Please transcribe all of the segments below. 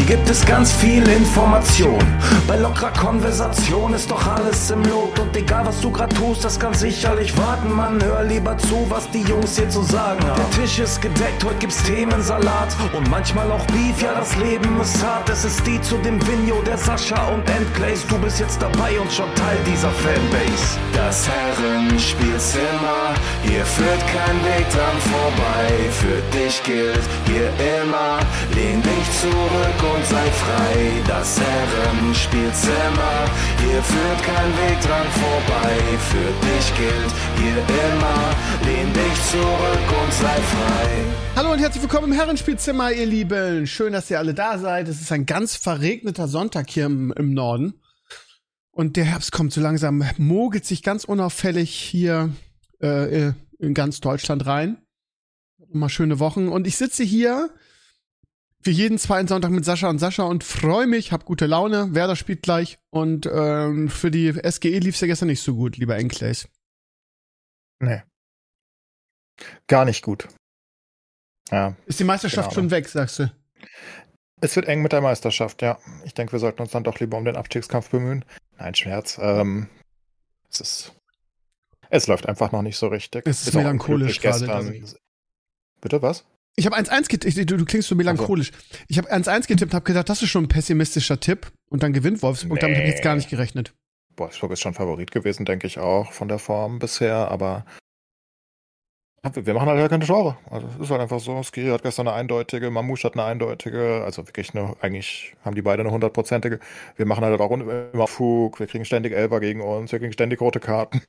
gibt es ganz viel Information. Bei lockerer Konversation ist doch alles im Lot. Und egal was du grad tust, das kann sicherlich warten. Man, hör lieber zu, was die Jungs hier zu sagen haben. Der Tisch ist gedeckt, heute gibt's Themensalat. Und manchmal auch Beef, ja das Leben ist hart. Es ist die zu dem Vigno, der Sascha und Endglaze. Du bist jetzt dabei und schon Teil dieser Fanbase. Das Herrenspielzimmer, hier führt kein Weg dran vorbei. Für dich gilt hier immer, lehn dich zurück und sei frei. Das Herrenspielzimmer, hier führt kein Weg dran vorbei. Für dich gilt hier immer, lehn dich zurück und sei frei. Hallo und herzlich willkommen im Herrenspielzimmer, ihr Lieben. Schön, dass ihr alle da seid. Es ist ein ganz verregneter Sonntag hier im Norden. Und der Herbst kommt so langsam, mogelt sich ganz unauffällig hier in ganz Deutschland rein. Mal schöne Wochen. Und ich sitze hier für jeden zweiten Sonntag mit Sascha und freue mich, hab gute Laune. Werder spielt gleich. Und für die SGE lief's ja gestern nicht so gut, lieber Enkles. Nee. Gar nicht gut. Ja. Ist die Meisterschaft schon weg, sagst du? Es wird eng mit der Meisterschaft, ja. Ich denke, wir sollten uns dann doch lieber um den Abstiegskampf bemühen. Nein, Scherz. Es läuft einfach noch nicht so richtig. Es ist melancholisch gerade. Bitte, was? Ich habe 1-1 getippt. Du klingst so melancholisch. Also. Ich habe 1-1 getippt, habe gedacht, das ist schon ein pessimistischer Tipp. Und dann gewinnt Wolfsburg. Nee. Damit habe ich jetzt gar nicht gerechnet. Wolfsburg ist schon Favorit gewesen, denke ich auch, von der Form bisher. Aber wir machen halt keine Tore. Also es ist halt einfach so. Skiri hat gestern eine eindeutige, Mamouche hat eine eindeutige. Also wirklich eigentlich haben die beide eine 100%ige. Wir machen halt auch immer Fug. Wir kriegen ständig Elfer gegen uns. Wir kriegen ständig rote Karten.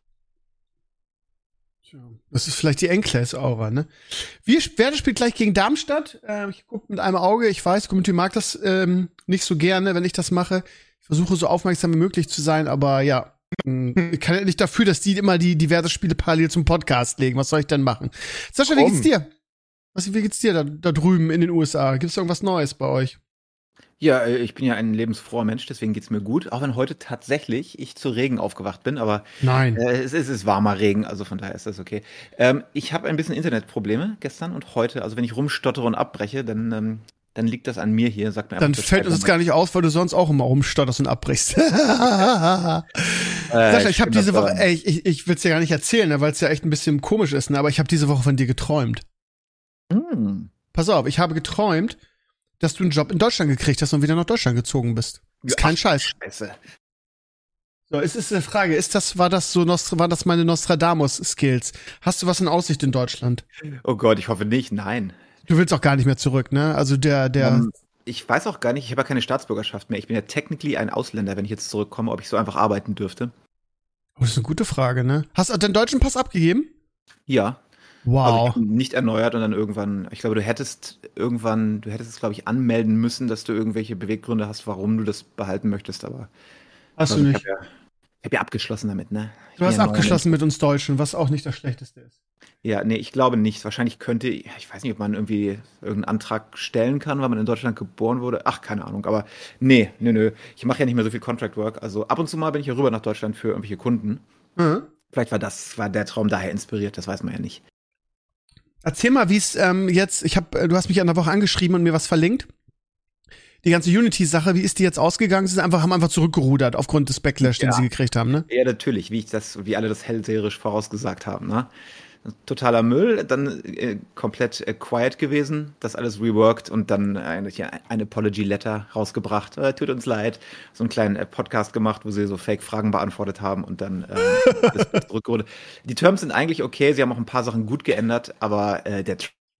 Das ist vielleicht die Enkles-Aura, ne? Werder spielt gleich gegen Darmstadt. Ich gucke mit einem Auge. Ich weiß, Community mag das nicht so gerne, wenn ich das mache. Ich versuche so aufmerksam wie möglich zu sein, aber ja, ich kann ja nicht dafür, dass die immer die Werder-Spiele parallel zum Podcast legen. Was soll ich denn machen? Sascha, wie geht's dir? Wie geht's dir da drüben in den USA? Gibt's irgendwas Neues bei euch? Ja, ich bin ja ein lebensfroher Mensch, deswegen geht's mir gut. Auch wenn heute tatsächlich ich zu Regen aufgewacht bin, aber nein, es ist warmer Regen, also von daher ist das okay. Ich habe ein bisschen Internetprobleme gestern und heute, also wenn ich rumstottere und abbreche, dann liegt das an mir hier. Sagt mir dann fällt uns das gar nicht auf, weil du sonst auch immer rumstotterst und abbrichst. Sascha, ich habe diese Woche, ich will's dir gar nicht erzählen, weil es ja echt ein bisschen komisch ist, ne? Aber ich habe diese Woche von dir geträumt. Pass auf, ich habe geträumt, dass du einen Job in Deutschland gekriegt hast und wieder nach Deutschland gezogen bist. Ist kein Scheiß. Scheiße. So, es ist eine Frage, war das meine Nostradamus-Skills? Hast du was in Aussicht in Deutschland? Oh Gott, ich hoffe nicht, nein. Du willst auch gar nicht mehr zurück, ne? Also ich weiß auch gar nicht, ich habe ja keine Staatsbürgerschaft mehr. Ich bin ja technically ein Ausländer, wenn ich jetzt zurückkomme, ob ich so einfach arbeiten dürfte. Oh, das ist eine gute Frage, ne? Hast du den deutschen Pass abgegeben? Ja. Wow. Also nicht erneuert und dann irgendwann, ich glaube, du hättest es, glaube ich, anmelden müssen, dass du irgendwelche Beweggründe hast, warum du das behalten möchtest, aber hast du nicht. Ich habe ja abgeschlossen damit, ne? Du hast abgeschlossen mit uns Deutschen, was auch nicht das Schlechteste ist. Ja, nee, ich glaube nicht. Wahrscheinlich ich weiß nicht, ob man irgendwie irgendeinen Antrag stellen kann, weil man in Deutschland geboren wurde. Ach, keine Ahnung, aber nee. Ich mache ja nicht mehr so viel Contract Work. Also ab und zu mal bin ich ja rüber nach Deutschland für irgendwelche Kunden. Mhm. Vielleicht war der Traum daher inspiriert, das weiß man ja nicht. Erzähl mal, wie es jetzt, du hast mich an der Woche angeschrieben und mir was verlinkt. Die ganze Unity-Sache, wie ist die jetzt ausgegangen? Sie haben einfach zurückgerudert aufgrund des Backlash, den sie gekriegt haben, ne? Ja, natürlich, wie alle das hellseherisch vorausgesagt haben, ne? Totaler Müll, dann komplett quiet gewesen, das alles reworked und dann ein Apology-Letter rausgebracht. Tut uns leid. So einen kleinen Podcast gemacht, wo sie so Fake-Fragen beantwortet haben und dann das zurückgerudert. Die Terms sind eigentlich okay, sie haben auch ein paar Sachen gut geändert, aber der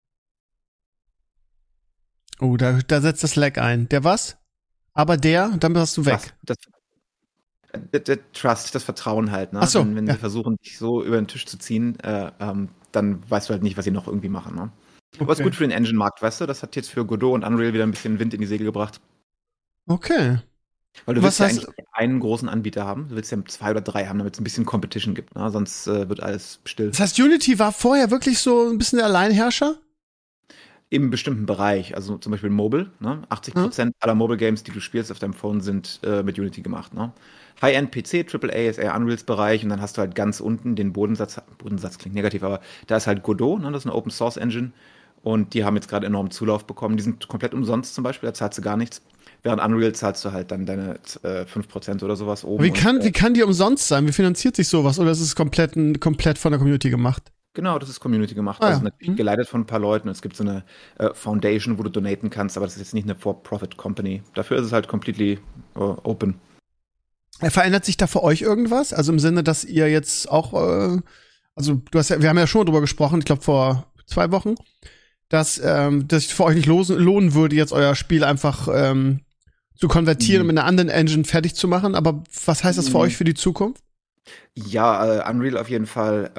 Oh, da setzt das Lag ein. Der was? Aber dann bist du weg. Der Trust, das Vertrauen halt, ne? Ach so, wenn sie versuchen, dich so über den Tisch zu ziehen, dann weißt du halt nicht, was sie noch irgendwie machen, ne? Okay. Aber ist gut für den Engine-Markt, weißt du? Das hat jetzt für Godot und Unreal wieder ein bisschen Wind in die Segel gebracht. Okay. Weil du willst ja eigentlich einen großen Anbieter haben. Du willst ja 2 oder 3 haben, damit es ein bisschen Competition gibt, ne? Sonst wird alles still. Das heißt, Unity war vorher wirklich so ein bisschen der Alleinherrscher? Im bestimmten Bereich, also zum Beispiel Mobile, ne? 80% aller Mobile Games, die du spielst auf deinem Phone, sind mit Unity gemacht, ne? High-End-PC, AAA ist eher Unreals Bereich und dann hast du halt ganz unten den Bodensatz klingt negativ, aber da ist halt Godot, ne? Das ist eine Open-Source-Engine und die haben jetzt gerade enormen Zulauf bekommen. Die sind komplett umsonst zum Beispiel, da zahlst du gar nichts. Während Unreal zahlst du halt dann deine 5% oder sowas oben. Wie kann die umsonst sein? Wie finanziert sich sowas? Oder ist es komplett von der Community gemacht? Genau, das ist Community gemacht. Ah, Also ja. natürlich geleitet von ein paar Leuten. Es gibt so eine Foundation, wo du donaten kannst, aber das ist jetzt nicht eine For-Profit-Company. Dafür ist es halt completely open. Verändert sich da für euch irgendwas? Also im Sinne, dass ihr jetzt auch, also wir haben ja schon drüber gesprochen, ich glaube vor 2 Wochen, dass das für euch nicht lohnen würde, jetzt euer Spiel einfach zu konvertieren und mit einer anderen Engine fertig zu machen. Aber was heißt das für euch für die Zukunft? Ja, Unreal auf jeden Fall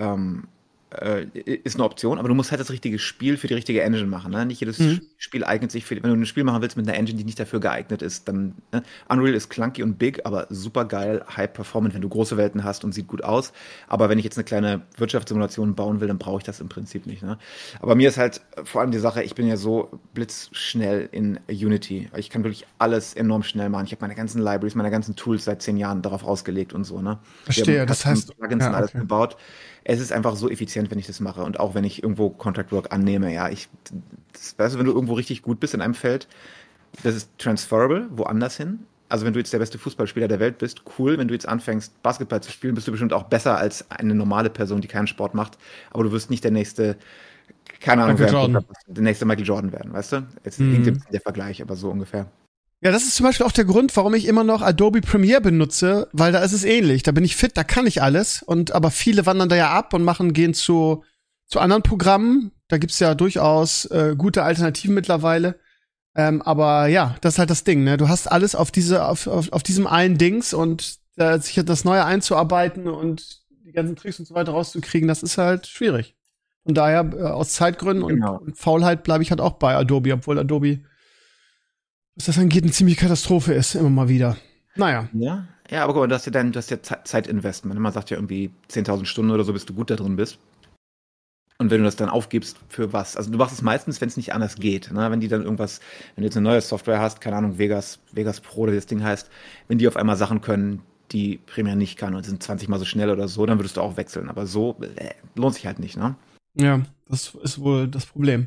ist eine Option, aber du musst halt das richtige Spiel für die richtige Engine machen. Ne? Nicht jedes Spiel eignet sich wenn du ein Spiel machen willst mit einer Engine, die nicht dafür geeignet ist, dann Unreal ist clunky und big, aber super geil, high performant, wenn du große Welten hast und sieht gut aus. Aber wenn ich jetzt eine kleine Wirtschaftssimulation bauen will, dann brauche ich das im Prinzip nicht. Ne? Aber mir ist halt vor allem die Sache, ich bin ja so blitzschnell in Unity. Ich kann wirklich alles enorm schnell machen. Ich habe meine ganzen Libraries, meine ganzen Tools seit 10 Jahren darauf ausgelegt und so. Ne? Verstehe, das heißt, Plugins und alles gebaut. Es ist einfach so effizient, wenn ich das mache. Und auch wenn ich irgendwo Contract Work annehme, ja, weißt du, wenn du irgendwo richtig gut bist in einem Feld, das ist transferable, woanders hin. Also wenn du jetzt der beste Fußballspieler der Welt bist, cool. Wenn du jetzt anfängst, Basketball zu spielen, bist du bestimmt auch besser als eine normale Person, die keinen Sport macht. Aber du wirst nicht der nächste, keine Ahnung, der nächste Michael Jordan werden, weißt du? Jetzt hinkt der Vergleich, aber so ungefähr. Ja, das ist zum Beispiel auch der Grund, warum ich immer noch Adobe Premiere benutze, weil da ist es ähnlich. Da bin ich fit, da kann ich alles. Aber viele wandern da ja ab und gehen zu anderen Programmen. Da gibt's ja durchaus gute Alternativen mittlerweile. Aber ja, das ist halt das Ding, ne? Du hast alles auf diesem einen Dings und sich das Neue einzuarbeiten und die ganzen Tricks und so weiter rauszukriegen, das ist halt schwierig. Von daher, aus Zeitgründen und Faulheit bleibe ich halt auch bei Adobe, obwohl Adobe, was das angeht, eine ziemliche Katastrophe ist, immer mal wieder. Naja. Ja, aber guck mal, du hast ja Zeitinvestment. Man sagt ja irgendwie 10.000 Stunden oder so, bis du gut da drin bist. Und wenn du das dann aufgibst, für was? Also du machst es meistens, wenn es nicht anders geht. Ne? Wenn die dann wenn du jetzt eine neue Software hast, keine Ahnung, Vegas Pro, oder das Ding heißt, wenn die auf einmal Sachen können, die Premiere nicht kann und sind 20 Mal so schnell oder so, dann würdest du auch wechseln. Aber so lohnt sich halt nicht, ne? Ja, das ist wohl das Problem.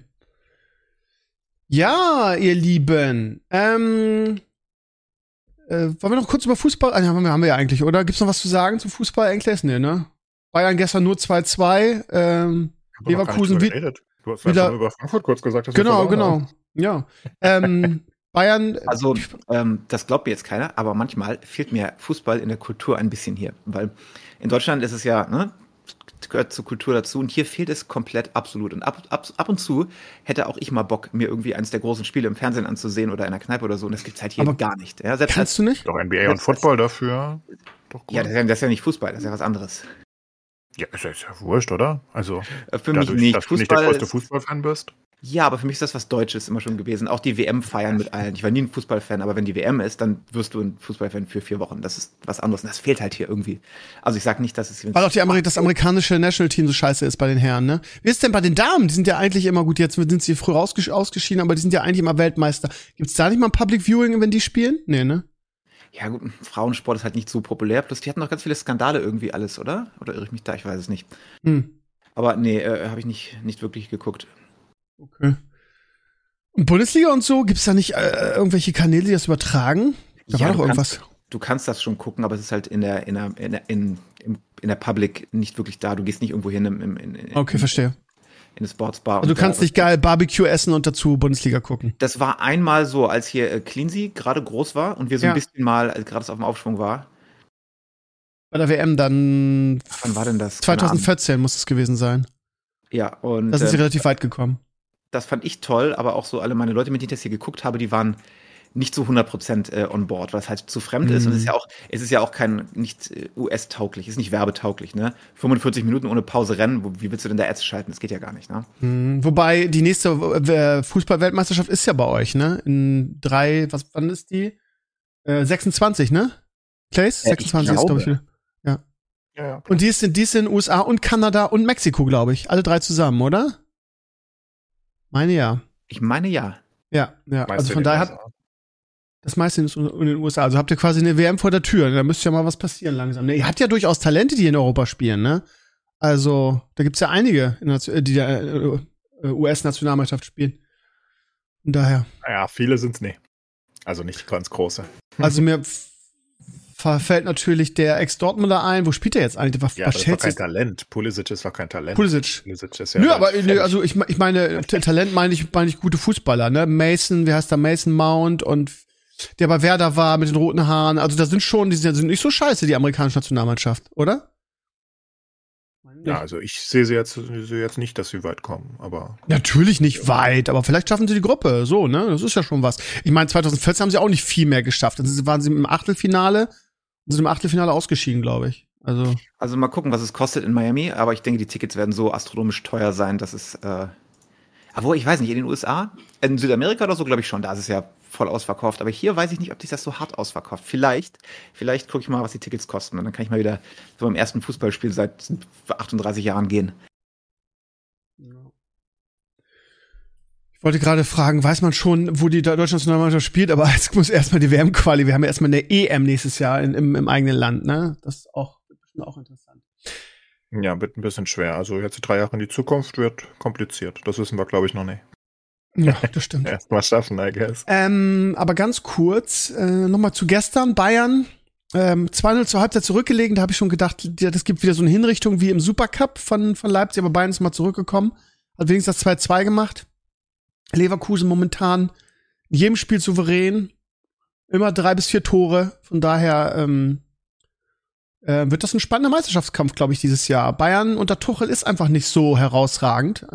Ja, ihr Lieben. Wollen wir noch kurz über Fußball? Haben wir ja eigentlich, oder? Gibt's noch was zu sagen zum Fußball? Eigentlich? Nee, ne? Bayern gestern nur 2-2. Leverkusen Du hast wieder über Frankfurt kurz gesagt. Dass genau. Ja. Bayern. Also, das glaubt mir jetzt keiner, aber manchmal fehlt mir Fußball in der Kultur ein bisschen hier. Weil in Deutschland ist es ja, ne? Gehört zur Kultur dazu und hier fehlt es komplett absolut. Und ab und zu hätte auch ich mal Bock, mir irgendwie eines der großen Spiele im Fernsehen anzusehen oder in einer Kneipe oder so und das gibt's halt hier aber gar nicht. Ja, kannst du nicht? Doch NBA und Football dafür. Doch gut. Ja, das ist ja nicht Fußball, das ist ja was anderes. Ja, ist ja wurscht, oder? Also, für mich nicht. Dass du nicht der größte Fußballfan bist? Ja, aber für mich ist das was Deutsches immer schon gewesen. Auch die WM feiern mit allen. Ich war nie ein Fußballfan, aber wenn die WM ist, dann wirst du ein Fußballfan für 4 Wochen. Das ist was anderes und das fehlt halt hier irgendwie. Also ich sag nicht, dass es... Weil auch das amerikanische National-Team so scheiße ist bei den Herren, ne? Wie ist denn bei den Damen? Die sind ja eigentlich immer gut, jetzt sind sie früh ausgeschieden, aber die sind ja eigentlich immer Weltmeister. Gibt's da nicht mal ein Public Viewing, wenn die spielen? Nee, ne? Ja gut, Frauensport ist halt nicht so populär. Plus die hatten noch ganz viele Skandale irgendwie alles, oder? Oder irre ich mich da? Ich weiß es nicht. Aber nee, habe ich nicht wirklich geguckt. Okay. Und Bundesliga und so, gibt's da nicht irgendwelche Kanäle, die das übertragen? Da war doch irgendwas. Du kannst das schon gucken, aber es ist halt in der Public nicht wirklich da. Du gehst nicht irgendwo hin okay, verstehe. In eine Sportsbar. Also du kannst nicht geil Barbecue essen und dazu Bundesliga gucken. Das war einmal so, als hier Cleansea gerade groß war und wir so ein bisschen mal, als gerade es auf dem Aufschwung war. Bei der WM dann. Wann war denn das? 2014 muss es gewesen sein. Ja, und. Da sind sie relativ weit gekommen. Das fand ich toll, aber auch so alle meine Leute, mit denen ich das hier geguckt habe, die waren nicht zu 100% on board, weil es halt zu fremd ist und es ist ja auch nicht US-tauglich, ist nicht werbetauglich, ne? 45 Minuten ohne Pause rennen, wie willst du denn da Ads schalten? Das geht ja gar nicht, ne? Wobei die nächste Fußball-Weltmeisterschaft ist ja bei euch, ne? Wann ist die? 26, ne? Clays? 26 ist, glaube ich, wieder. Ja. Und die ist in den USA und Kanada und Mexiko, glaube ich. Alle 3 zusammen, oder? Ich meine ja. Ja. Also von daher hat das meiste in den USA. Also habt ihr quasi eine WM vor der Tür. Da müsste ja mal was passieren langsam. Ihr habt ja durchaus Talente, die in Europa spielen, ne? Also da gibt's ja einige, die der US-Nationalmannschaft spielen. Von daher. Naja, viele sind's nicht. Also nicht ganz große. Also mir fällt natürlich der Ex-Dortmunder ein. Wo spielt er jetzt eigentlich? Ja, das war kein Talent. Pulisic ist doch kein Talent. Pulisic ist ja nö, aber also ich meine, Talent meine ich gute Fußballer, ne? Mason, wie heißt der? Mason Mount und der bei Werder war mit den roten Haaren. Also da sind schon, die sind nicht so scheiße, die amerikanische Nationalmannschaft, oder? Ja, also ich sehe jetzt nicht, dass sie weit kommen, aber. Natürlich nicht weit, aber vielleicht schaffen sie die Gruppe, so, ne? Das ist ja schon was. Ich meine, 2014 haben sie auch nicht viel mehr geschafft. Dann waren sie im Achtelfinale und sind im Achtelfinale ausgeschieden, glaube ich. Also mal gucken, was es kostet in Miami, aber ich denke, die Tickets werden so astronomisch teuer sein, dass es, obwohl, ich weiß nicht, in den USA, in Südamerika oder so, glaube ich schon, da ist es ja voll ausverkauft, aber hier weiß ich nicht, ob sich das so hart ausverkauft. Vielleicht gucke ich mal, was die Tickets kosten und dann kann ich mal wieder so beim ersten Fußballspiel seit 38 Jahren gehen. Ich wollte gerade fragen, weiß man schon, wo die deutsche Nationalmannschaft spielt, aber jetzt muss erstmal die WM-Quali, wir haben ja erstmal eine EM nächstes Jahr im eigenen Land, ne? Das ist auch interessant. Ja, wird ein bisschen schwer. Also jetzt 3 Jahre in die Zukunft wird kompliziert. Das wissen wir, glaube ich, noch nicht. Ja, das stimmt. Erst mal schaffen, I guess. Aber ganz kurz, nochmal zu gestern, Bayern, 2-0 zur Halbzeit zurückgelegen, da habe ich schon gedacht, das gibt wieder so eine Hinrichtung wie im Supercup von Leipzig, aber Bayern ist mal zurückgekommen, hat wenigstens das 2-2 gemacht. Leverkusen momentan in jedem Spiel souverän, immer 3 bis 4 Tore, von daher wird das ein spannender Meisterschaftskampf, glaube ich, dieses Jahr. Bayern unter Tuchel ist einfach nicht so herausragend.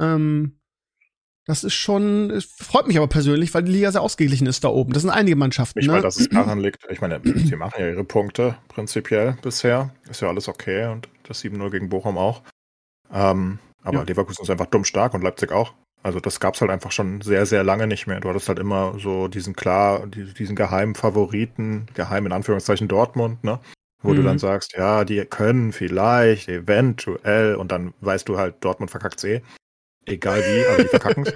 Das ist schon, es freut mich aber persönlich, weil die Liga sehr ausgeglichen ist da oben. Das sind einige Mannschaften. Nicht, weil das daran liegt. Ich meine, sie machen ja ihre Punkte prinzipiell bisher. Ist ja alles okay und das 7-0 gegen Bochum auch. Aber ja. Leverkusen ist einfach dumm stark und Leipzig auch. Also das gab's halt einfach schon sehr, sehr lange nicht mehr. Du hattest halt immer so diesen geheimen Favoriten, geheim in Anführungszeichen Dortmund, ne? Wo du dann sagst, ja, die können vielleicht, eventuell, und dann weißt du halt, Dortmund verkackt's eh. Egal wie, aber die verkacken's.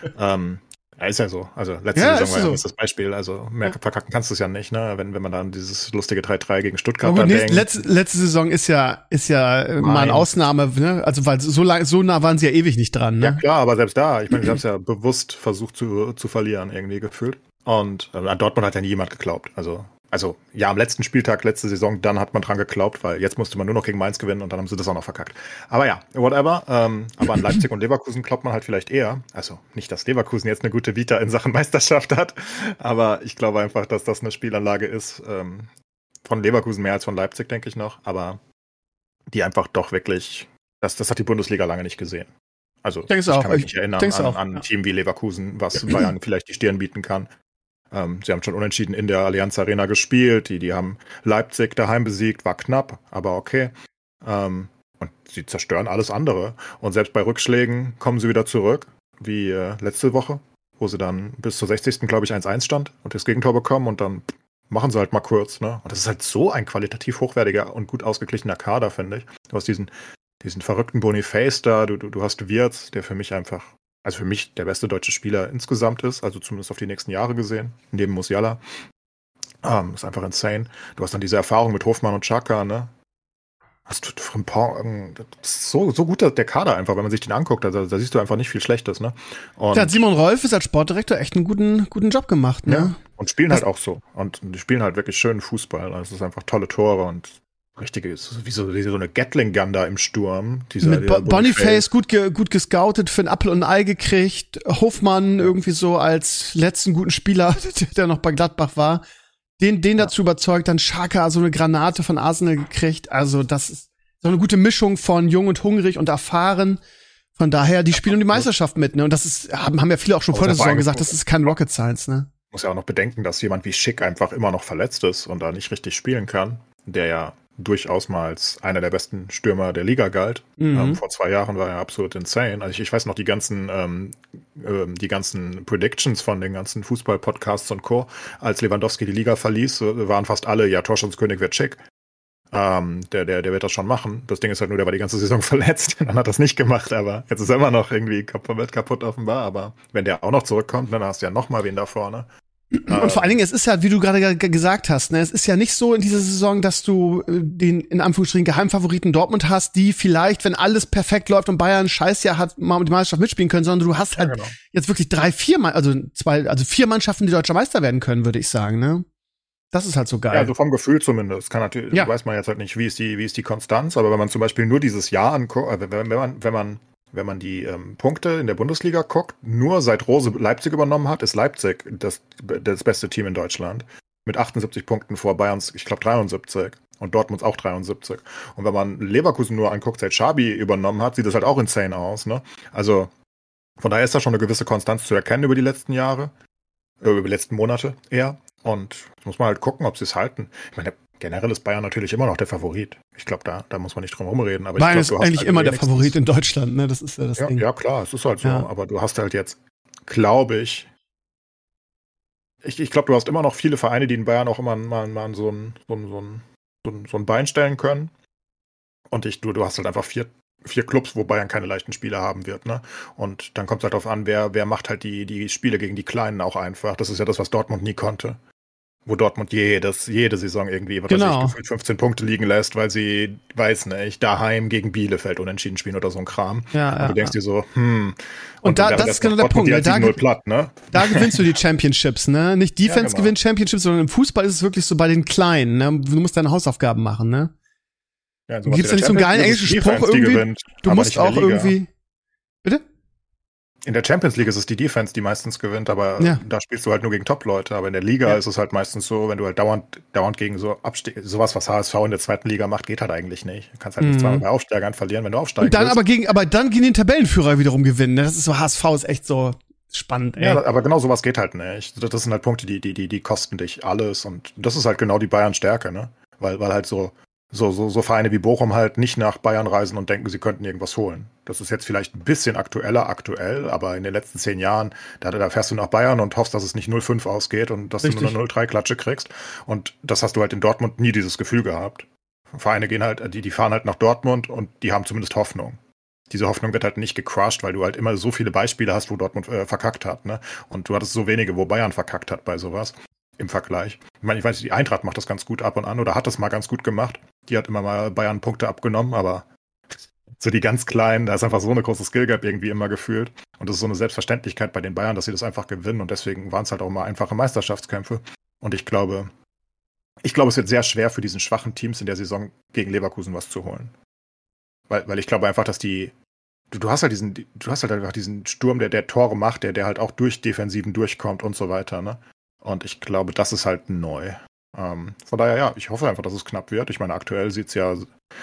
Ist ja so. Also letzte Saison war ja das Beispiel. Also mehr verkacken kannst du es ja nicht, ne? Wenn man dann dieses lustige 3-3 gegen Stuttgart dann denkt. Letzte Saison ist ja mal eine Ausnahme, ne? Also weil so nah waren sie ja ewig nicht dran, ne? Ja klar, aber selbst da, ich meine, sie haben es ja bewusst versucht zu verlieren, irgendwie gefühlt. Und an Dortmund hat ja nie jemand geglaubt. Also ja, am letzten Spieltag, letzte Saison, dann hat man dran geglaubt, weil jetzt musste man nur noch gegen Mainz gewinnen und dann haben sie das auch noch verkackt. Aber ja, whatever. Aber an Leipzig und Leverkusen glaubt man halt vielleicht eher. Also nicht, dass Leverkusen jetzt eine gute Vita in Sachen Meisterschaft hat, aber ich glaube einfach, dass das eine Spielanlage ist, von Leverkusen mehr als von Leipzig, denke ich noch, aber die einfach doch wirklich, das hat die Bundesliga lange nicht gesehen. Also ich kann mich nicht erinnern an ein Team wie Leverkusen, was Bayern vielleicht die Stirn bieten kann. Sie haben schon unentschieden in der Allianz Arena gespielt. Die haben Leipzig daheim besiegt, war knapp, aber okay. Und sie zerstören alles andere. Und selbst bei Rückschlägen kommen sie wieder zurück, wie letzte Woche, wo sie dann bis zur 60. glaube ich 1-1 stand und das Gegentor bekommen und dann machen sie halt mal kurz. Ne? Und das ist halt so ein qualitativ hochwertiger und gut ausgeglichener Kader, finde ich. Du hast diesen verrückten Boniface da, du hast Wirtz, der für mich der beste deutsche Spieler insgesamt ist, also zumindest auf die nächsten Jahre gesehen, neben Musiala. Ist einfach insane. Du hast dann diese Erfahrung mit Hofmann und Xhaka, ne? Hast du Frimpong, das ist so gut der Kader einfach, wenn man sich den anguckt, also da siehst du einfach nicht viel Schlechtes, ne? Und da hat Simon Rolfes als Sportdirektor echt einen guten Job gemacht, ne? Ja, und spielen halt auch so. Und die spielen halt wirklich schönen Fußball. Also es ist einfach tolle Tore und wie so eine Gatling-Gun da im Sturm. Mit Boniface gut gescoutet, für ein Apfel und ein Ei gekriegt. Hofmann irgendwie so als letzten guten Spieler, der noch bei Gladbach war. Den dazu überzeugt, dann Xhaka so eine Granate von Arsenal gekriegt. Also das ist so eine gute Mischung von jung und hungrig und erfahren. Von daher, die spielen um die Meisterschaft mit, ne? Und das ist, haben ja viele auch schon vor der Saison gesagt, das ist kein Rocket Science, ne? Muss ja auch noch bedenken, dass jemand wie Schick einfach immer noch verletzt ist und da nicht richtig spielen kann. Der ja durchaus mal als einer der besten Stürmer der Liga galt. Vor 2 Jahren war er absolut insane. Also ich weiß noch, die ganzen Predictions von den ganzen Fußball-Podcasts und Co., als Lewandowski die Liga verließ, waren fast alle, ja, Torschützenkönig wird Schick. Der wird das schon machen. Das Ding ist halt nur, der war die ganze Saison verletzt. Dann hat er das nicht gemacht, aber jetzt ist er immer noch irgendwie komplett kaputt offenbar. Aber wenn der auch noch zurückkommt, dann hast du ja noch mal wen da vorne. Und vor allen Dingen, es ist ja, wie du gerade gesagt hast, ne, es ist ja nicht so in dieser Saison, dass du den, in Anführungsstrichen, Geheimfavoriten Dortmund hast, die vielleicht, wenn alles perfekt läuft und Bayern scheiß Jahr hat, mal um die Meisterschaft mitspielen können, sondern du hast halt jetzt wirklich 4 Mannschaften, die deutscher Meister werden können, würde ich sagen, ne? Das ist halt so geil. Ja, also vom Gefühl zumindest. Kann natürlich, weiß man jetzt halt nicht, wie ist die Konstanz, aber wenn man zum Beispiel nur dieses Jahr anguckt, wenn man die Punkte in der Bundesliga guckt, nur seit Rose Leipzig übernommen hat, ist Leipzig das beste Team in Deutschland. Mit 78 Punkten vor Bayerns, ich glaube 73. Und Dortmunds auch 73. Und wenn man Leverkusen nur anguckt, seit Xabi übernommen hat, sieht das halt auch insane aus, ne? Also, von daher ist da schon eine gewisse Konstanz zu erkennen über die letzten Jahre. Über die letzten Monate eher. Und jetzt muss man halt gucken, ob sie es halten. Ich meine, generell ist Bayern natürlich immer noch der Favorit. Ich glaube, da muss man nicht drum rumreden. Aber Bayern ich glaub, ist eigentlich halt immer der Favorit in Deutschland, ne? Das ist ja das Ding. Ja, klar, es ist halt so. Ja. Aber du hast halt jetzt, glaube ich glaube, du hast immer noch viele Vereine, die in Bayern auch immer mal so ein Bein stellen können. Und du hast halt einfach vier Clubs, wo Bayern keine leichten Spiele haben wird, ne? Und dann kommt es halt darauf an, wer macht halt die Spiele gegen die Kleinen auch einfach. Das ist ja das, was Dortmund nie konnte. Wo Dortmund jede Saison irgendwie, gefühlt 15 Punkte liegen lässt, weil sie, weiß nicht, daheim gegen Bielefeld unentschieden spielen oder so ein Kram. Und du denkst dir so, Und das ist genau der Punkt. Platt, ne? Da gewinnst du die Championships, ne? Nicht Defense gewinnt Championships, sondern im Fußball ist es wirklich so bei den Kleinen, ne? Du musst deine Hausaufgaben machen, ne? Ja, gibt's da nicht so einen geilen englischen Spruch irgendwie? Gewinnt, du musst auch irgendwie. Bitte? In der Champions League ist es die Defense, die meistens gewinnt, aber da spielst du halt nur gegen Top-Leute. Aber in der Liga ist es halt meistens so, wenn du halt dauernd gegen sowas, was HSV in der zweiten Liga macht, geht halt eigentlich nicht. Du kannst halt nicht zweimal bei Aufsteigern verlieren, wenn du aufsteigst. Und dann aber dann gegen den Tabellenführer wiederum gewinnen. Das ist so, HSV ist echt so spannend, ey. Ja, aber genau sowas geht halt nicht. Das sind halt Punkte, die kosten dich alles. Und das ist halt genau die Bayern-Stärke, ne? Weil halt so Vereine wie Bochum halt nicht nach Bayern reisen und denken, sie könnten irgendwas holen. Das ist jetzt vielleicht ein bisschen aktuell, aber in den letzten 10 Jahren, da fährst du nach Bayern und hoffst, dass es nicht 0-5 ausgeht und dass du nur eine 0-3-Klatsche kriegst. Und das hast du halt in Dortmund nie dieses Gefühl gehabt. Vereine gehen halt, die fahren halt nach Dortmund und die haben zumindest Hoffnung. Diese Hoffnung wird halt nicht gecrushed, weil du halt immer so viele Beispiele hast, wo Dortmund verkackt hat, ne? Und du hattest so wenige, wo Bayern verkackt hat bei sowas. Im Vergleich. Ich meine, ich weiß, die Eintracht macht das ganz gut ab und an oder hat das mal ganz gut gemacht. Die hat immer mal Bayern Punkte abgenommen, aber so die ganz Kleinen, da ist einfach so eine große Skill-Gap irgendwie immer gefühlt. Und das ist so eine Selbstverständlichkeit bei den Bayern, dass sie das einfach gewinnen und deswegen waren es halt auch mal einfache Meisterschaftskämpfe. Und ich glaube, es wird sehr schwer für diesen schwachen Teams in der Saison gegen Leverkusen was zu holen. Weil ich glaube einfach, dass du hast halt einfach diesen Sturm, der Tore macht, der halt auch durch Defensiven durchkommt und so weiter, ne? Und ich glaube, das ist halt neu. Von daher, ja, ich hoffe einfach, dass es knapp wird. Ich meine, aktuell sieht ja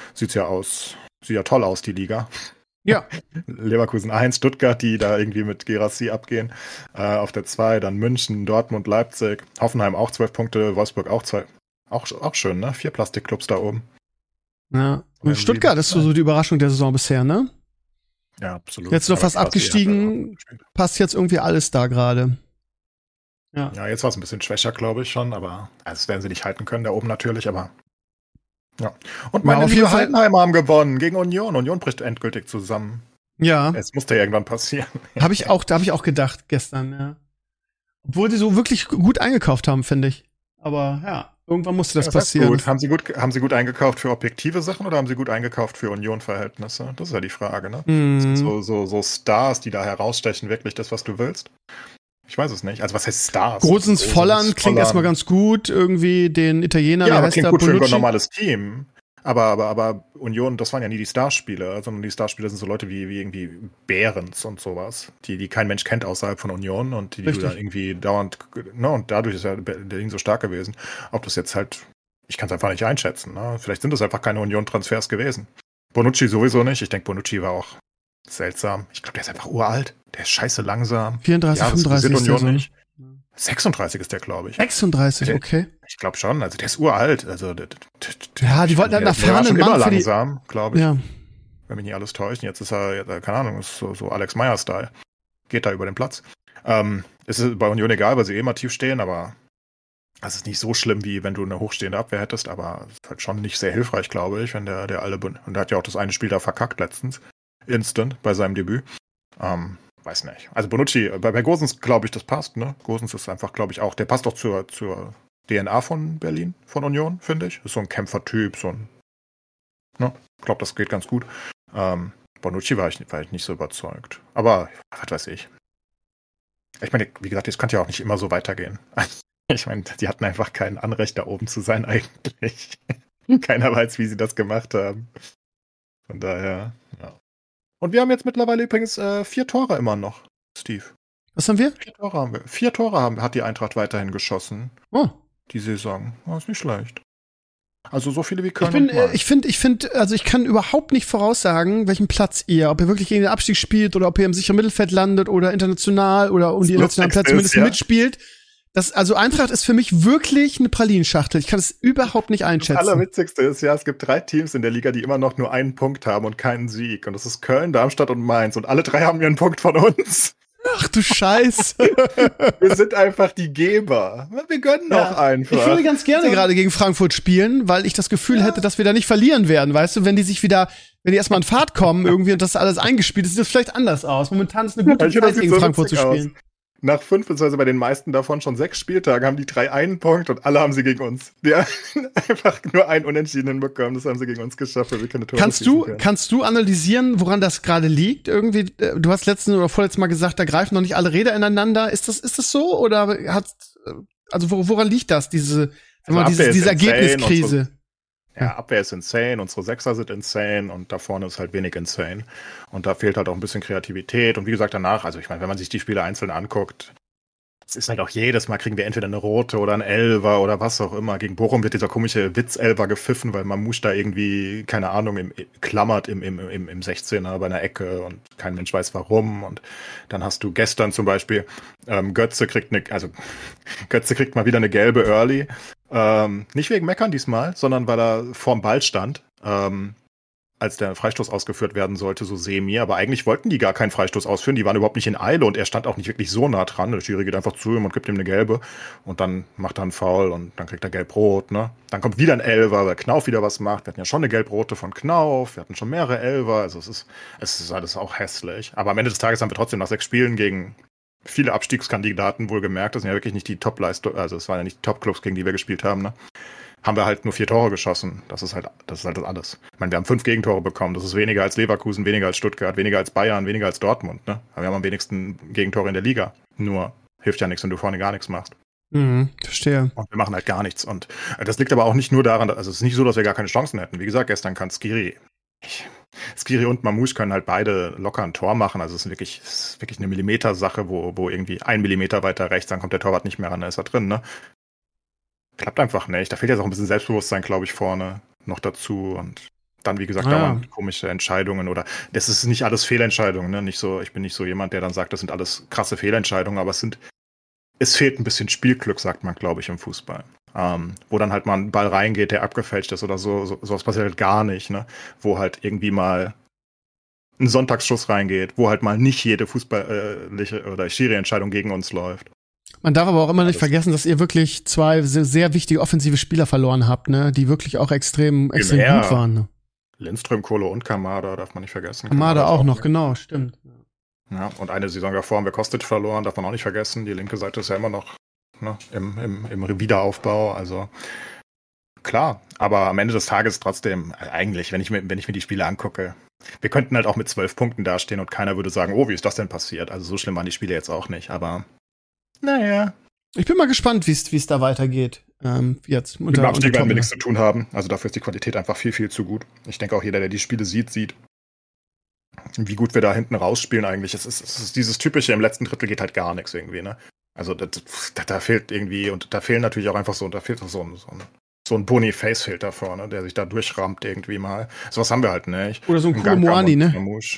toll aus, die Liga. Ja. Leverkusen 1, Stuttgart, die da irgendwie mit Guirassy abgehen. Auf der 2, dann München, Dortmund, Leipzig, Hoffenheim auch 12 Punkte, Wolfsburg auch 2. Auch schön, ne? 4 Plastikclubs da oben. Ja. Und Stuttgart ist so die Überraschung der Saison bisher, ne? Ja, absolut. Jetzt noch fast abgestiegen, passt jetzt irgendwie alles da gerade. Ja, jetzt war es ein bisschen schwächer, glaube ich schon, aber das werden sie nicht halten können, da oben natürlich, aber ja. Und meine liebe Heidenheimer haben gewonnen gegen Union. Union bricht endgültig zusammen. Ja. Es musste ja irgendwann passieren. Da habe ich auch gedacht gestern, ja. Obwohl die so wirklich gut eingekauft haben, finde ich. Aber ja, irgendwann musste das passieren. Gut. Haben sie gut eingekauft für objektive Sachen oder haben sie gut eingekauft für Union-Verhältnisse? Das ist ja die Frage, ne? Mhm. So Stars, die da herausstechen, wirklich das, was du willst? Ich weiß es nicht. Also was heißt Stars? Gosens Volland klingt erstmal ganz gut. Irgendwie den Italiener, ja, aber klingt gut für ein normales Team. Aber Union, das waren ja nie die Starspieler, sondern die Starspieler sind so Leute wie irgendwie Behrens und sowas, die kein Mensch kennt außerhalb von Union und die du dann irgendwie dauernd, ne, und dadurch ist ja Berlin so stark gewesen. Ob das jetzt halt, ich kann es einfach nicht einschätzen, ne? Vielleicht sind das einfach keine Union-Transfers gewesen. Bonucci sowieso nicht. Ich denke, Bonucci war auch seltsam. Ich glaube, der ist einfach uralt. Der ist scheiße langsam. 34, 35 ist der so. Nicht. 36 ist der, glaube ich. 36, okay. Ich glaube schon. Also der ist uralt. Also ja, die wollten halt einen erfahrenen Mann immer langsam, glaube ich. Ja. Wenn mich nicht alles täuscht. Jetzt ist er, keine Ahnung, ist so Alex Meyer-Style. Geht da über den Platz. Es ist bei Union egal, weil sie immer tief stehen, aber es ist nicht so schlimm, wie wenn du eine hochstehende Abwehr hättest, aber es ist halt schon nicht sehr hilfreich, glaube ich, wenn der alle, und der hat ja auch das eine Spiel da verkackt letztens. Instant bei seinem Debüt. weiß nicht. Also Bonucci, bei Gosens glaube ich, das passt, ne? Gosens ist einfach, glaube ich, auch, der passt auch zur DNA von Berlin, von Union, finde ich. Ist so ein Kämpfertyp, ne? Ich glaube, das geht ganz gut. Bonucci war ich nicht so überzeugt. Aber, was weiß ich. Ich meine, wie gesagt, das kann ja auch nicht immer so weitergehen. Ich meine, die hatten einfach kein Anrecht, da oben zu sein eigentlich. Keiner weiß, wie sie das gemacht haben. Von daher, ja. Und wir haben jetzt mittlerweile übrigens 4 Tore immer noch, Steve. Was haben wir? 4 Tore haben wir. 4 Tore hat die Eintracht weiterhin geschossen. Oh. Die Saison. Das ist nicht schlecht. Also so viele wie Köln. Ich finde, also ich kann überhaupt nicht voraussagen, welchen Platz ob ihr wirklich gegen den Abstieg spielt oder ob ihr im sicheren Mittelfeld landet oder international oder um die internationalen Plätze zumindest mitspielt. Also Eintracht ist für mich wirklich eine Pralinschachtel. Ich kann es überhaupt nicht einschätzen. Das Allerwitzigste ist ja, es gibt 3 Teams in der Liga, die immer noch nur einen Punkt haben und keinen Sieg. Und das ist Köln, Darmstadt und Mainz. Und alle 3 haben ihren Punkt von uns. Ach du Scheiße. Wir sind einfach die Geber. Wir gönnen auch einfach. Ich würde ganz gerne gerade gegen Frankfurt spielen, weil ich das Gefühl hätte, dass wir da nicht verlieren werden. Weißt du, wenn die erstmal in Fahrt kommen irgendwie und das alles eingespielt ist, sieht das vielleicht anders aus. Momentan ist eine gute Zeit, gegen Frankfurt zu spielen. Nach 5, beziehungsweise bei den meisten davon schon 6 Spieltagen, haben die 3 einen Punkt und alle haben sie gegen uns. Die haben einfach nur einen Unentschieden hinbekommen. Das haben sie gegen uns geschafft, weil wir keine Tore schießen können. Kannst du analysieren, woran das gerade liegt? Irgendwie, du hast letzten oder vorletztes Mal gesagt, da greifen noch nicht alle Räder ineinander. Ist das so? Oder woran liegt das, diese Ergebniskrise? Ja, Abwehr ist insane, unsere Sechser sind insane und da vorne ist halt wenig insane. Und da fehlt halt auch ein bisschen Kreativität. Und wie gesagt, danach, also ich meine, wenn man sich die Spiele einzeln anguckt, es ist halt auch jedes Mal kriegen wir entweder eine rote oder ein Elfer oder was auch immer. Gegen Bochum wird dieser komische Witz-Elfer gepfiffen, weil Mamouche da irgendwie, keine Ahnung, klammert im 16er bei einer Ecke und kein Mensch weiß warum. Und dann hast du gestern zum Beispiel, Götze kriegt mal wieder eine gelbe Early. Nicht wegen Meckern diesmal, sondern weil er vorm Ball stand, als der Freistoß ausgeführt werden sollte, so semi. Aber eigentlich wollten die gar keinen Freistoß ausführen. Die waren überhaupt nicht in Eile und er stand auch nicht wirklich so nah dran. Der Schiri geht einfach zu ihm und gibt ihm eine gelbe. Und dann macht er einen Foul und dann kriegt er gelb-rot, ne? Dann kommt wieder ein Elfer, weil Knauf wieder was macht. Wir hatten ja schon eine gelb-rote von Knauf. Wir hatten schon mehrere Elfer. Also es ist alles auch hässlich. Aber am Ende des Tages haben wir trotzdem nach 6 Spielen gegen viele Abstiegskandidaten wohlgemerkt. Das sind ja wirklich nicht die Top-Leistung, also es waren ja nicht die Top-Clubs, gegen die wir gespielt haben, ne? Haben wir halt nur 4 Tore geschossen. Das ist halt das alles. Ich meine, wir haben 5 Gegentore bekommen. Das ist weniger als Leverkusen, weniger als Stuttgart, weniger als Bayern, weniger als Dortmund, ne? Aber wir haben am wenigsten Gegentore in der Liga. Nur hilft ja nichts, wenn du vorne gar nichts machst. Verstehe. Und wir machen halt gar nichts. Und das liegt aber auch nicht nur daran, also es ist nicht so, dass wir gar keine Chancen hätten. Wie gesagt, gestern kann Skiri und Mamouche können halt beide locker ein Tor machen. Also es ist wirklich eine Millimeter-Sache, wo irgendwie 1 Millimeter weiter rechts, dann kommt der Torwart nicht mehr ran, da ist er drin, ne? Klappt einfach nicht. Da fehlt jetzt auch ein bisschen Selbstbewusstsein, glaube ich, vorne noch dazu. Und dann, wie gesagt, dauernd komische Entscheidungen oder das ist nicht alles Fehlentscheidungen, ne? Nicht so, ich bin nicht so jemand, der dann sagt, das sind alles krasse Fehlentscheidungen, aber es fehlt ein bisschen Spielglück, sagt man, glaube ich, im Fußball. Wo dann halt mal ein Ball reingeht, der abgefälscht ist oder sowas passiert halt gar nicht, ne? Wo halt irgendwie mal ein Sonntagsschuss reingeht, wo halt mal nicht jede fußballiche oder Schiri-Entscheidung gegen uns läuft. Man darf aber auch immer nicht vergessen, dass ihr wirklich 2 sehr, sehr wichtige offensive Spieler verloren habt, ne? Die wirklich auch extrem gut waren. Ne? Lindström, Kolo und Kamada darf man nicht vergessen. Kamada auch noch, genau, stimmt. Ja, und eine Saison davor haben wir Kostic verloren, darf man auch nicht vergessen. Die linke Seite ist ja immer noch, ne, im Wiederaufbau, also klar. Aber am Ende des Tages trotzdem, eigentlich, wenn ich mir die Spiele angucke, wir könnten halt auch mit 12 Punkten dastehen und keiner würde sagen, oh, wie ist das denn passiert? Also so schlimm waren die Spiele jetzt auch nicht, aber naja. Ich bin mal gespannt, wie es da weitergeht. Jetzt mit dem Abstieg werden wir nichts zu tun haben. Also dafür ist die Qualität einfach viel, viel zu gut. Ich denke auch jeder, der die Spiele sieht, wie gut wir da hinten rausspielen eigentlich. Es ist dieses Typische, im letzten Drittel geht halt gar nichts irgendwie, ne? Also da fehlt irgendwie, und da fehlen natürlich auch einfach so ein Boniface fehlt da vorne, der sich da durchrammt irgendwie mal. Sowas haben wir halt nicht. Oder so ein Kolo Muani, ne?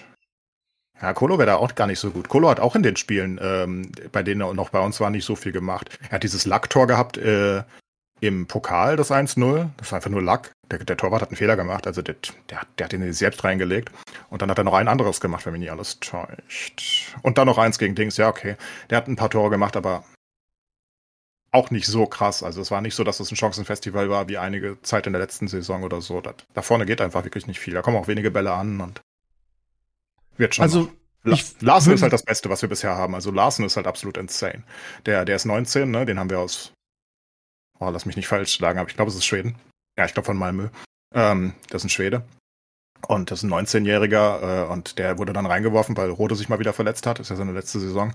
Ja, Kolo wäre da auch gar nicht so gut. Kolo hat auch in den Spielen, bei denen er noch bei uns war, nicht so viel gemacht. Er hat dieses Lack-Tor gehabt im Pokal, das 1-0. Das war einfach nur Lack. Der Torwart hat einen Fehler gemacht. Also der hat ihn selbst reingelegt. Und dann hat er noch ein anderes gemacht, wenn mich nicht alles täuscht. Und dann noch eins gegen Dings. Ja, okay. Der hat ein paar Tore gemacht, aber auch nicht so krass. Also es war nicht so, dass es ein Chancenfestival war, wie einige Zeit in der letzten Saison oder so. Da vorne geht einfach wirklich nicht viel. Da kommen auch wenige Bälle an und wird schon. Also Larsen ist halt das Beste, was wir bisher haben. Also Larsen ist halt absolut insane. Der ist 19, ne? Den haben wir aus, lass mich nicht falsch schlagen, aber ich glaube, es ist Schweden. Ja, ich glaube von Malmö. Das ist ein Schwede. Und das ist ein 19-Jähriger und der wurde dann reingeworfen, weil Rode sich mal wieder verletzt hat. Das ist ja seine letzte Saison.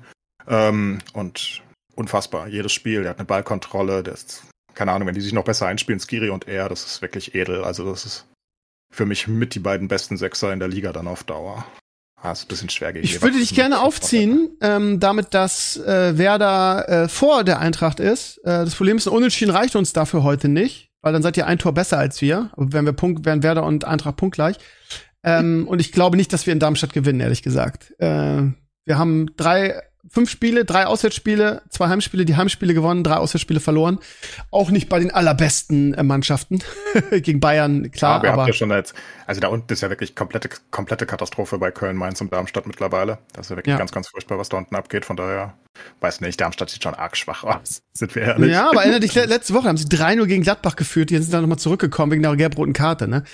Und unfassbar. Jedes Spiel, der hat eine Ballkontrolle, der ist, keine Ahnung, wenn die sich noch besser einspielen, Skiri und er, das ist wirklich edel. Also das ist für mich mit die beiden besten Sechser in der Liga dann auf Dauer. Ist ein bisschen schwer gegen Ich würde dich gerne aufziehen, damit dass Werder vor der Eintracht ist. Das Problem ist, ein Unentschieden reicht uns dafür heute nicht, weil dann seid ihr ein Tor besser als wir. Aber wären Werder und Eintracht punktgleich. Und ich glaube nicht, dass wir in Darmstadt gewinnen, ehrlich gesagt. Wir haben 5 Spiele, 3 Auswärtsspiele, 2 Heimspiele, die Heimspiele gewonnen, 3 Auswärtsspiele verloren. Auch nicht bei den allerbesten Mannschaften. Gegen Bayern, klar. Aber ihr habt ja schon jetzt, also da unten ist ja wirklich komplette Katastrophe bei Köln, Mainz und Darmstadt mittlerweile. Das ist ja wirklich ganz, ganz furchtbar, was da unten abgeht. Von daher, weiß nicht, Darmstadt sieht schon arg schwach aus. Sind wir ehrlich. Ja, aber erinnere dich, letzte Woche haben sie 3-0 gegen Gladbach geführt. Die sind dann nochmal zurückgekommen wegen der gelb-roten Karte, ne?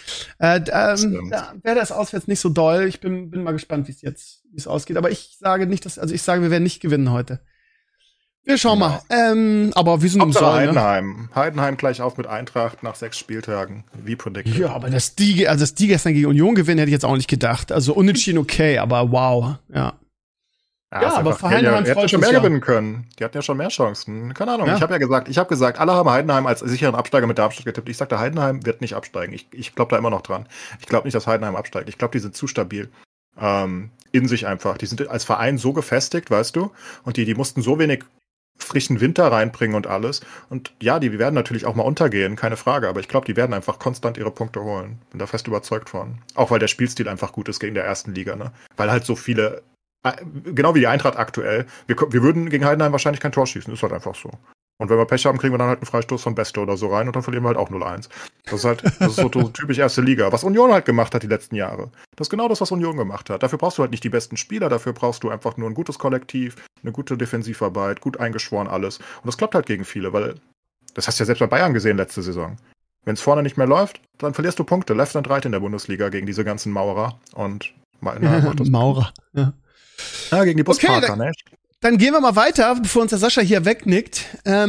Werder ist auswärts nicht so doll. Ich bin mal gespannt, wie es ausgeht. Aber ich sage nicht, ich sage, wir werden nicht gewinnen heute. Wir schauen mal. Aber wir sind im Soll, Heidenheim. Heidenheim gleich auf mit Eintracht nach 6 Spieltagen. Wie predicted. Ja, aber dass die gestern gegen Union gewinnen, hätte ich jetzt auch nicht gedacht. Also unentschieden okay, aber wow. Ja, aber für Heidenheim die hätten schon mehr gewinnen können. Die hatten ja schon mehr Chancen. Keine Ahnung. Ja. Ich habe gesagt, alle haben Heidenheim als sicheren Absteiger mit Darmstadt getippt. Ich sagte, Heidenheim wird nicht absteigen. Ich glaube da immer noch dran. Ich glaube nicht, dass Heidenheim absteigt. Ich glaube, die sind zu stabil. In sich einfach. Die sind als Verein so gefestigt, weißt du? Und die mussten so wenig frischen Winter reinbringen und alles. Und ja, die werden natürlich auch mal untergehen, keine Frage. Aber ich glaube, die werden einfach konstant ihre Punkte holen. Bin da fest überzeugt von. Auch weil der Spielstil einfach gut ist gegen der ersten Liga, ne? Weil halt so viele, genau wie die Eintracht aktuell, wir würden gegen Heidenheim wahrscheinlich kein Tor schießen. Ist halt einfach so. Und wenn wir Pech haben, kriegen wir dann halt einen Freistoß von Beste oder so rein und dann verlieren wir halt auch 0-1. Das ist so typisch erste Liga. Was Union halt gemacht hat die letzten Jahre. Das ist genau das, was Union gemacht hat. Dafür brauchst du halt nicht die besten Spieler, dafür brauchst du einfach nur ein gutes Kollektiv, eine gute Defensivarbeit, gut eingeschworen alles. Und das klappt halt gegen viele, weil das hast du ja selbst bei Bayern gesehen letzte Saison. Wenn es vorne nicht mehr läuft, dann verlierst du Punkte, left and right in der Bundesliga gegen diese ganzen Maurer. Und Maurer, ja. Ja, gegen die Busparker, ne? Dann gehen wir mal weiter, bevor uns der Sascha hier wegnickt.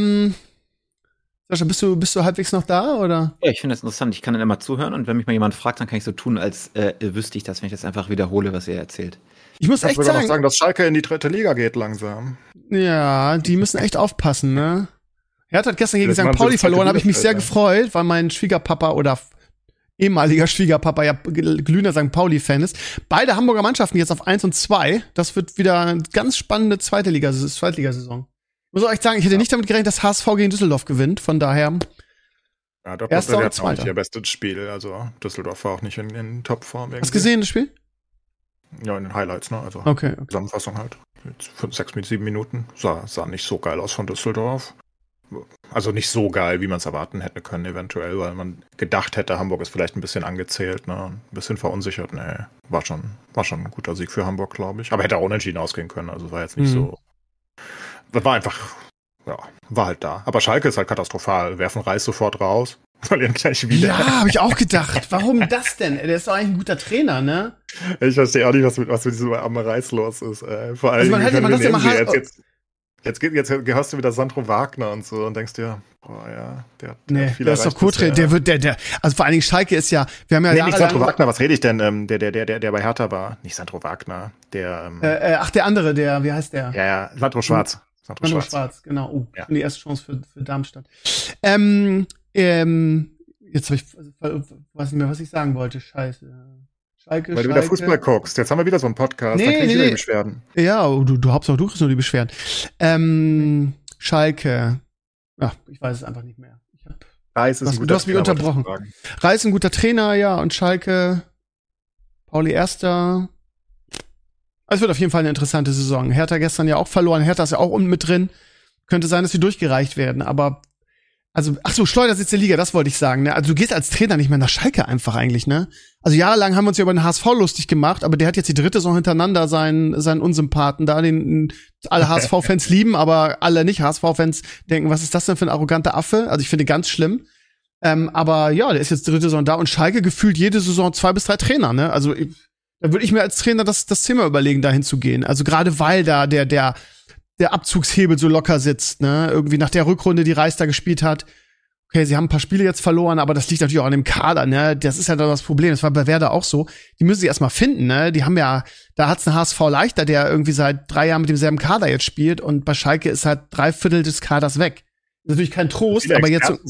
Sascha, bist du halbwegs noch da, oder? Ja, ich finde das interessant. Ich kann dann immer zuhören und wenn mich mal jemand fragt, dann kann ich so tun, als wüsste ich das, wenn ich das einfach wiederhole, was ihr erzählt. Ich muss echt sagen, noch sagen, dass Schalke in die 3. Liga geht langsam. Ja, die müssen echt aufpassen, ne? Hertha hat gestern gegen St. Pauli verloren, habe ich mich sehr gefreut, weil mein Schwiegerpapa oder ehemaliger Schwiegerpapa ja glühender St. Pauli-Fan ist. Beide Hamburger Mannschaften jetzt auf 1 und 2. Das wird wieder eine ganz spannende Zweitligasaison. Ich muss auch echt sagen, ich hätte nicht damit gerechnet, dass HSV gegen Düsseldorf gewinnt. Von daher ja, Erster und Zweiter. Auch nicht ihr bestes Spiel. Also Düsseldorf war auch nicht in Topform. Hast du gesehen, das Spiel? Ja, in den Highlights, ne? Also okay. Zusammenfassung halt. 7 Minuten. Sah nicht so geil aus von Düsseldorf. Also nicht so geil, wie man es erwarten hätte können, eventuell, weil man gedacht hätte, Hamburg ist vielleicht ein bisschen angezählt, ne? Ein bisschen verunsichert. Nee, war schon ein guter Sieg für Hamburg, glaube ich. Aber hätte auch unentschieden ausgehen können. Also war jetzt nicht so. Das war einfach, ja, war halt da. Aber Schalke ist halt katastrophal. Werfen Reis sofort raus. Verlieren gleich wieder. Ja, habe ich auch gedacht. Warum das denn? Der ist doch eigentlich ein guter Trainer, ne? Ich verstehe auch nicht, was mit diesem armen Reis los ist. Vor allem, Jetzt hörst du wieder Sandro Wagner und so und denkst dir, boah, ja, der hat viel der ist doch Co-Trainer, also vor allen Dingen Schalke ist ja, wir haben ja nicht Sandro Wagner, was rede ich denn, der bei Hertha war, nicht Sandro Wagner, der andere, wie heißt der? Ja, Sandro Schwarz. Sandro Schwarz, genau, die erste Chance für Darmstadt. Jetzt habe ich, weiß nicht mehr, was ich sagen wollte, scheiße. Schalke, weil du wieder Fußball guckst. Jetzt haben wir wieder so einen Podcast. Nee, dann krieg ich wieder die Beschwerden. Ja, Hauptsache du kriegst nur die Beschwerden. Schalke. Ja, ich weiß es einfach nicht mehr. Reis ist ein guter du hast mich unterbrochen. Reis ist ein guter Trainer, ja, und Schalke, Pauli Erster. Es wird auf jeden Fall eine interessante Saison. Hertha gestern ja auch verloren. Hertha ist ja auch unten mit drin. Könnte sein, dass sie durchgereicht werden, aber Schleudersitz der Liga, das wollte ich sagen, ne? Also du gehst als Trainer nicht mehr nach Schalke einfach eigentlich, ne? Also jahrelang haben wir uns ja über den HSV lustig gemacht, aber der hat jetzt die 3. Saison hintereinander seinen Unsympathen da, den alle HSV-Fans lieben, aber alle nicht HSV-Fans denken, was ist das denn für ein arroganter Affe? Also ich finde ganz schlimm. Aber ja, der ist jetzt 3. Saison da und Schalke gefühlt jede Saison 2 bis 3 Trainer, ne? Also Da würde ich mir als Trainer das Zimmer überlegen, dahin zu gehen. Also gerade weil da der Abzugshebel so locker sitzt, ne? Irgendwie nach der Rückrunde, die Reis da gespielt hat. Okay, sie haben ein paar Spiele jetzt verloren, aber das liegt natürlich auch an dem Kader, ne? Das ist ja dann das Problem. Das war bei Werder auch so. Die müssen sich erstmal finden, ne? Die haben ja, da hat's einen HSV leichter, der irgendwie seit 3 Jahren mit demselben Kader jetzt spielt, und bei Schalke ist halt 3/4 des Kaders weg. Das ist natürlich kein Trost, aber jetzt so.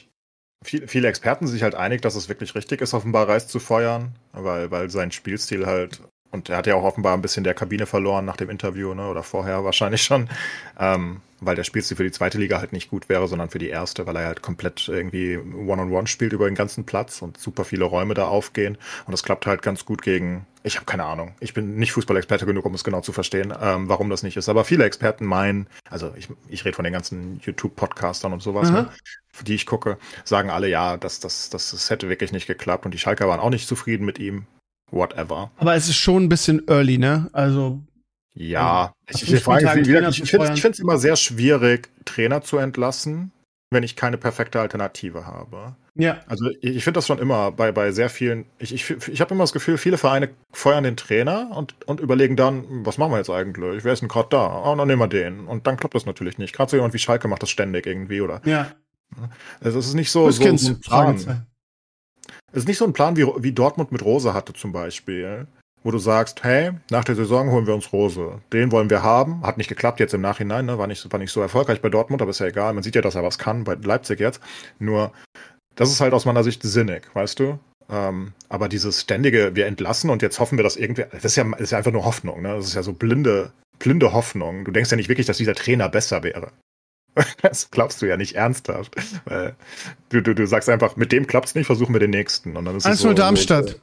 Viele Experten sind sich halt einig, dass es wirklich richtig ist, offenbar Reis zu feuern, weil sein Spielstil halt, und er hat ja auch offenbar ein bisschen der Kabine verloren nach dem Interview, ne, oder vorher wahrscheinlich schon, weil der Spielstil für die zweite Liga halt nicht gut wäre, sondern für die erste, weil er halt komplett irgendwie One-on-One spielt über den ganzen Platz und super viele Räume da aufgehen, und das klappt halt ganz gut gegen, ich habe keine Ahnung, ich bin nicht Fußballexperte genug, um es genau zu verstehen, warum das nicht ist, aber viele Experten meinen, also ich rede von den ganzen YouTube-Podcastern und sowas, ne, die ich gucke, sagen alle, ja, das hätte wirklich nicht geklappt, und die Schalker waren auch nicht zufrieden mit ihm. Whatever. Aber es ist schon ein bisschen early, ne? Also. Ja, ich finde es immer sehr schwierig, Trainer zu entlassen, wenn ich keine perfekte Alternative habe. Ja. Also ich finde das schon immer bei sehr vielen, ich habe immer das Gefühl, viele Vereine feuern den Trainer und überlegen dann, was machen wir jetzt eigentlich? Wer ist denn gerade da? Oh, dann nehmen wir den. Und dann klappt das natürlich nicht. Gerade so jemand wie Schalke macht das ständig irgendwie, oder? Ja. Also es ist nicht so ein Plan. Es ist nicht so ein Plan, wie Dortmund mit Rose hatte zum Beispiel, wo du sagst, hey, nach der Saison holen wir uns Rose. Den wollen wir haben. Hat nicht geklappt jetzt im Nachhinein, ne? War nicht so erfolgreich bei Dortmund, aber ist ja egal. Man sieht ja, dass er was kann bei Leipzig jetzt. Nur, das ist halt aus meiner Sicht sinnig, weißt du? Aber dieses ständige, wir entlassen und jetzt hoffen wir, dass irgendwie, das ist ja einfach nur Hoffnung, ne? Das ist ja so blinde Hoffnung. Du denkst ja nicht wirklich, dass dieser Trainer besser wäre. Das glaubst du ja nicht ernsthaft. Weil du sagst einfach, mit dem klappt's nicht, versuchen wir den nächsten. Und dann ist es so Darmstadt.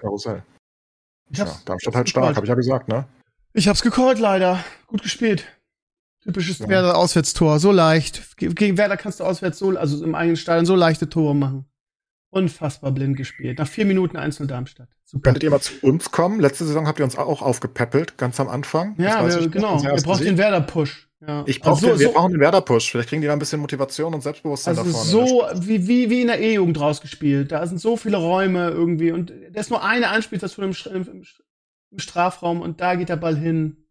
Darmstadt halt stark, habe ich ja gesagt, ne? Ich hab's gecallt, leider. Gut gespielt. Typisches Werder-Auswärtstor, so leicht. Gegen Werder kannst du auswärts also im eigenen Stadion so leichte Tore machen. Unfassbar blind gespielt. Nach 4 Minuten 1-0 Darmstadt. Super. Könntet ihr mal zu uns kommen? Letzte Saison habt ihr uns auch aufgepäppelt, ganz am Anfang. Ja, genau. Ihr braucht den Werder-Push. Ja. Wir brauchen den Werder-Push. Vielleicht kriegen die da ein bisschen Motivation und Selbstbewusstsein davon. So wie in der E-Jugend rausgespielt. Da sind so viele Räume irgendwie. Und da ist nur eine Anspielstation im Strafraum, und da geht der Ball hin.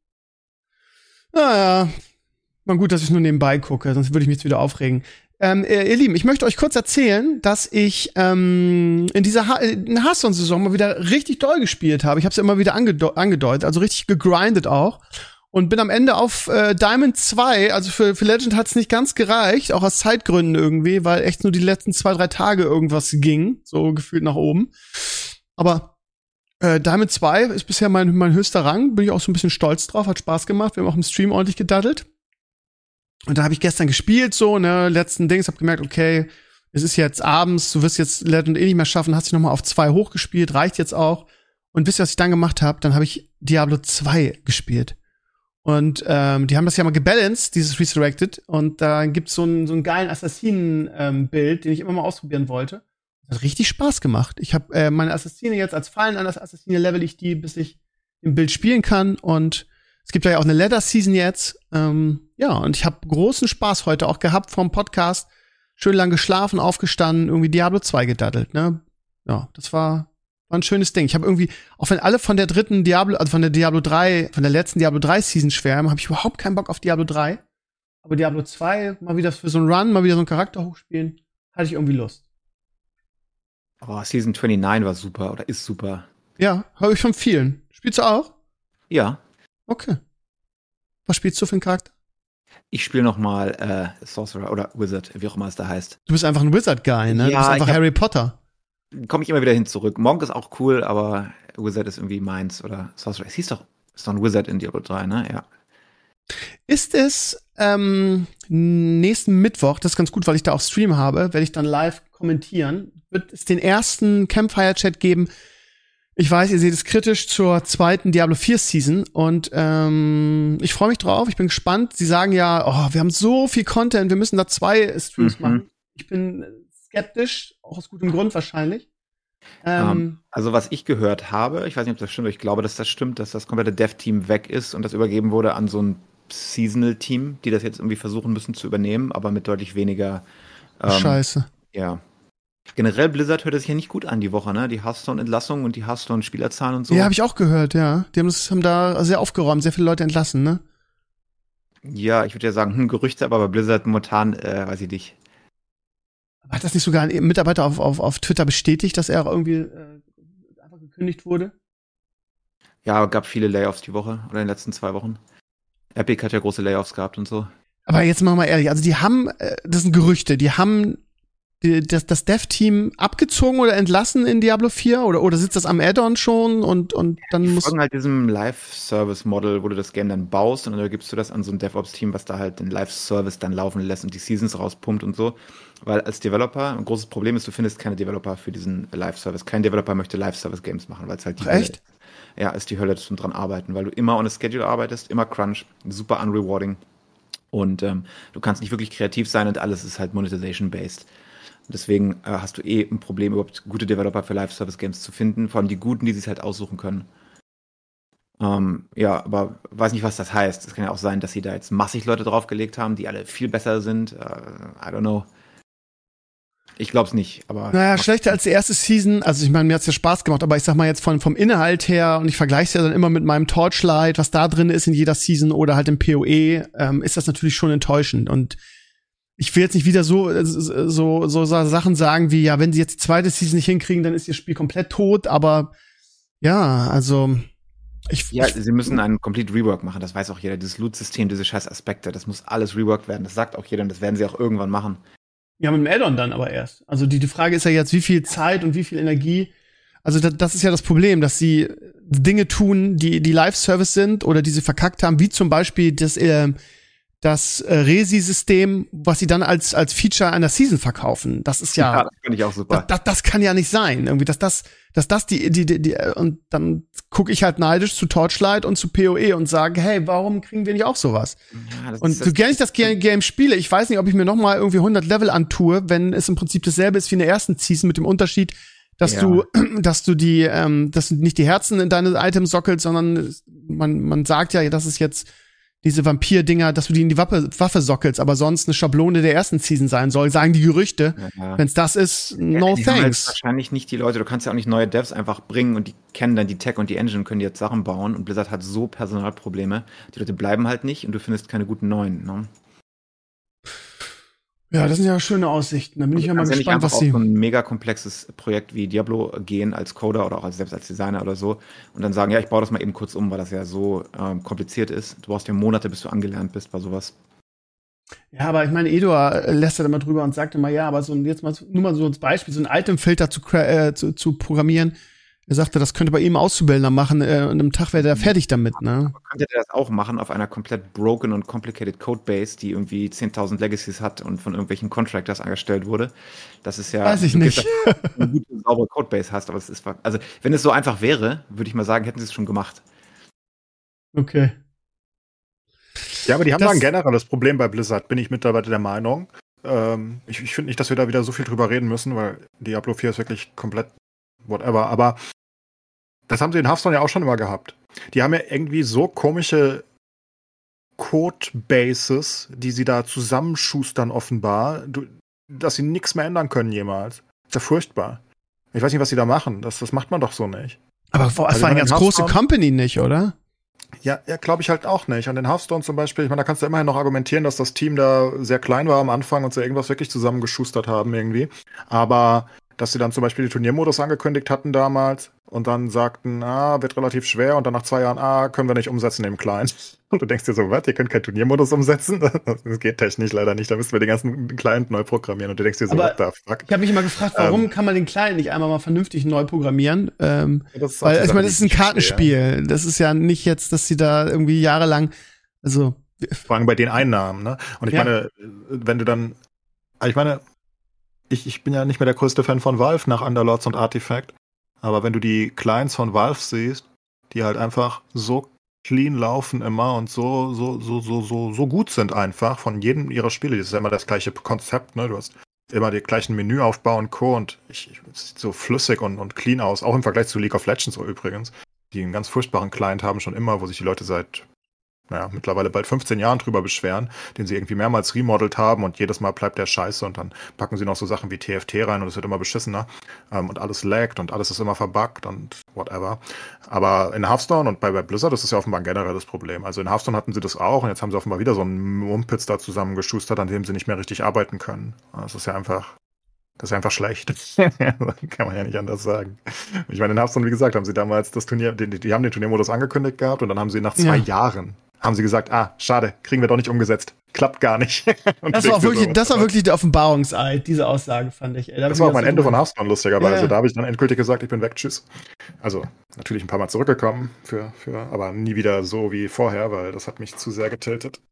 Naja. Mal gut, dass ich nur nebenbei gucke, sonst würde ich mich jetzt wieder aufregen. Ihr Lieben, ich möchte euch kurz erzählen, dass ich in dieser Hearthstone-Saison mal wieder richtig doll gespielt habe. Ich habe es ja immer wieder angedeutet, also richtig gegrindet auch. Und bin am Ende auf Diamond 2, also für Legend hat's nicht ganz gereicht, auch aus Zeitgründen irgendwie, weil echt nur die letzten 2-3 Tage irgendwas ging, so gefühlt nach oben. Aber Diamond 2 ist bisher mein höchster Rang, bin ich auch so ein bisschen stolz drauf, hat Spaß gemacht, wir haben auch im Stream ordentlich gedaddelt. Und da habe ich gestern gespielt, so, ne, letzten Dings, hab gemerkt, okay, es ist jetzt abends, du wirst jetzt Legend nicht mehr schaffen, hast dich nochmal auf 2 hochgespielt, reicht jetzt auch. Und wisst ihr, was ich dann gemacht habe? Dann habe ich Diablo 2 gespielt. Und die haben das ja mal gebalanced, dieses Resurrected. Und da gibt's so einen geilen Assassinen-Bild, den ich immer mal ausprobieren wollte. Das hat richtig Spaß gemacht. Ich habe meine Assassine jetzt als Fallen an das Assassine level ich die, bis ich im Bild spielen kann. Und es gibt ja auch eine Leather-Season jetzt. Ja, und ich habe großen Spaß heute auch gehabt vom Podcast. Schön lang geschlafen, aufgestanden, irgendwie Diablo 2 gedaddelt, ne? Ja, das war ein schönes Ding. Ich habe irgendwie, auch wenn alle von der dritten Diablo, also von der Diablo 3, von der letzten Diablo 3 Season schwärmen, habe ich überhaupt keinen Bock auf Diablo 3. Aber Diablo 2, mal wieder für so einen Run, mal wieder so einen Charakter hochspielen, hatte ich irgendwie Lust. Oh, Season 29 war super oder ist super. Ja, habe ich von vielen. Spielst du auch? Ja. Okay. Was spielst du für einen Charakter? Ich spiele noch mal Sorcerer oder Wizard, wie auch immer es da heißt. Du bist einfach ein Wizard-Guy, ne? Ja, du bist einfach Harry Potter. Komme ich immer wieder hin zurück. Monk ist auch cool, aber Wizard ist irgendwie meins oder Sorcerer. Es ist doch ein Wizard in Diablo 3, ne? Ja. Ist es nächsten Mittwoch, das ist ganz gut, weil ich da auch Stream habe, werde ich dann live kommentieren, wird es den ersten Campfire-Chat geben. Ich weiß, ihr seht es kritisch zur zweiten Diablo 4 Season und ich freue mich drauf, ich bin gespannt. Sie sagen ja, oh, wir haben so viel Content, wir müssen da 2 Streams machen. Ich bin skeptisch, auch aus gutem Grund wahrscheinlich. Also was ich gehört habe, ich weiß nicht, ob das stimmt, aber ich glaube, dass das stimmt, dass das komplette Dev-Team weg ist und das übergeben wurde an so ein Seasonal-Team, die das jetzt irgendwie versuchen müssen zu übernehmen, aber mit deutlich weniger Scheiße. Ja. Generell Blizzard hört es sich ja nicht gut an die Woche, ne? Die Hearthstone-Entlassungen und die Hearthstone-Spielerzahlen und so. Ja, habe ich auch gehört, ja. Die haben da sehr aufgeräumt, sehr viele Leute entlassen, ne? Ja, ich würde ja sagen, Gerüchte, aber bei Blizzard momentan, weiß ich nicht. Hat das nicht sogar ein Mitarbeiter auf Twitter bestätigt, dass er auch irgendwie einfach gekündigt wurde? Ja, gab viele Layoffs die Woche oder in den letzten 2 Wochen. Epic hat ja große Layoffs gehabt und so. Aber jetzt machen wir mal ehrlich, also die haben, das sind Gerüchte, die haben das Dev-Team abgezogen oder entlassen in Diablo 4 oder sitzt das am Add-on schon und dann Die muss folgen halt diesem Live-Service-Model, wo du das Game dann baust und dann gibst du das an so ein DevOps-Team, was da halt den Live-Service dann laufen lässt und die Seasons rauspumpt und so. Weil als Developer, ein großes Problem ist, du findest keine Developer für diesen Live-Service. Kein Developer möchte Live-Service-Games machen, weil es halt die Hölle echt? ist. Ja, ist die Hölle zum dran arbeiten, weil du immer on a Schedule arbeitest, immer Crunch, super unrewarding und du kannst nicht wirklich kreativ sein und alles ist halt monetization-based. Deswegen hast du ein Problem, überhaupt gute Developer für Live-Service-Games zu finden, vor allem die guten, die sich halt aussuchen können. Ja, aber weiß nicht, was das heißt. Es kann ja auch sein, dass sie da jetzt massig Leute draufgelegt haben, die alle viel besser sind. I don't know. Ich glaub's nicht, aber. Naja, schlechter als die erste Season. Also ich meine, mir hat's ja Spaß gemacht, aber ich sag mal jetzt vom Inhalt her, und ich vergleiche es ja dann immer mit meinem Torchlight, was da drin ist in jeder Season oder halt im PoE, ist das natürlich schon enttäuschend. Und ich will jetzt nicht wieder so Sachen sagen wie, ja, wenn sie jetzt die zweite Season nicht hinkriegen, dann ist ihr Spiel komplett tot, aber ja, also sie müssen einen Complete Rework machen, das weiß auch jeder. Dieses Loot-System, diese scheiß Aspekte, das muss alles reworked werden. Das sagt auch jeder und das werden sie auch irgendwann machen. Ja, mit dem Add-on dann aber erst. Also die Frage ist ja jetzt, wie viel Zeit und wie viel Energie. Also das ist ja das Problem, dass sie Dinge tun, die Live-Service sind oder die sie verkackt haben, wie zum Beispiel das Resi-System, was sie dann als Feature einer Season verkaufen. Das ist ja das finde ich auch super. Das kann ja nicht sein. Irgendwie, dass das die und dann gucke ich halt neidisch zu Torchlight und zu PoE und sage, hey, warum kriegen wir nicht auch sowas? Ja, und so gerne ich das Game spiele, ich weiß nicht, ob ich mir noch mal irgendwie 100 Level antue, wenn es im Prinzip dasselbe ist wie in der ersten Season mit dem Unterschied, dass du nicht die Herzen in deine Items sockelst, sondern man sagt ja, das ist jetzt diese Vampir-Dinger, dass du die in die Waffe sockelst, aber sonst eine Schablone der ersten Season sein soll, sagen die Gerüchte. Ja. Wenn es das ist, no die thanks. Haben halt wahrscheinlich nicht die Leute, du kannst ja auch nicht neue Devs einfach bringen und die kennen dann die Tech und die Engine und können jetzt Sachen bauen und Blizzard hat so Personalprobleme, die Leute bleiben halt nicht und du findest keine guten neuen, ne? Ja, das sind ja schöne Aussichten. Da bin ich ja mal gespannt, was sie. auf so ein mega komplexes Projekt wie Diablo gehen als Coder oder auch selbst als Designer oder so und dann sagen, ja, ich baue das mal eben kurz um, weil das ja so kompliziert ist. Du brauchst ja Monate, bis du angelernt bist bei sowas. Ja, aber ich meine, Eduard lässt da immer drüber und sagt immer, ja, aber so jetzt mal nur mal so als Beispiel, so ein Itemfilter zu programmieren. Er sagte, das könnte bei ihm Auszubildender machen, und einem Tag wäre der fertig damit, ne? Aber könnte der das auch machen auf einer komplett broken und complicated Codebase, die irgendwie 10.000 Legacies hat und von irgendwelchen Contractors angestellt wurde? Das ist ja... Weiß ich nicht. Dass du eine gute, saubere Codebase hast, aber es ist... Also, wenn es so einfach wäre, würde ich mal sagen, hätten sie es schon gemacht. Okay. Ja, aber die haben da ein generelles Problem bei Blizzard, bin ich mittlerweile der Meinung. Ich finde nicht, dass wir da wieder so viel drüber reden müssen, weil Diablo 4 ist wirklich komplett whatever, aber das haben sie in Hearthstone ja auch schon immer gehabt. Die haben ja irgendwie so komische Codebases, die sie da zusammenschustern offenbar, dass sie nichts mehr ändern können jemals. Ist ja furchtbar. Ich weiß nicht, was sie da machen. Das macht man doch so nicht. Aber es war eine ganz große Company nicht, oder? Ja, glaube ich halt auch nicht. Und in Hearthstone zum Beispiel, ich meine, da kannst du immerhin noch argumentieren, dass das Team da sehr klein war am Anfang und sie irgendwas wirklich zusammengeschustert haben irgendwie. Aber dass sie dann zum Beispiel den Turniermodus angekündigt hatten damals und dann sagten, wird relativ schwer und dann nach 2 Jahren, können wir nicht umsetzen im Client. Und du denkst dir so, was, ihr könnt keinen Turniermodus umsetzen? Das geht technisch leider nicht, da müssen wir den ganzen Client neu programmieren und du denkst dir so, what the fuck? Ich habe mich immer gefragt, warum kann man den Client nicht einmal mal vernünftig neu programmieren? Weil, ich meine, das ist ein Kartenspiel. Das ist ja nicht jetzt, dass sie da irgendwie jahrelang, also... Vor allem bei den Einnahmen, ne? Und ich meine, wenn du dann, ich meine, ich bin ja nicht mehr der größte Fan von Valve nach Underlords und Artifact, aber wenn du die Clients von Valve siehst, die halt einfach so clean laufen immer und so gut sind einfach von jedem ihrer Spiele, das ist ja immer das gleiche Konzept, ne? Du hast immer den gleichen Menüaufbau und Co. und es sieht so flüssig und clean aus, auch im Vergleich zu League of Legends übrigens, die einen ganz furchtbaren Client haben schon immer, wo sich die Leute seit mittlerweile bald 15 Jahren drüber beschweren, den sie irgendwie mehrmals remodelt haben und jedes Mal bleibt der scheiße und dann packen sie noch so Sachen wie TFT rein und es wird immer beschissener und alles laggt und alles ist immer verbuggt und whatever. Aber in Hearthstone und bei Blizzard ist das ja offenbar ein generelles Problem. Also in Hearthstone hatten sie das auch und jetzt haben sie offenbar wieder so einen Mumpitz da zusammengeschustert, an dem sie nicht mehr richtig arbeiten können. Das ist ja einfach schlecht. Kann man ja nicht anders sagen. Ich meine, in Hearthstone, wie gesagt, haben sie damals das Turnier, die haben den Turniermodus angekündigt gehabt und dann haben sie nach 2 Jahren haben sie gesagt, schade, kriegen wir doch nicht umgesetzt. Klappt gar nicht. Das war wirklich der Offenbarungseid, diese Aussage, fand ich. Das war auch mein Ende von Hearthstone, lustigerweise. Da habe ich dann endgültig gesagt, ich bin weg, tschüss. Also, natürlich ein paar Mal zurückgekommen, aber nie wieder so wie vorher, weil das hat mich zu sehr getiltet.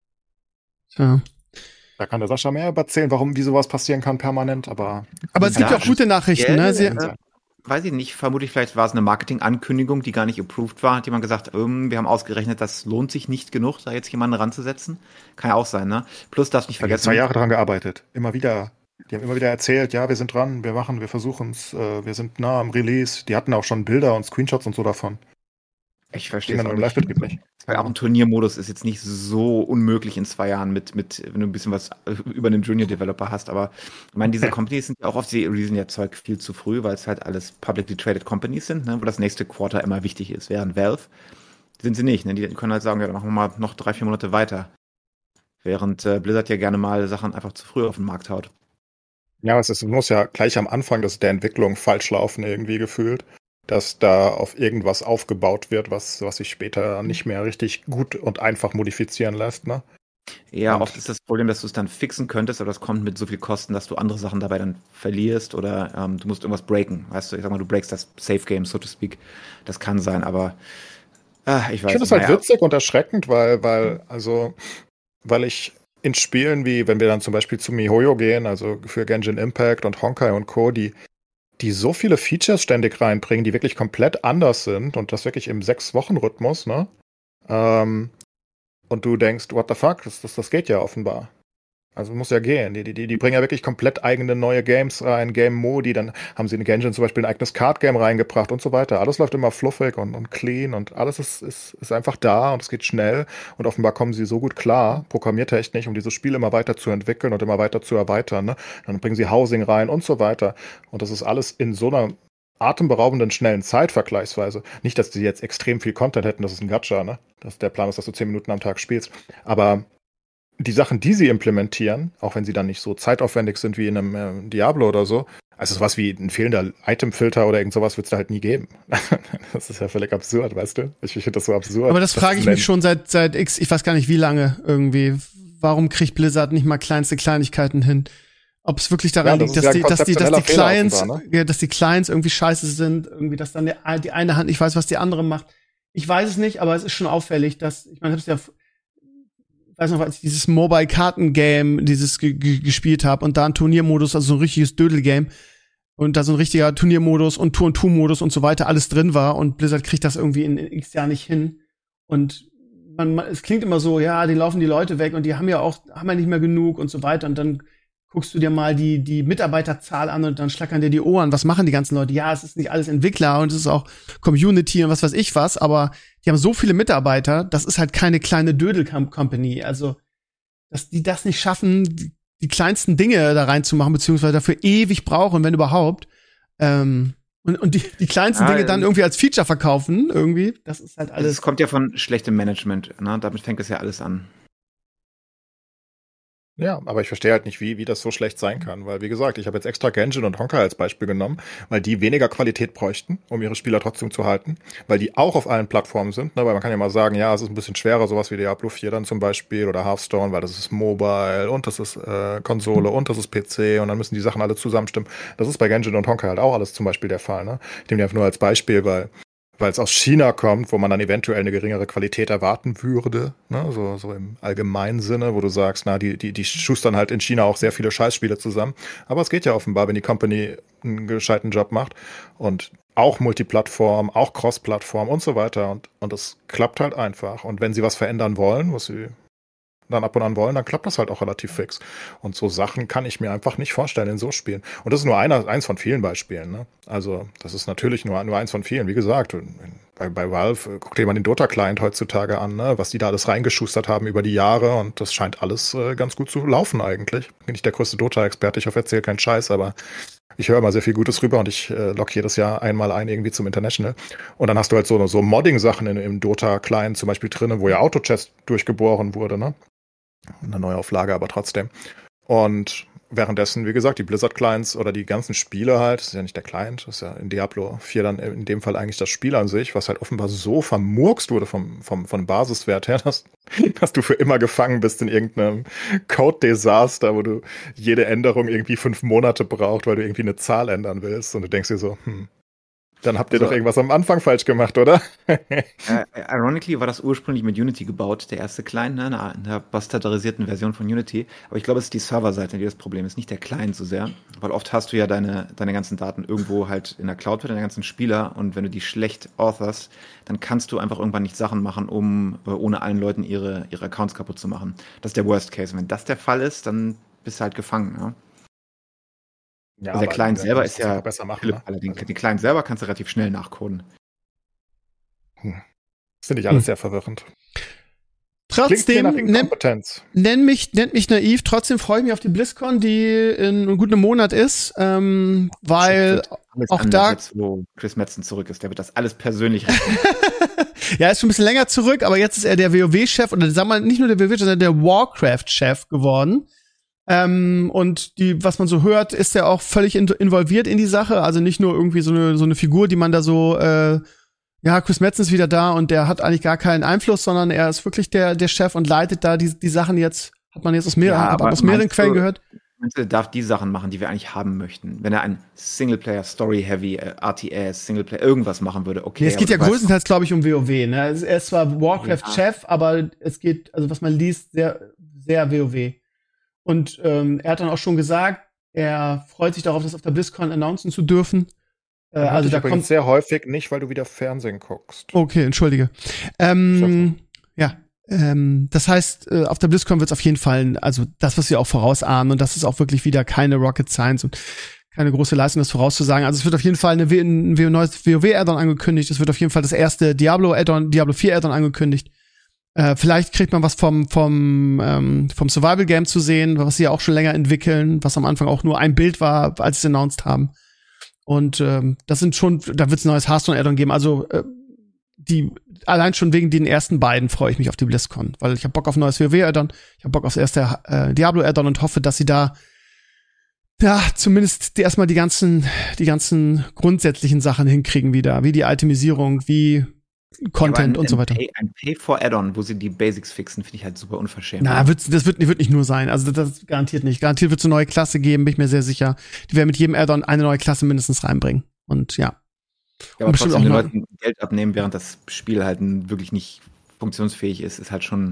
Ja. Da kann der Sascha mehr erzählen, wie sowas passieren kann permanent, aber es gibt ja auch gute Nachrichten, ne? Weiß ich nicht, vermutlich vielleicht war es eine Marketing-Ankündigung, die gar nicht approved war. Hat jemand gesagt, wir haben ausgerechnet, das lohnt sich nicht genug, da jetzt jemanden ranzusetzen. Kann ja auch sein, ne? Plus darfst nicht vergessen. 2 Jahre dran gearbeitet, immer wieder. Die haben immer wieder erzählt, ja, wir sind dran, wir versuchen es, wir sind nah am Release. Die hatten auch schon Bilder und Screenshots und so davon. Ich verstehe es auch nicht. Weil auch ein Turniermodus ist jetzt nicht so unmöglich in 2 Jahren wenn du ein bisschen was über einen Junior-Developer hast. Aber ich meine, diese Companies sind ja auch oft, sie releasen ja Zeug viel zu früh, weil es halt alles publicly traded Companies sind, ne, wo das nächste Quarter immer wichtig ist. Während Valve sind sie nicht. Ne? Die können halt sagen, ja, dann machen wir mal noch 3-4 Monate weiter. Während Blizzard ja gerne mal Sachen einfach zu früh auf den Markt haut. Ja, es muss ja gleich am Anfang der Entwicklung falsch laufen, irgendwie gefühlt. Dass da auf irgendwas aufgebaut wird, was sich später nicht mehr richtig gut und einfach modifizieren lässt, ne? Ja, und oft ist das Problem, dass du es dann fixen könntest, aber das kommt mit so viel Kosten, dass du andere Sachen dabei dann verlierst oder du musst irgendwas breaken. Weißt du, ich sag mal, du breakst das Safe Game, so to speak. Das kann sein, aber ich weiß nicht. Ich finde es halt witzig und erschreckend, weil ich in Spielen wie, wenn wir dann zum Beispiel zu MiHoYo gehen, also für Genshin Impact und Honkai und Co., die so viele Features ständig reinbringen, die wirklich komplett anders sind und das wirklich im 6-Wochen-Rhythmus, ne? Und du denkst, what the fuck, das geht ja offenbar. Also muss ja gehen. Die bringen ja wirklich komplett eigene neue Games rein, Game-Modi, dann haben sie in Genshin zum Beispiel ein eigenes Card-Game reingebracht und so weiter. Alles läuft immer fluffig und clean und alles ist einfach da und es geht schnell und offenbar kommen sie so gut klar, programmiertechnisch, um dieses Spiel immer weiter zu entwickeln und immer weiter zu erweitern. Ne? Dann bringen sie Housing rein und so weiter. Und das ist alles in so einer atemberaubenden, schnellen Zeit vergleichsweise. Nicht, dass die jetzt extrem viel Content hätten, das ist ein Gacha, ne? Der Plan ist, dass du 10 Minuten am Tag spielst. Aber die Sachen, die sie implementieren, auch wenn sie dann nicht so zeitaufwendig sind wie in einem Diablo oder so, also sowas wie ein fehlender Itemfilter oder irgend sowas wird es da halt nie geben. Das ist ja völlig absurd, weißt du? Ich finde das so absurd. Aber das frage ich mich schon seit ich weiß gar nicht wie lange irgendwie. Warum kriegt Blizzard nicht mal kleinste Kleinigkeiten hin? Ob es wirklich daran liegt, dass die Clients irgendwie scheiße sind, irgendwie, dass dann die eine Hand nicht weiß, was die andere macht. Ich weiß es nicht, aber es ist schon auffällig, dass, ich meine, ich weiß noch, als ich dieses Mobile-Karten-Game gespielt habe und da ein Turniermodus, also so ein richtiges Dödel-Game und da so ein richtiger Turniermodus und Tour-and-Two-Modus und so weiter alles drin war und Blizzard kriegt das irgendwie in x Jahren nicht hin und es klingt immer so, ja, die laufen die Leute weg und die haben ja nicht mehr genug und so weiter und dann guckst du dir mal die Mitarbeiterzahl an und dann schlackern dir die Ohren. Was machen die ganzen Leute? Ja, es ist nicht alles Entwickler und es ist auch Community und was weiß ich was, aber die haben so viele Mitarbeiter, das ist halt keine kleine Dödel-Company. Also, dass die das nicht schaffen, die kleinsten Dinge da reinzumachen, beziehungsweise dafür ewig brauchen, wenn überhaupt. Und die kleinsten Dinge dann irgendwie als Feature verkaufen, irgendwie, das ist halt alles. Es kommt ja von schlechtem Management, ne? Damit fängt es ja alles an. Ja, aber ich verstehe halt nicht, wie das so schlecht sein kann, weil wie gesagt, ich habe jetzt extra Genshin und Honkai als Beispiel genommen, weil die weniger Qualität bräuchten, um ihre Spieler trotzdem zu halten, weil die auch auf allen Plattformen sind, ne? Weil man kann ja mal sagen, ja, es ist ein bisschen schwerer, sowas wie Diablo 4 dann zum Beispiel oder Hearthstone, weil das ist Mobile und das ist Konsole und das ist PC und dann müssen die Sachen alle zusammenstimmen. Das ist bei Genshin und Honkai halt auch alles zum Beispiel der Fall, ne? Ich nehme die einfach nur als Beispiel, weil es aus China kommt, wo man dann eventuell eine geringere Qualität erwarten würde, ne? So im allgemeinen Sinne, wo du sagst, na, die schustern halt in China auch sehr viele Scheißspiele zusammen. Aber es geht ja offenbar, wenn die Company einen gescheiten Job macht und auch Multiplattform, auch Cross-Plattform und so weiter und das klappt halt einfach. Und wenn sie was verändern wollen, was sie dann ab und an wollen, dann klappt das halt auch relativ fix. Und so Sachen kann ich mir einfach nicht vorstellen in so Spielen. Und das ist nur eins von vielen Beispielen. Ne? Also das ist natürlich nur eins von vielen. Wie gesagt, bei Valve, guck dir mal den Dota-Client heutzutage an, ne? Was die da alles reingeschustert haben über die Jahre. Und das scheint alles ganz gut zu laufen eigentlich. Bin nicht der größte Dota-Experte, ich hoffe, erzähle keinen Scheiß, aber ich höre immer sehr viel Gutes rüber und ich logge jedes Jahr einmal ein irgendwie zum International. Und dann hast du halt so Modding-Sachen im Dota-Client zum Beispiel drin, wo ja Auto-Chess durchgeboren wurde, ne? Eine Neuauflage, aber trotzdem. Und währenddessen, wie gesagt, die Blizzard-Clients oder die ganzen Spiele halt, das ist ja nicht der Client, das ist ja in Diablo 4 dann in dem Fall eigentlich das Spiel an sich, was halt offenbar so vermurkst wurde vom Basiswert her, dass du für immer gefangen bist in irgendeinem Code-Desaster, wo du jede Änderung irgendwie 5 Monate braucht, weil du irgendwie eine Zahl ändern willst und du denkst dir so, dann habt ihr doch irgendwas am Anfang falsch gemacht, oder? Ironically war das ursprünglich mit Unity gebaut, der erste Client, ne, einer bastardarisierten Version von Unity. Aber ich glaube, es ist die Serverseite, die das Problem ist, nicht der Client so sehr. Weil oft hast du ja deine ganzen Daten irgendwo halt in der Cloud für deine ganzen Spieler und wenn du die schlecht authorst, dann kannst du einfach irgendwann nicht Sachen machen, um ohne allen Leuten ihre Accounts kaputt zu machen. Das ist der Worst Case. Und wenn das der Fall ist, dann bist du halt gefangen, ja. Ja, Also der Client selber ist ja besser machen, Philipp, allerdings. Den Client selber kannst du relativ schnell nachcoden. Das finde ich alles sehr verwirrend. Trotzdem, nenn mich naiv, trotzdem freue ich mich auf die BlizzCon, die in gut einem Monat ist, weil auch da... Jetzt, wo Chris Metzen zurück ist, der wird das alles persönlich rechnen. Ja, ist schon ein bisschen länger zurück, aber jetzt ist er der WoW-Chef, oder sagen wir nicht nur der WoW, sondern der Warcraft-Chef geworden. Und was man so hört, ist er auch völlig involviert in die Sache. Also nicht nur irgendwie so eine Figur, die man da so, Chris Metzen ist wieder da und der hat eigentlich gar keinen Einfluss, sondern er ist wirklich der Chef und leitet da die Sachen jetzt, hat man jetzt aus mehreren Quellen gehört. Er darf die Sachen machen, die wir eigentlich haben möchten. Wenn er ein Singleplayer, Story-Heavy, RTS, Singleplayer, irgendwas machen würde, okay. Nee, es geht ja größtenteils, glaube ich, um WoW, ne? Er ist zwar Warcraft-Chef, aber es geht, also was man liest, sehr, sehr WoW. Und er hat dann auch schon gesagt, er freut sich darauf, das auf der BlizzCon announcen zu dürfen. Also da kommt sehr häufig nicht, weil du wieder Fernsehen guckst. Okay, entschuldige. Das heißt, auf der BlizzCon wird es auf jeden Fall, also das, was wir auch vorausahnen, und das ist auch wirklich wieder keine Rocket Science und keine große Leistung, das vorauszusagen. Also es wird auf jeden Fall ein neues WoW-Add-on angekündigt. Es wird auf jeden Fall das erste Diablo-Add-on, Diablo 4-Add-on angekündigt. Vielleicht kriegt man was vom Survival-Game zu sehen, was sie ja auch schon länger entwickeln, was am Anfang auch nur ein Bild war, als sie es announced haben. Und das sind schon, da wird es ein neues Hearthstone-Add-on geben. Also allein schon wegen den ersten beiden freue ich mich auf die BlizzCon, weil ich habe Bock auf ein neues WoW-Add-on, ich habe Bock aufs erste Diablo-Add-on und hoffe, dass sie da zumindest erstmal die ganzen grundsätzlichen Sachen hinkriegen wieder, wie die Itemisierung, wie Content und so weiter. Ein Pay-for-Add-on, wo sie die Basics fixen, finde ich halt super unverschämt. Das wird nicht nur sein. Also das garantiert nicht. Garantiert wird es eine neue Klasse geben, bin ich mir sehr sicher. Die werden mit jedem Add-on eine neue Klasse mindestens reinbringen. Und ja. Ja, aber trotzdem auch den Leuten Geld abnehmen, während das Spiel halt wirklich nicht funktionsfähig ist halt schon.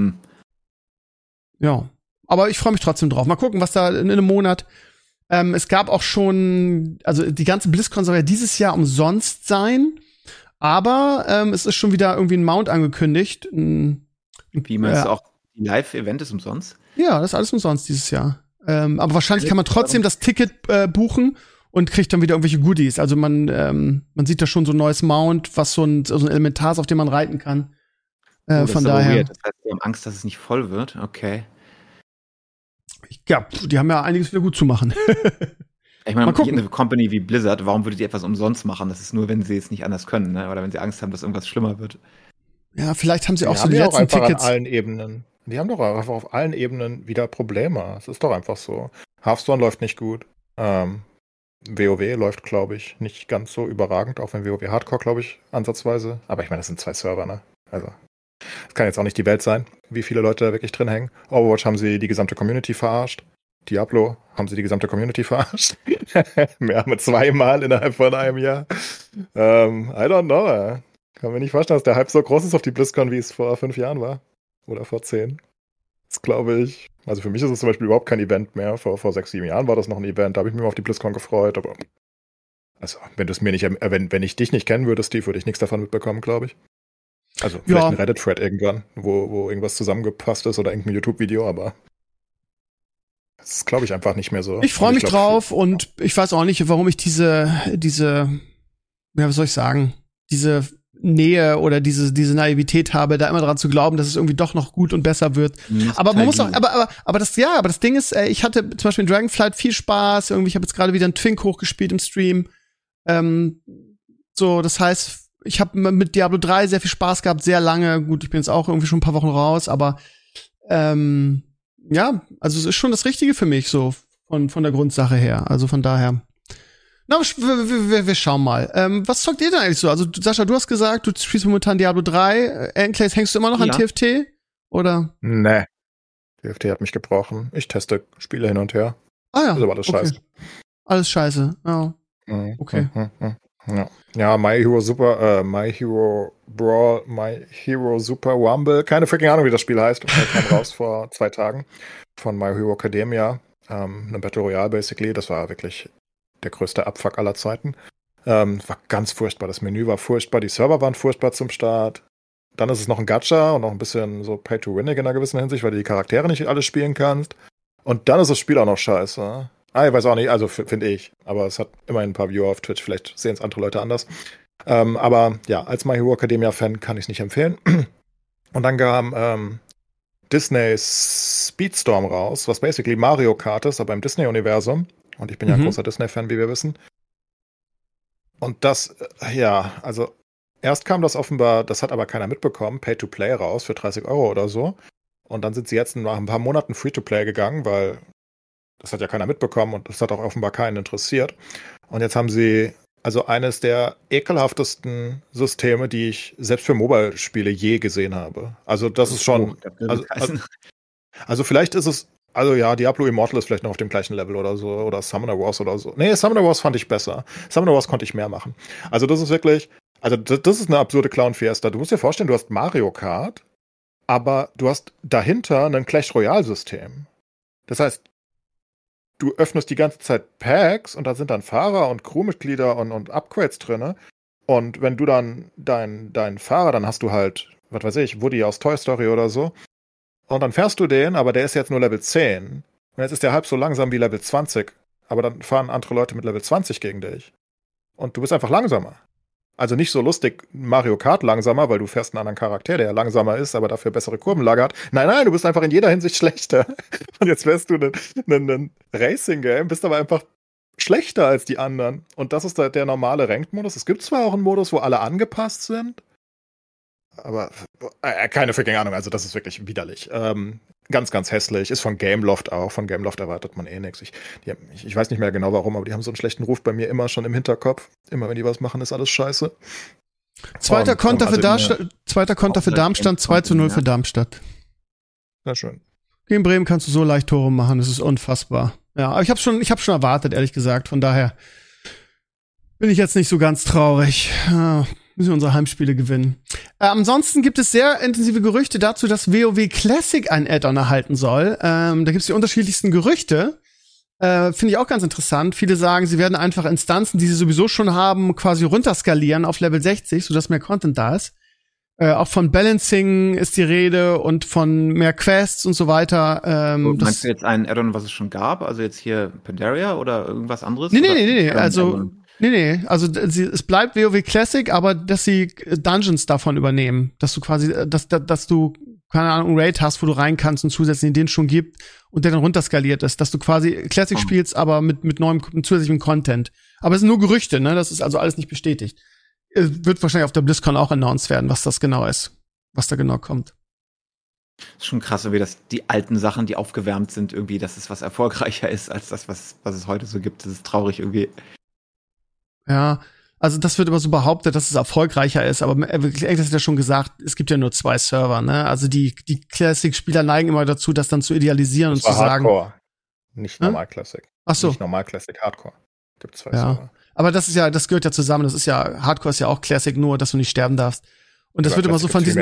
Ja. Aber ich freue mich trotzdem drauf. Mal gucken, was da in einem Monat. Es gab auch schon, also die ganze BlizzCon soll ja dieses Jahr umsonst sein. Aber es ist schon wieder irgendwie ein Mount angekündigt. Wie meinst du auch, die Live-Event ist umsonst? Ja, das ist alles umsonst dieses Jahr. Aber wahrscheinlich kann man trotzdem das Ticket buchen und kriegt dann wieder irgendwelche Goodies. Also man sieht da schon so ein neues Mount, was so ein Elementar ist, auf dem man reiten kann. Von daher. Weird. Das heißt, wir haben Angst, dass es nicht voll wird. Okay. Ja, die haben ja einiges wieder gut zu machen. Ich meine, eine Company wie Blizzard, warum würdet ihr etwas umsonst machen? Das ist nur, wenn sie es nicht anders können, ne? Oder wenn sie Angst haben, dass irgendwas schlimmer wird. Ja, vielleicht haben sie auch so die letzten Tickets. An allen Ebenen. Die haben doch einfach auf allen Ebenen wieder Probleme. Es ist doch einfach so. Hearthstone läuft nicht gut. WoW läuft, glaube ich, nicht ganz so überragend, auch wenn WoW Hardcore, glaube ich, ansatzweise. Aber ich meine, das sind 2 Server, ne? Also, das kann jetzt auch nicht die Welt sein, wie viele Leute da wirklich drin hängen. Overwatch haben sie die gesamte Community verarscht. Diablo haben sie die gesamte Community verarscht. Mehr als 2-mal innerhalb von einem Jahr. I don't know. Kann mir nicht vorstellen, dass der Hype so groß ist auf die BlizzCon, wie es vor 5 Jahren war. Oder vor 10. Das glaube ich. Also für mich ist es zum Beispiel überhaupt kein Event mehr. Vor 6, 7 Jahren war das noch ein Event. Da habe ich mich mal auf die BlizzCon gefreut. Aber also, wenn ich dich nicht kennen würde, Steve, würde ich nichts davon mitbekommen, glaube ich. Also vielleicht ein Reddit-Thread irgendwann, wo irgendwas zusammengepasst ist oder irgendein YouTube-Video, aber das ist, glaube ich, einfach nicht mehr so. Ich freue mich drauf und ich weiß auch nicht, warum ich diese, was soll ich sagen, diese Nähe oder diese Naivität habe, da immer dran zu glauben, dass es irgendwie doch noch gut und besser wird. Aber man muss auch, aber das Ding ist, ich hatte zum Beispiel in Dragonflight viel Spaß, irgendwie, ich habe jetzt gerade wieder einen Twink hochgespielt im Stream. So, das heißt, ich habe mit Diablo 3 sehr viel Spaß gehabt, sehr lange. Gut, ich bin jetzt auch irgendwie schon ein paar Wochen raus, aber ja, also es ist schon das Richtige für mich, so von der Grundsache her. Also von daher. Na, wir schauen mal. Was zockt ihr denn eigentlich so? Also, Sascha, du hast gesagt, du spielst momentan Diablo 3. Enclaves, hängst du immer noch an TFT? Oder? Nee. TFT hat mich gebrochen. Ich teste Spiele hin und her. Ah ja. Das ist aber alles scheiße. Alles scheiße, ja. Okay. Ja, My Hero Super, My Hero Brawl, My Hero Super Rumble. Keine freaking Ahnung, wie das Spiel heißt. Kam raus vor 2 Tagen von My Hero Academia. Eine Battle Royale basically. Das war wirklich der größte Abfuck aller Zeiten. War ganz furchtbar. Das Menü war furchtbar. Die Server waren furchtbar zum Start. Dann ist es noch ein Gacha und noch ein bisschen so Pay-to-Winning in einer gewissen Hinsicht, weil du die Charaktere nicht alle spielen kannst. Und dann ist das Spiel auch noch scheiße. Ich weiß auch nicht, also finde ich. Aber es hat immerhin ein paar Viewer auf Twitch. Vielleicht sehen es andere Leute anders. Aber ja, als My Hero Academia-Fan kann ich es nicht empfehlen. Und dann kam Disneys Speedstorm raus, was basically Mario Kart ist, aber im Disney-Universum. Und ich bin ja ein großer Disney-Fan, wie wir wissen. Und das, ja, also erst kam das offenbar, das hat aber keiner mitbekommen, Pay-to-Play raus für 30 € oder so. Und dann sind sie jetzt nach ein paar Monaten Free-to-Play gegangen, weil das hat ja keiner mitbekommen und das hat auch offenbar keinen interessiert. Und jetzt haben sie also eines der ekelhaftesten Systeme, die ich selbst für Mobile-Spiele je gesehen habe. Also das ist schon, also vielleicht ist es, also ja, Diablo Immortal ist vielleicht noch auf dem gleichen Level oder so, oder Summoner Wars oder so. Nee, Summoner Wars fand ich besser. Summoner Wars konnte ich mehr machen. Also das ist wirklich, also das ist eine absurde Clown-Fiesta. Du musst dir vorstellen, du hast Mario Kart, aber du hast dahinter ein Clash Royale-System. Das heißt, du öffnest die ganze Zeit Packs und da sind dann Fahrer und Crewmitglieder und Upgrades drin. Und wenn du dann deinen Fahrer, dann hast du halt, was weiß ich, Woody aus Toy Story oder so. Und dann fährst du den, aber der ist jetzt nur Level 10. Und jetzt ist der halb so langsam wie Level 20. Aber dann fahren andere Leute mit Level 20 gegen dich. Und du bist einfach langsamer. Also nicht so lustig Mario Kart langsamer, weil du fährst einen anderen Charakter, der ja langsamer ist, aber dafür bessere Kurvenlage hat. Nein, du bist einfach in jeder Hinsicht schlechter. Und jetzt wärst du ein Racing-Game, bist aber einfach schlechter als die anderen. Und das ist der normale Ranked-Modus. Es gibt zwar auch einen Modus, wo alle angepasst sind, aber keine freaking Ahnung, also das ist wirklich widerlich. Ganz, ganz hässlich. Ist von Gameloft auch. Von Gameloft erwartet man eh nichts. Ich weiß nicht mehr genau warum, aber die haben so einen schlechten Ruf bei mir immer schon im Hinterkopf. Immer wenn die was machen, ist alles scheiße. Zweiter Konter für Darmstadt, 2:0 für Darmstadt. Sehr schön. Gegen Bremen kannst du so leicht Tore machen, das ist unfassbar. Ja, aber ich habe schon erwartet, ehrlich gesagt. Von daher bin ich jetzt nicht so ganz traurig. Müssen wir unsere Heimspiele gewinnen. Ansonsten gibt es sehr intensive Gerüchte dazu, dass WoW Classic ein Add-on erhalten soll. Da gibt es die unterschiedlichsten Gerüchte. Finde ich auch ganz interessant. Viele sagen, sie werden einfach Instanzen, die sie sowieso schon haben, quasi runterskalieren auf Level 60, sodass mehr Content da ist. Auch von Balancing ist die Rede und von mehr Quests und so weiter. Meinst du jetzt ein Add-on, was es schon gab? Also jetzt hier Pandaria oder irgendwas anderes? Nee. Also es bleibt WoW Classic, aber dass sie Dungeons davon übernehmen. Dass du quasi, dass du, keine Ahnung, einen Raid hast, wo du rein kannst und zusätzlich den schon gibt und der dann runterskaliert ist. Dass du quasi Classic spielst, aber mit neuem zusätzlichen Content. Aber es sind nur Gerüchte, ne? Das ist also alles nicht bestätigt. Es wird wahrscheinlich auf der BlizzCon auch announced werden, was das genau ist. Was da genau kommt. Das ist schon krass, wie das die alten Sachen, die aufgewärmt sind, irgendwie, dass es was erfolgreicher ist als das, was es heute so gibt. Das ist traurig irgendwie. Ja, also das wird immer so behauptet, dass es erfolgreicher ist, aber das hat ja schon gesagt, es gibt ja nur 2 Server, ne? Also die Classic-Spieler neigen immer dazu, das dann zu idealisieren und zu sagen. Hardcore, nicht normal Classic. Ach so. Nicht normal Classic, Hardcore. Gibt 2 Server. Aber das gehört ja zusammen. Das ist ja, Hardcore ist ja auch Classic, nur dass du nicht sterben darfst. Und das wird immer so von diesen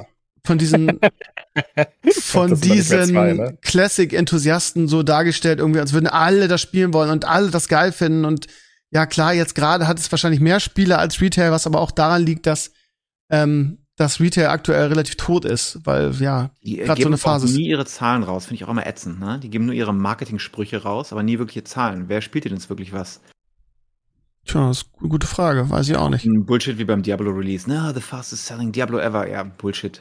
Classic-Enthusiasten so dargestellt, irgendwie, als würden alle das spielen wollen und alle das geil finden. Und ja, klar, jetzt gerade hat es wahrscheinlich mehr Spieler als Retail, was aber auch daran liegt, dass dass Retail aktuell relativ tot ist, weil ja, Die gerade so geben eine Phase auch ist. nie ihre Zahlen raus, finde ich auch immer ätzend, ne? Die geben nur ihre Marketing-Sprüche raus, aber nie wirkliche Zahlen. Wer spielt denn jetzt wirklich was? Tja, das ist eine gute Frage, weiß ich auch nicht. Ein Bullshit wie beim Diablo-Release. No, the fastest selling Diablo ever. Ja, Bullshit.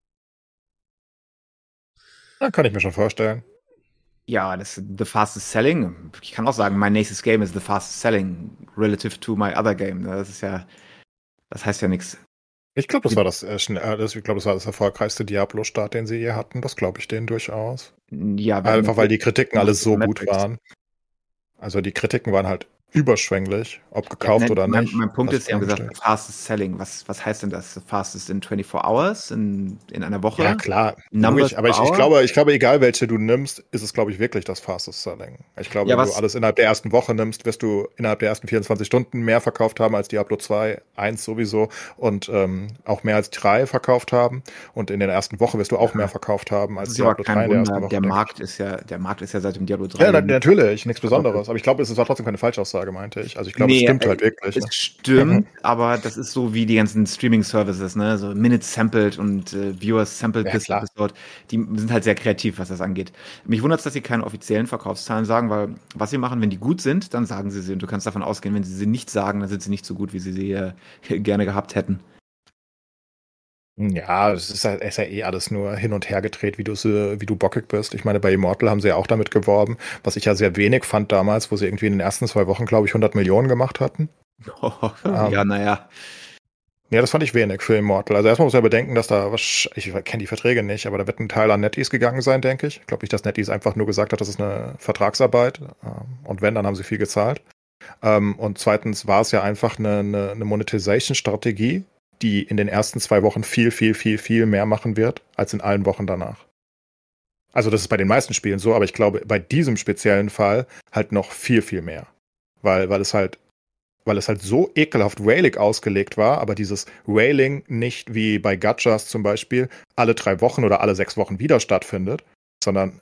Ja, kann ich mir schon vorstellen. Ja, das ist the fastest selling. Ich kann auch sagen, mein nächstes Game ist the fastest selling relative to my other game. Das ist ja, das heißt ja nichts. Ich glaube, das war das erfolgreichste Diablo-Start, den sie je hatten. Das glaube ich denen durchaus. Ja, Einfach weil die Kritiken alle so gut Metrics. waren. Also die Kritiken waren halt überschwänglich, ob gekauft oder nicht. Mein Punkt das ist, Sie haben gesagt, dahingestellt. the fastest selling. Was heißt denn das? The fastest in 24 hours? In einer Woche? Ja, klar. Numbers Logisch, aber per ich hour? glaube, egal welche du nimmst, ist es, glaube ich, wirklich das Fastest Selling. Ich glaube, Ja, wenn du was- alles innerhalb der ersten Woche nimmst, wirst du innerhalb der ersten 24 Stunden mehr verkauft haben als Diablo 2, 1 sowieso und auch mehr als 3 verkauft haben. Und in der ersten Woche wirst du auch mehr verkauft haben Das als ist ja aber Diablo 3 kein in der ersten Wunder. Woche. Der denke Markt ist ja seit dem Diablo ich. 3. Ja, natürlich, nichts Besonderes. Aber ich glaube, es war trotzdem keine Falschaussage, meinte ich. Also ich glaube, es stimmt halt wirklich. Ne? Es stimmt, aber das ist so wie die ganzen Streaming-Services, ne? So Minutes Sampled und Viewers Sampled Ja, this klar. episode. Die sind halt sehr kreativ, was das angeht. Mich wundert es, dass sie keine offiziellen Verkaufszahlen sagen, weil was sie machen, wenn die gut sind, dann sagen sie und du kannst davon ausgehen, wenn sie nicht sagen, dann sind sie nicht so gut, wie sie gerne gehabt hätten. Ja, ist ja eh alles nur hin und her gedreht, wie du bockig bist. Ich meine, bei Immortal haben sie ja auch damit geworben, was ich ja sehr wenig fand damals, wo sie irgendwie in den ersten 2 Wochen, glaube ich, 100 Millionen gemacht hatten. Ja, naja. Ja, das fand ich wenig für Immortal. Also erstmal muss man bedenken, dass ich kenne die Verträge nicht, aber da wird ein Teil an NetEase gegangen sein, denke ich. Ich glaube nicht, dass NetEase einfach nur gesagt hat, das ist eine Vertragsarbeit. Und wenn, dann haben sie viel gezahlt. Und zweitens war es ja einfach eine Monetization-Strategie, die in den ersten 2 Wochen viel, viel, viel, viel mehr machen wird, als in allen Wochen danach. Also das ist bei den meisten Spielen so, aber ich glaube, bei diesem speziellen Fall halt noch viel, viel mehr. Weil es halt so ekelhaft Railig ausgelegt war, aber dieses Railing nicht wie bei Gachas zum Beispiel alle 3 Wochen oder alle 6 Wochen wieder stattfindet, sondern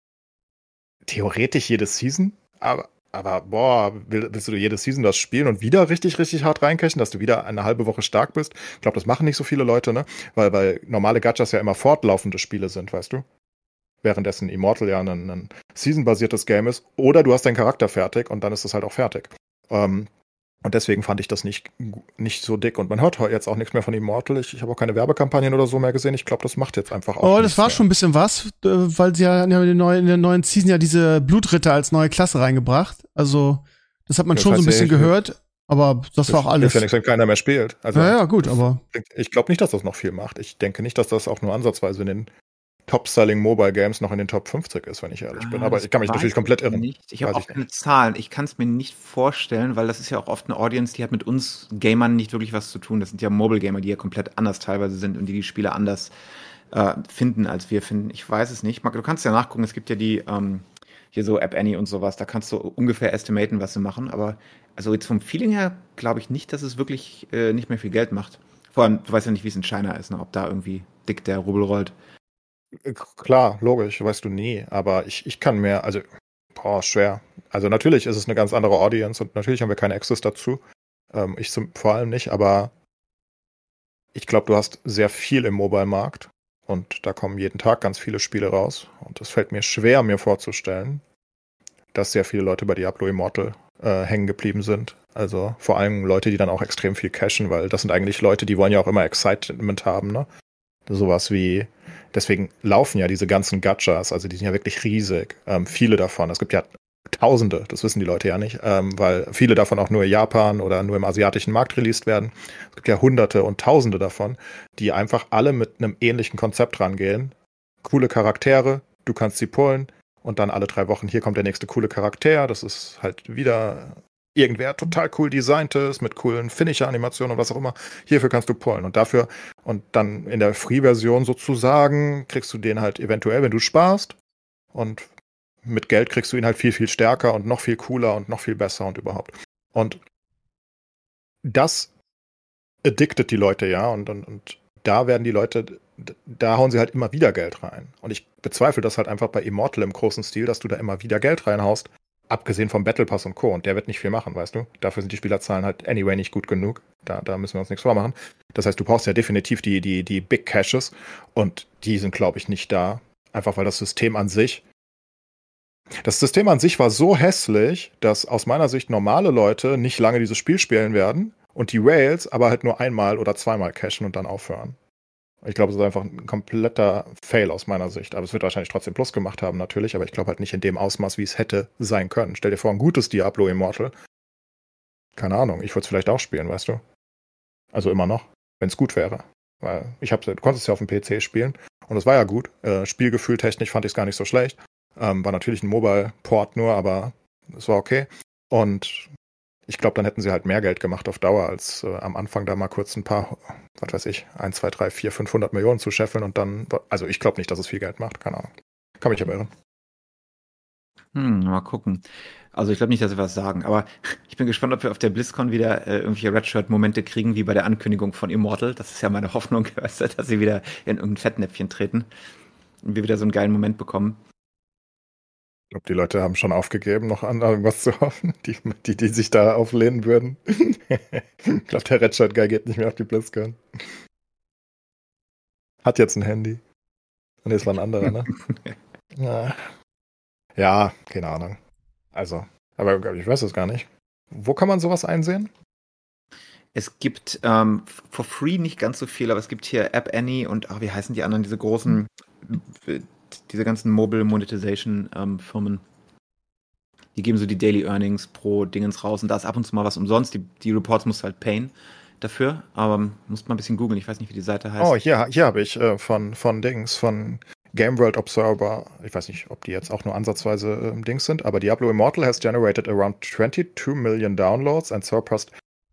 theoretisch jede Season, aber boah, willst du jede Season das spielen und wieder richtig, richtig hart reincashen, dass du wieder eine halbe Woche stark bist? Ich glaube, das machen nicht so viele Leute, ne? Weil normale Gachas ja immer fortlaufende Spiele sind, weißt du? Währenddessen Immortal ja ein Season-basiertes Game ist. Oder du hast deinen Charakter fertig und dann ist es halt auch fertig. Und deswegen fand ich das nicht so dick. Und man hört jetzt auch nichts mehr von Immortal. Ich habe auch keine Werbekampagnen oder so mehr gesehen. Ich glaube, das macht jetzt einfach auch Oh, das nichts war mehr. schon ein bisschen was, weil sie ja in der neuen Season ja diese Blutritter als neue Klasse reingebracht. Also, das hat man Das schon so ein heißt, bisschen ja, gehört, aber das war auch Hilft alles. ja nichts, wenn keiner mehr spielt. Also, Ja, gut, aber ich glaube nicht, dass das noch viel macht. Ich denke nicht, dass das auch nur ansatzweise in den Top-Selling Mobile Games noch in den Top 50 ist, wenn ich ehrlich bin. Aber Das ich kann mich weiß natürlich komplett irren. nicht. Ich habe Weiß auch ich keine nicht. Zahlen. Ich kann es mir nicht vorstellen, weil das ist ja auch oft eine Audience, die hat mit uns Gamern nicht wirklich was zu tun. Das sind ja Mobile Gamer, die ja komplett anders teilweise sind und die Spiele anders finden, als wir finden. Ich weiß es nicht. Marc, du kannst ja nachgucken. Es gibt ja die hier so App Annie und sowas. Da kannst du ungefähr estimaten, was sie machen. Aber also jetzt vom Feeling her glaube ich nicht, dass es wirklich nicht mehr viel Geld macht. Vor allem, du weißt ja nicht, wie es in China ist, ne? Ob da irgendwie dick der Rubel rollt. Klar, logisch, weißt du nie. Aber ich kann mir, also, schwer. Also natürlich ist es eine ganz andere Audience und natürlich haben wir keine Access dazu. Vor allem nicht, aber ich glaube, du hast sehr viel im Mobile-Markt und da kommen jeden Tag ganz viele Spiele raus. Und es fällt mir schwer, mir vorzustellen, dass sehr viele Leute bei Diablo Immortal hängen geblieben sind. Also vor allem Leute, die dann auch extrem viel cashen, weil das sind eigentlich Leute, die wollen ja auch immer Excitement haben, ne? Sowas wie, deswegen laufen ja diese ganzen Gachas, also die sind ja wirklich riesig, viele davon. Es gibt ja Tausende, das wissen die Leute ja nicht, weil viele davon auch nur in Japan oder nur im asiatischen Markt released werden. Es gibt ja Hunderte und Tausende davon, die einfach alle mit einem ähnlichen Konzept rangehen. Coole Charaktere, du kannst sie pullen und dann alle 3 Wochen, hier kommt der nächste coole Charakter, das ist halt wieder irgendwer total cool designt ist, mit coolen Finisher-Animationen und was auch immer. Hierfür kannst du pullen. Und dafür, und dann in der Free-Version sozusagen, kriegst du den halt eventuell, wenn du sparst. Und mit Geld kriegst du ihn halt viel, viel stärker und noch viel cooler und noch viel besser und überhaupt. Und das addictet die Leute, ja. Und da werden die Leute, da hauen sie halt immer wieder Geld rein. Und ich bezweifle das halt einfach bei Immortal im großen Stil, dass du da immer wieder Geld reinhaust, Abgesehen vom Battle Pass und Co. Und der wird nicht viel machen, weißt du? Dafür sind die Spielerzahlen halt anyway nicht gut genug. Da müssen wir uns nichts vormachen. Das heißt, du brauchst ja definitiv die Big Caches und die sind, glaube ich, nicht da. Einfach weil das System an sich war so hässlich, dass aus meiner Sicht normale Leute nicht lange dieses Spiel spielen werden und die Whales aber halt nur einmal oder zweimal cachen und dann aufhören. Ich glaube, es ist einfach ein kompletter Fail aus meiner Sicht. Aber es wird wahrscheinlich trotzdem Plus gemacht haben, natürlich. Aber ich glaube halt nicht in dem Ausmaß, wie es hätte sein können. Stell dir vor, ein gutes Diablo Immortal. Keine Ahnung, ich würde es vielleicht auch spielen, weißt du? Also immer noch, wenn es gut wäre. Weil du konntest es ja auf dem PC spielen. Und es war ja gut. Spielgefühl technisch fand ich es gar nicht so schlecht. War natürlich ein Mobile-Port nur, aber es war okay. Und ich glaube, dann hätten sie halt mehr Geld gemacht auf Dauer, als am Anfang da mal kurz ein paar, was weiß ich, 1, 2, 3, 4, 500 Millionen zu scheffeln und dann, also ich glaube nicht, dass es viel Geld macht, keine Ahnung. Kann mich aber irren. Mal gucken. Also ich glaube nicht, dass wir was sagen, aber ich bin gespannt, ob wir auf der BlizzCon wieder irgendwelche Redshirt-Momente kriegen, wie bei der Ankündigung von Immortal. Das ist ja meine Hoffnung, weißt du, dass sie wieder in irgendein Fettnäpfchen treten und wir wieder so einen geilen Moment bekommen. Ich glaube, die Leute haben schon aufgegeben, noch an irgendwas zu hoffen, die sich da auflehnen würden. Ich glaube, der Redshirt-Guy geht nicht mehr auf die BlizzCon. Hat jetzt ein Handy. Und es war ein anderer, ne? Ja, keine Ahnung. Also, aber ich weiß es gar nicht. Wo kann man sowas einsehen? Es gibt for free nicht ganz so viel, aber es gibt hier App Annie und wie heißen die anderen, diese großen, diese ganzen Mobile Monetization Firmen. Die geben so die Daily Earnings pro Dingens raus und da ist ab und zu mal was umsonst. Die Reports musst du halt payen dafür, aber musst mal ein bisschen googeln. Ich weiß nicht, wie die Seite heißt. Oh, hier habe ich von Game World Observer, ich weiß nicht, ob die jetzt auch nur ansatzweise Dings sind, aber Diablo Immortal has generated around 22 million downloads and surpassed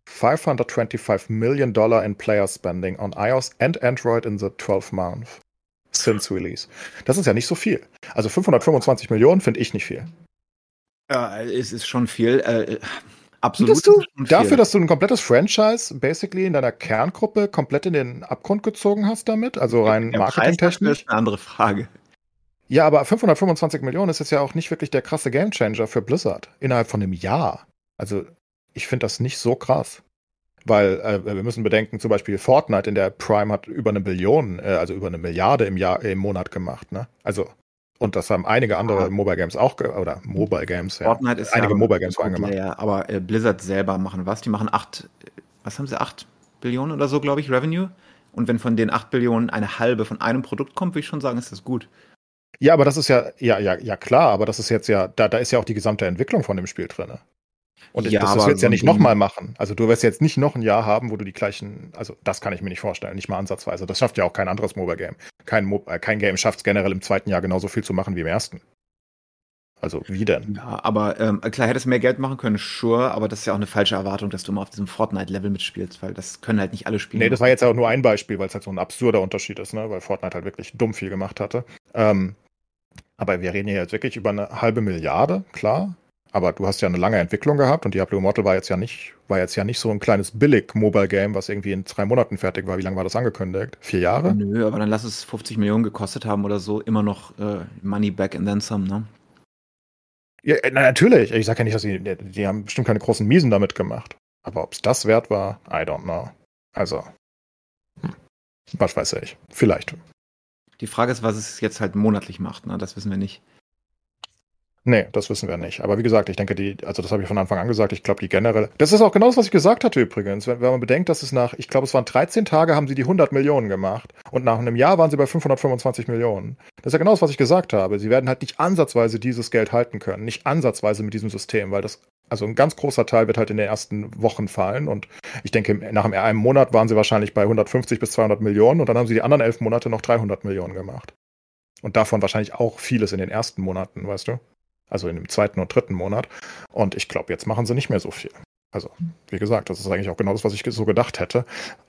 $525 million in player spending on iOS and Android in the 12 months since release. Das ist ja nicht so viel. Also 525 Millionen finde ich nicht viel. Ja, es ist schon viel. Absolut. Dafür, dass du ein komplettes Franchise basically in deiner Kerngruppe komplett in den Abgrund gezogen hast damit, also rein marketingtechnisch. Das ist eine andere Frage. Ja, aber 525 Millionen ist jetzt ja auch nicht wirklich der krasse Gamechanger für Blizzard innerhalb von einem Jahr. Also ich finde das nicht so krass. Weil wir müssen bedenken, zum Beispiel Fortnite in der Prime hat über 1 Billion, also über 1 Milliarde im Monat gemacht, ne? Also, und das haben einige andere Mobile Games auch, oder Mobile Games, ja. Fortnite ist einige ja Mobile Games gemacht. Ja, aber Blizzard selber machen was? Die machen 8 Billionen oder so, glaube ich, Revenue. Und wenn von den 8 Billionen eine halbe von einem Produkt kommt, würde ich schon sagen, ist das gut. Ja, aber das ist ja klar, aber das ist jetzt ja, da ist ja auch die gesamte Entwicklung von dem Spiel drin. Und ja, das willst du ja nicht nochmal machen. Also du wirst jetzt nicht noch ein Jahr haben, wo du die gleichen, also das kann ich mir nicht vorstellen, nicht mal ansatzweise. Das schafft ja auch kein anderes Mobile Game. Kein Game schafft es generell im zweiten Jahr genauso viel zu machen wie im ersten. Also wie denn? Ja, aber klar, hättest du mehr Geld machen können, sure, aber das ist ja auch eine falsche Erwartung, dass du immer auf diesem Fortnite-Level mitspielst, weil das können halt nicht alle spielen. Nee, das war jetzt auch nur ein Beispiel, weil es halt so ein absurder Unterschied ist, ne? Weil Fortnite halt wirklich dumm viel gemacht hatte. Aber wir reden hier jetzt wirklich über 1/2 Milliarde, klar. Aber du hast ja eine lange Entwicklung gehabt und Diablo Immortal war jetzt ja nicht so ein kleines Billig-Mobile-Game, was irgendwie in 3 Monaten fertig war. Wie lange war das angekündigt? 4 Jahre? Nö, aber dann lass es 50 Millionen gekostet haben oder so, immer noch Money back and then some, ne? Ja, natürlich. Ich sag ja nicht, dass die haben bestimmt keine großen Miesen damit gemacht. Aber ob es das wert war, I don't know. Also, was weiß ich. Vielleicht. Die Frage ist, was es jetzt halt monatlich macht, ne? Das wissen wir nicht. Nee, das wissen wir nicht. Aber wie gesagt, ich denke, also das habe ich von Anfang an gesagt, ich glaube, die generell. Das ist auch genau das, was ich gesagt hatte übrigens. Wenn man bedenkt, dass es ich glaube, es waren 13 Tage, haben sie die 100 Millionen gemacht. Und nach einem Jahr waren sie bei 525 Millionen. Das ist ja genau das, was ich gesagt habe. Sie werden halt nicht ansatzweise dieses Geld halten können. Nicht ansatzweise mit diesem System, weil also ein ganz großer Teil wird halt in den ersten Wochen fallen. Und ich denke, nach einem Monat waren sie wahrscheinlich bei 150 bis 200 Millionen. Und dann haben sie die anderen 11 Monate noch 300 Millionen gemacht. Und davon wahrscheinlich auch vieles in den ersten Monaten, weißt du? Also in dem 2. und 3. Monat. Und ich glaube, jetzt machen sie nicht mehr so viel. Also, wie gesagt, das ist eigentlich auch genau das, was ich so gedacht hätte.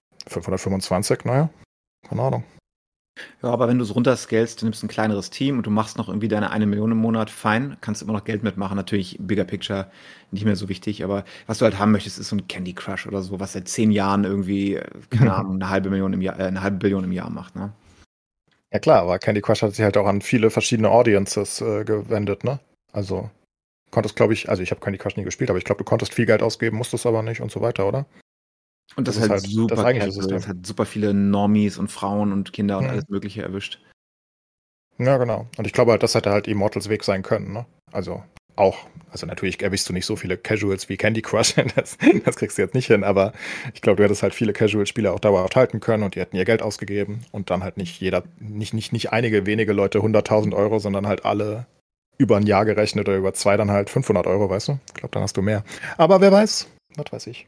525, naja, keine Ahnung. Ja, aber wenn du es runterscalest, du nimmst ein kleineres Team und du machst noch irgendwie deine 1 Million im Monat, fein, kannst du immer noch Geld mitmachen. Natürlich, Bigger Picture, nicht mehr so wichtig, aber was du halt haben möchtest, ist so ein Candy Crush oder so, was seit 10 Jahren irgendwie, keine Ahnung, eine halbe Billion im Jahr macht, ne? Ja klar, aber Candy Crush hat sich halt auch an viele verschiedene Audiences gewendet, ne? Also konntest, glaube ich, also ich habe Candy Crush nie gespielt, aber ich glaube, du konntest viel Geld ausgeben, musstest aber nicht und so weiter, oder? Und das Das ist ist halt halt super das eigentliche casual. System. Das hat super viele Normies und Frauen und Kinder und Mhm. alles Mögliche erwischt. Ja, genau. Und ich glaube halt, das hätte halt Immortals Weg sein können, ne? Also natürlich erwischst du nicht so viele Casuals wie Candy Crush, das kriegst du jetzt nicht hin, aber ich glaube, du hättest halt viele Casual-Spieler auch dauerhaft halten können und die hätten ihr Geld ausgegeben und dann halt nicht einige wenige Leute 100.000 Euro, sondern halt alle über ein Jahr gerechnet oder über 2 dann halt 500 Euro, weißt du? Ich glaube, dann hast du mehr. Aber wer weiß, was weiß ich.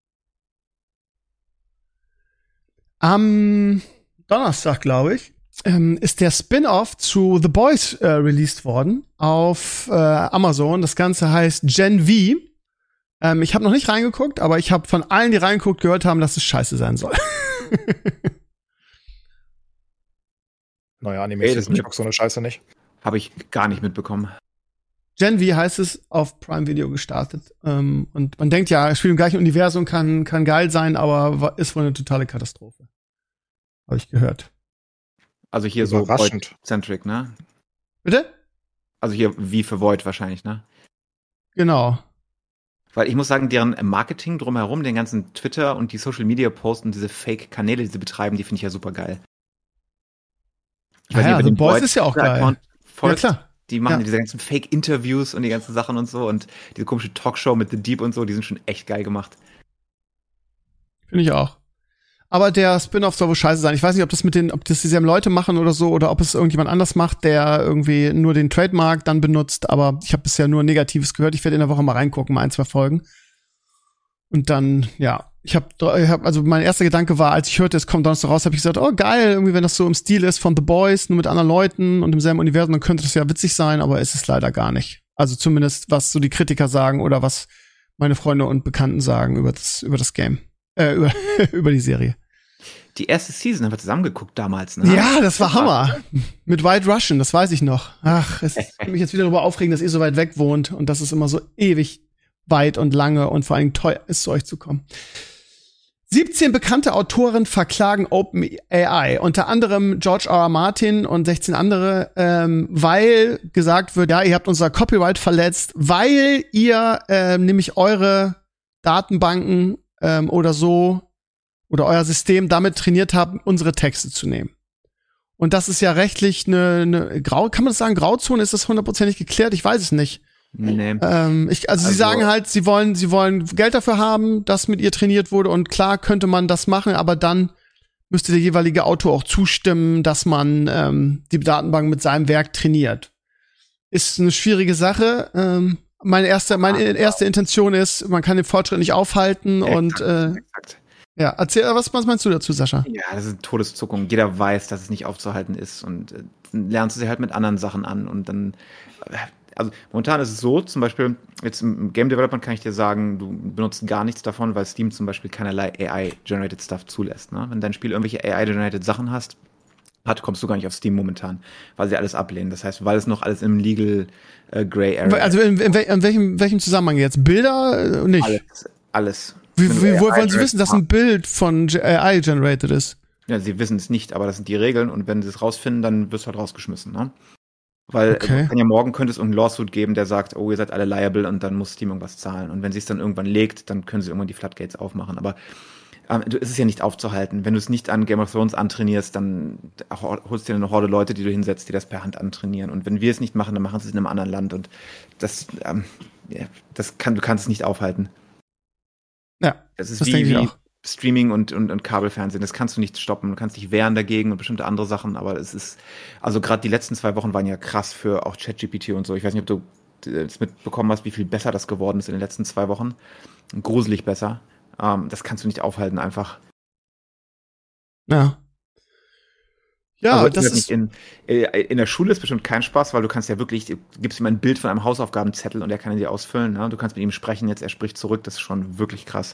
Am Donnerstag, glaube ich, ist der Spin-off zu The Boys released worden auf Amazon. Das Ganze heißt Gen V. Ich habe noch nicht reingeguckt, aber ich habe von allen, die reingeguckt, gehört haben, dass es scheiße sein soll. Naja, Animes das ist nicht so eine Scheiße nicht. Habe ich gar nicht mitbekommen. Gen V heißt es, auf Prime Video gestartet. Und man denkt ja, Spiel im gleichen Universum kann geil sein, aber ist wohl eine totale Katastrophe. Habe ich gehört. Also hier so Überraschend. Void-centric, ne? Bitte? Also hier wie für Void wahrscheinlich, ne? Genau. Weil ich muss sagen, deren Marketing drumherum, den ganzen Twitter und die Social-Media-Posts und diese Fake-Kanäle, die sie betreiben, die finde ich ja super geil. The Boys ist ja auch geil. Folgst, ja, klar. Die machen Ja. diese ganzen Fake-Interviews und die ganzen Sachen und so und diese komische Talkshow mit The Deep und so, die sind schon echt geil gemacht. Finde ich auch. Aber der Spin-off soll wohl scheiße sein. Ich weiß nicht, ob das dieselben Leute machen oder so, oder ob es irgendjemand anders macht, der irgendwie nur den Trademark dann benutzt. Aber ich habe bisher nur Negatives gehört. Ich werde in der Woche mal reingucken, mal 1, 2 Folgen. Und dann, ja, also mein erster Gedanke war, als ich hörte, es kommt Donnerstag raus, habe ich gesagt, oh geil, irgendwie, wenn das so im Stil ist von The Boys, nur mit anderen Leuten und im selben Universum, dann könnte das ja witzig sein, aber ist es leider gar nicht. Also zumindest, was so die Kritiker sagen oder was meine Freunde und Bekannten sagen über das Game. Über die Serie. Die erste Season haben wir zusammengeguckt damals, ne? Ja, das war Hammer. Mit White Russian, das weiß ich noch. Ach, ich will mich jetzt wieder darüber aufregen, dass ihr so weit weg wohnt und dass es immer so ewig weit und lange und vor allem teuer ist, zu euch zu kommen. 17 bekannte Autoren verklagen OpenAI, unter anderem George R. R. Martin und 16 andere, weil gesagt wird, ja, ihr habt unser Copyright verletzt, weil ihr nämlich eure Datenbanken oder so oder euer System damit trainiert habt, unsere Texte zu nehmen. Und das ist ja rechtlich kann man das sagen, Grauzone? Ist das 100% geklärt? Ich weiß es nicht. Nee. Sie sagen halt, sie wollen Geld dafür haben, das mit ihr trainiert wurde und klar könnte man das machen, aber dann müsste der jeweilige Autor auch zustimmen, dass man die Datenbank mit seinem Werk trainiert. Ist eine schwierige Sache. Meine erste Intention ist, man kann den Fortschritt nicht aufhalten und Exakt. ja, erzähl, was meinst du dazu, Sascha? Ja, das ist eine Todeszuckung. Jeder weiß, dass es nicht aufzuhalten ist und dann lernst du sie halt mit anderen Sachen an und dann also momentan ist es so, zum Beispiel jetzt im Game Development kann ich dir sagen, du benutzt gar nichts davon, weil Steam zum Beispiel keinerlei AI-generated Stuff zulässt. Ne? Wenn dein Spiel irgendwelche AI-generated Sachen hat, kommst du gar nicht auf Steam momentan, weil sie alles ablehnen. Das heißt, weil es noch alles im Legal Gray Area Also in welchem Zusammenhang jetzt? Bilder nicht? Alles. Woher wollen Sie wissen, dass ein Bild von AI generated ist? Ja, sie wissen es nicht, aber das sind die Regeln und wenn sie es rausfinden, dann wirst du halt rausgeschmissen, ne? Weil morgen könnte es irgendeinen Lawsuit geben, der sagt, oh, ihr seid alle liable und dann muss Steam irgendwas zahlen. Und wenn sie es dann irgendwann legt, dann können sie irgendwann die Floodgates aufmachen. Aber es ist ja nicht aufzuhalten. Wenn du es nicht an Game of Thrones antrainierst, dann holst du dir eine Horde Leute, die du hinsetzt, die das per Hand antrainieren. Und wenn wir es nicht machen, dann machen sie es in einem anderen Land. Und du kannst es nicht aufhalten. Ja, das ist das wie Streaming und Kabelfernsehen. Das kannst du nicht stoppen. Du kannst dich wehren dagegen und bestimmte andere Sachen. Aber es ist, also gerade die letzten 2 Wochen waren ja krass für auch ChatGPT und so. Ich weiß nicht, ob du es mitbekommen hast, wie viel besser das geworden ist in den letzten 2 Wochen. Gruselig besser. Das kannst du nicht aufhalten einfach. Ja. Ja, also, das ist in der Schule ist bestimmt kein Spaß, weil du kannst ja wirklich, du gibst ihm ein Bild von einem Hausaufgabenzettel und er kann ihn dir ausfüllen. Ne? Du kannst mit ihm sprechen, jetzt er spricht zurück. Das ist schon wirklich krass.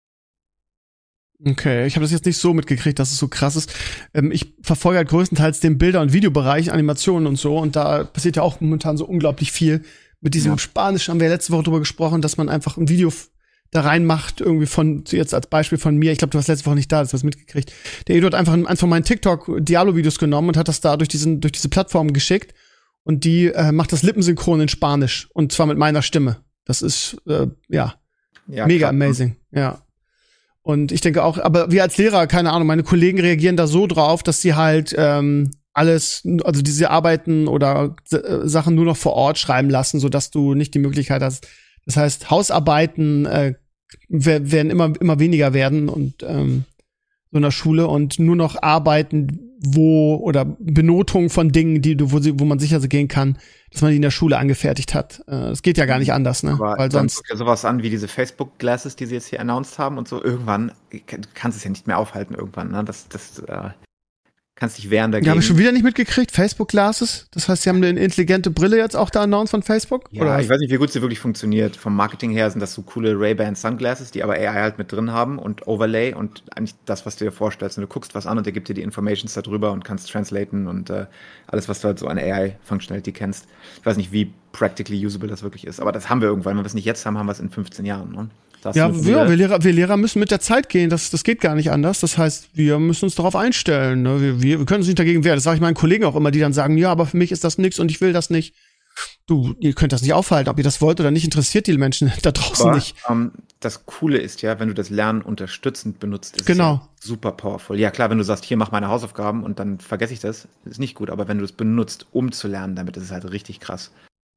Okay, ich habe das jetzt nicht so mitgekriegt, dass es so krass ist. Ich verfolge halt größtenteils den Bilder- und Videobereich, Animationen und so. Und da passiert ja auch momentan so unglaublich viel. Mit diesem Spanisch haben wir letzte Woche drüber gesprochen, dass man einfach ein Video da reinmacht, irgendwie jetzt als Beispiel von mir. Ich glaube, du warst letzte Woche nicht da, das hast du mitgekriegt. Der Edu hat einfach von meinen TikTok-Dialo-Videos genommen und hat das da durch diese Plattform geschickt. und die macht das Lippensynchron in Spanisch und zwar mit meiner Stimme. Das ist mega klar. amazing, ja. Und ich denke auch, aber wir als Lehrer, keine Ahnung, meine Kollegen reagieren da so drauf, dass sie halt alles, also diese Arbeiten oder Sachen nur noch vor Ort schreiben lassen, sodass du nicht die Möglichkeit hast. Das heißt, Hausarbeiten werden immer weniger werden und so in der Schule und nur noch Arbeiten, oder Benotungen von Dingen, wo man sicher gehen kann, dass man die in der Schule angefertigt hat. Das geht ja gar nicht anders, ne? Aber weil sonst ja sowas an wie diese Facebook-Glasses, die sie jetzt hier announced haben und so. Irgendwann, du kannst es ja nicht mehr aufhalten irgendwann, ne? Das kannst dich wehren dagegen. Ja, habe ich schon wieder nicht mitgekriegt. Facebook Glasses. Das heißt, sie haben eine intelligente Brille jetzt auch da announced von Facebook? Ja, oder? Ich weiß nicht, wie gut sie wirklich funktioniert. Vom Marketing her sind das so coole Ray-Ban Sunglasses, die aber AI halt mit drin haben und Overlay und eigentlich das, was du dir vorstellst. Und du guckst was an und der gibt dir die Informations darüber und kannst translaten und alles, was du halt so an AI-Functionality kennst. Ich weiß nicht, wie practically usable das wirklich ist, aber das haben wir irgendwann. Wenn wir es nicht jetzt haben, haben wir es in 15 Jahren. Ne? Ja, wir Lehrer müssen mit der Zeit gehen. Das geht gar nicht anders. Das heißt, wir müssen uns darauf einstellen. Ne? Wir können uns nicht dagegen wehren. Das sage ich meinen Kollegen auch immer, die dann sagen, ja, aber für mich ist das nichts und ich will das nicht. Ihr könnt das nicht aufhalten. Ob ihr das wollt oder nicht, interessiert die Menschen da draußen aber, nicht. Das Coole ist ja, wenn du das Lernen unterstützend benutzt, ist genau. es ja super powerful. Ja klar, wenn du sagst, hier mach meine Hausaufgaben und dann vergesse ich das, ist nicht gut. Aber wenn du es benutzt, um zu lernen, damit ist es halt richtig krass.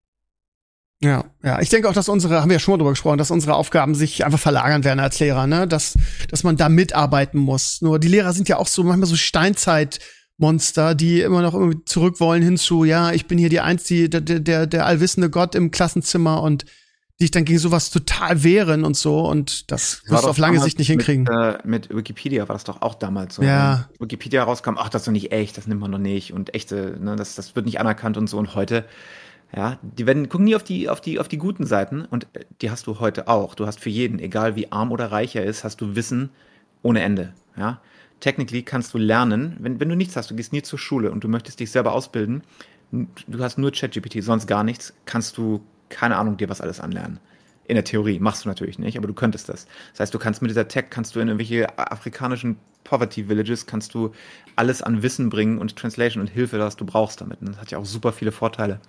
Ja, ich denke auch, dass haben wir ja schon mal drüber gesprochen, dass unsere Aufgaben sich einfach verlagern werden als Lehrer, ne, dass man da mitarbeiten muss. Nur die Lehrer sind ja auch so manchmal so Steinzeitmonster, die immer noch irgendwie zurück wollen hinzu, ja, ich bin hier der allwissende Gott im Klassenzimmer und die sich dann gegen sowas total wehren und so und das wirst du auf lange Sicht nicht hinkriegen. Mit Wikipedia war das doch auch damals so. Ja. Wenn Wikipedia rauskam, ach, das ist doch nicht echt, das nimmt man doch nicht und echte, ne, das wird nicht anerkannt und so und heute ja, die gucken nie auf die guten Seiten und die hast du heute auch. Du hast für jeden, egal wie arm oder reich er ist, hast du Wissen ohne Ende. Ja, technically kannst du lernen, wenn du nichts hast, du gehst nie zur Schule und du möchtest dich selber ausbilden, du hast nur ChatGPT, sonst gar nichts, kannst du, keine Ahnung, dir was alles anlernen. In der Theorie, machst du natürlich nicht, aber du könntest das. Das heißt, du kannst mit dieser Tech, kannst du in irgendwelche afrikanischen Poverty Villages, kannst du alles an Wissen bringen und Translation und Hilfe, was du brauchst damit. Und das hat ja auch super viele Vorteile.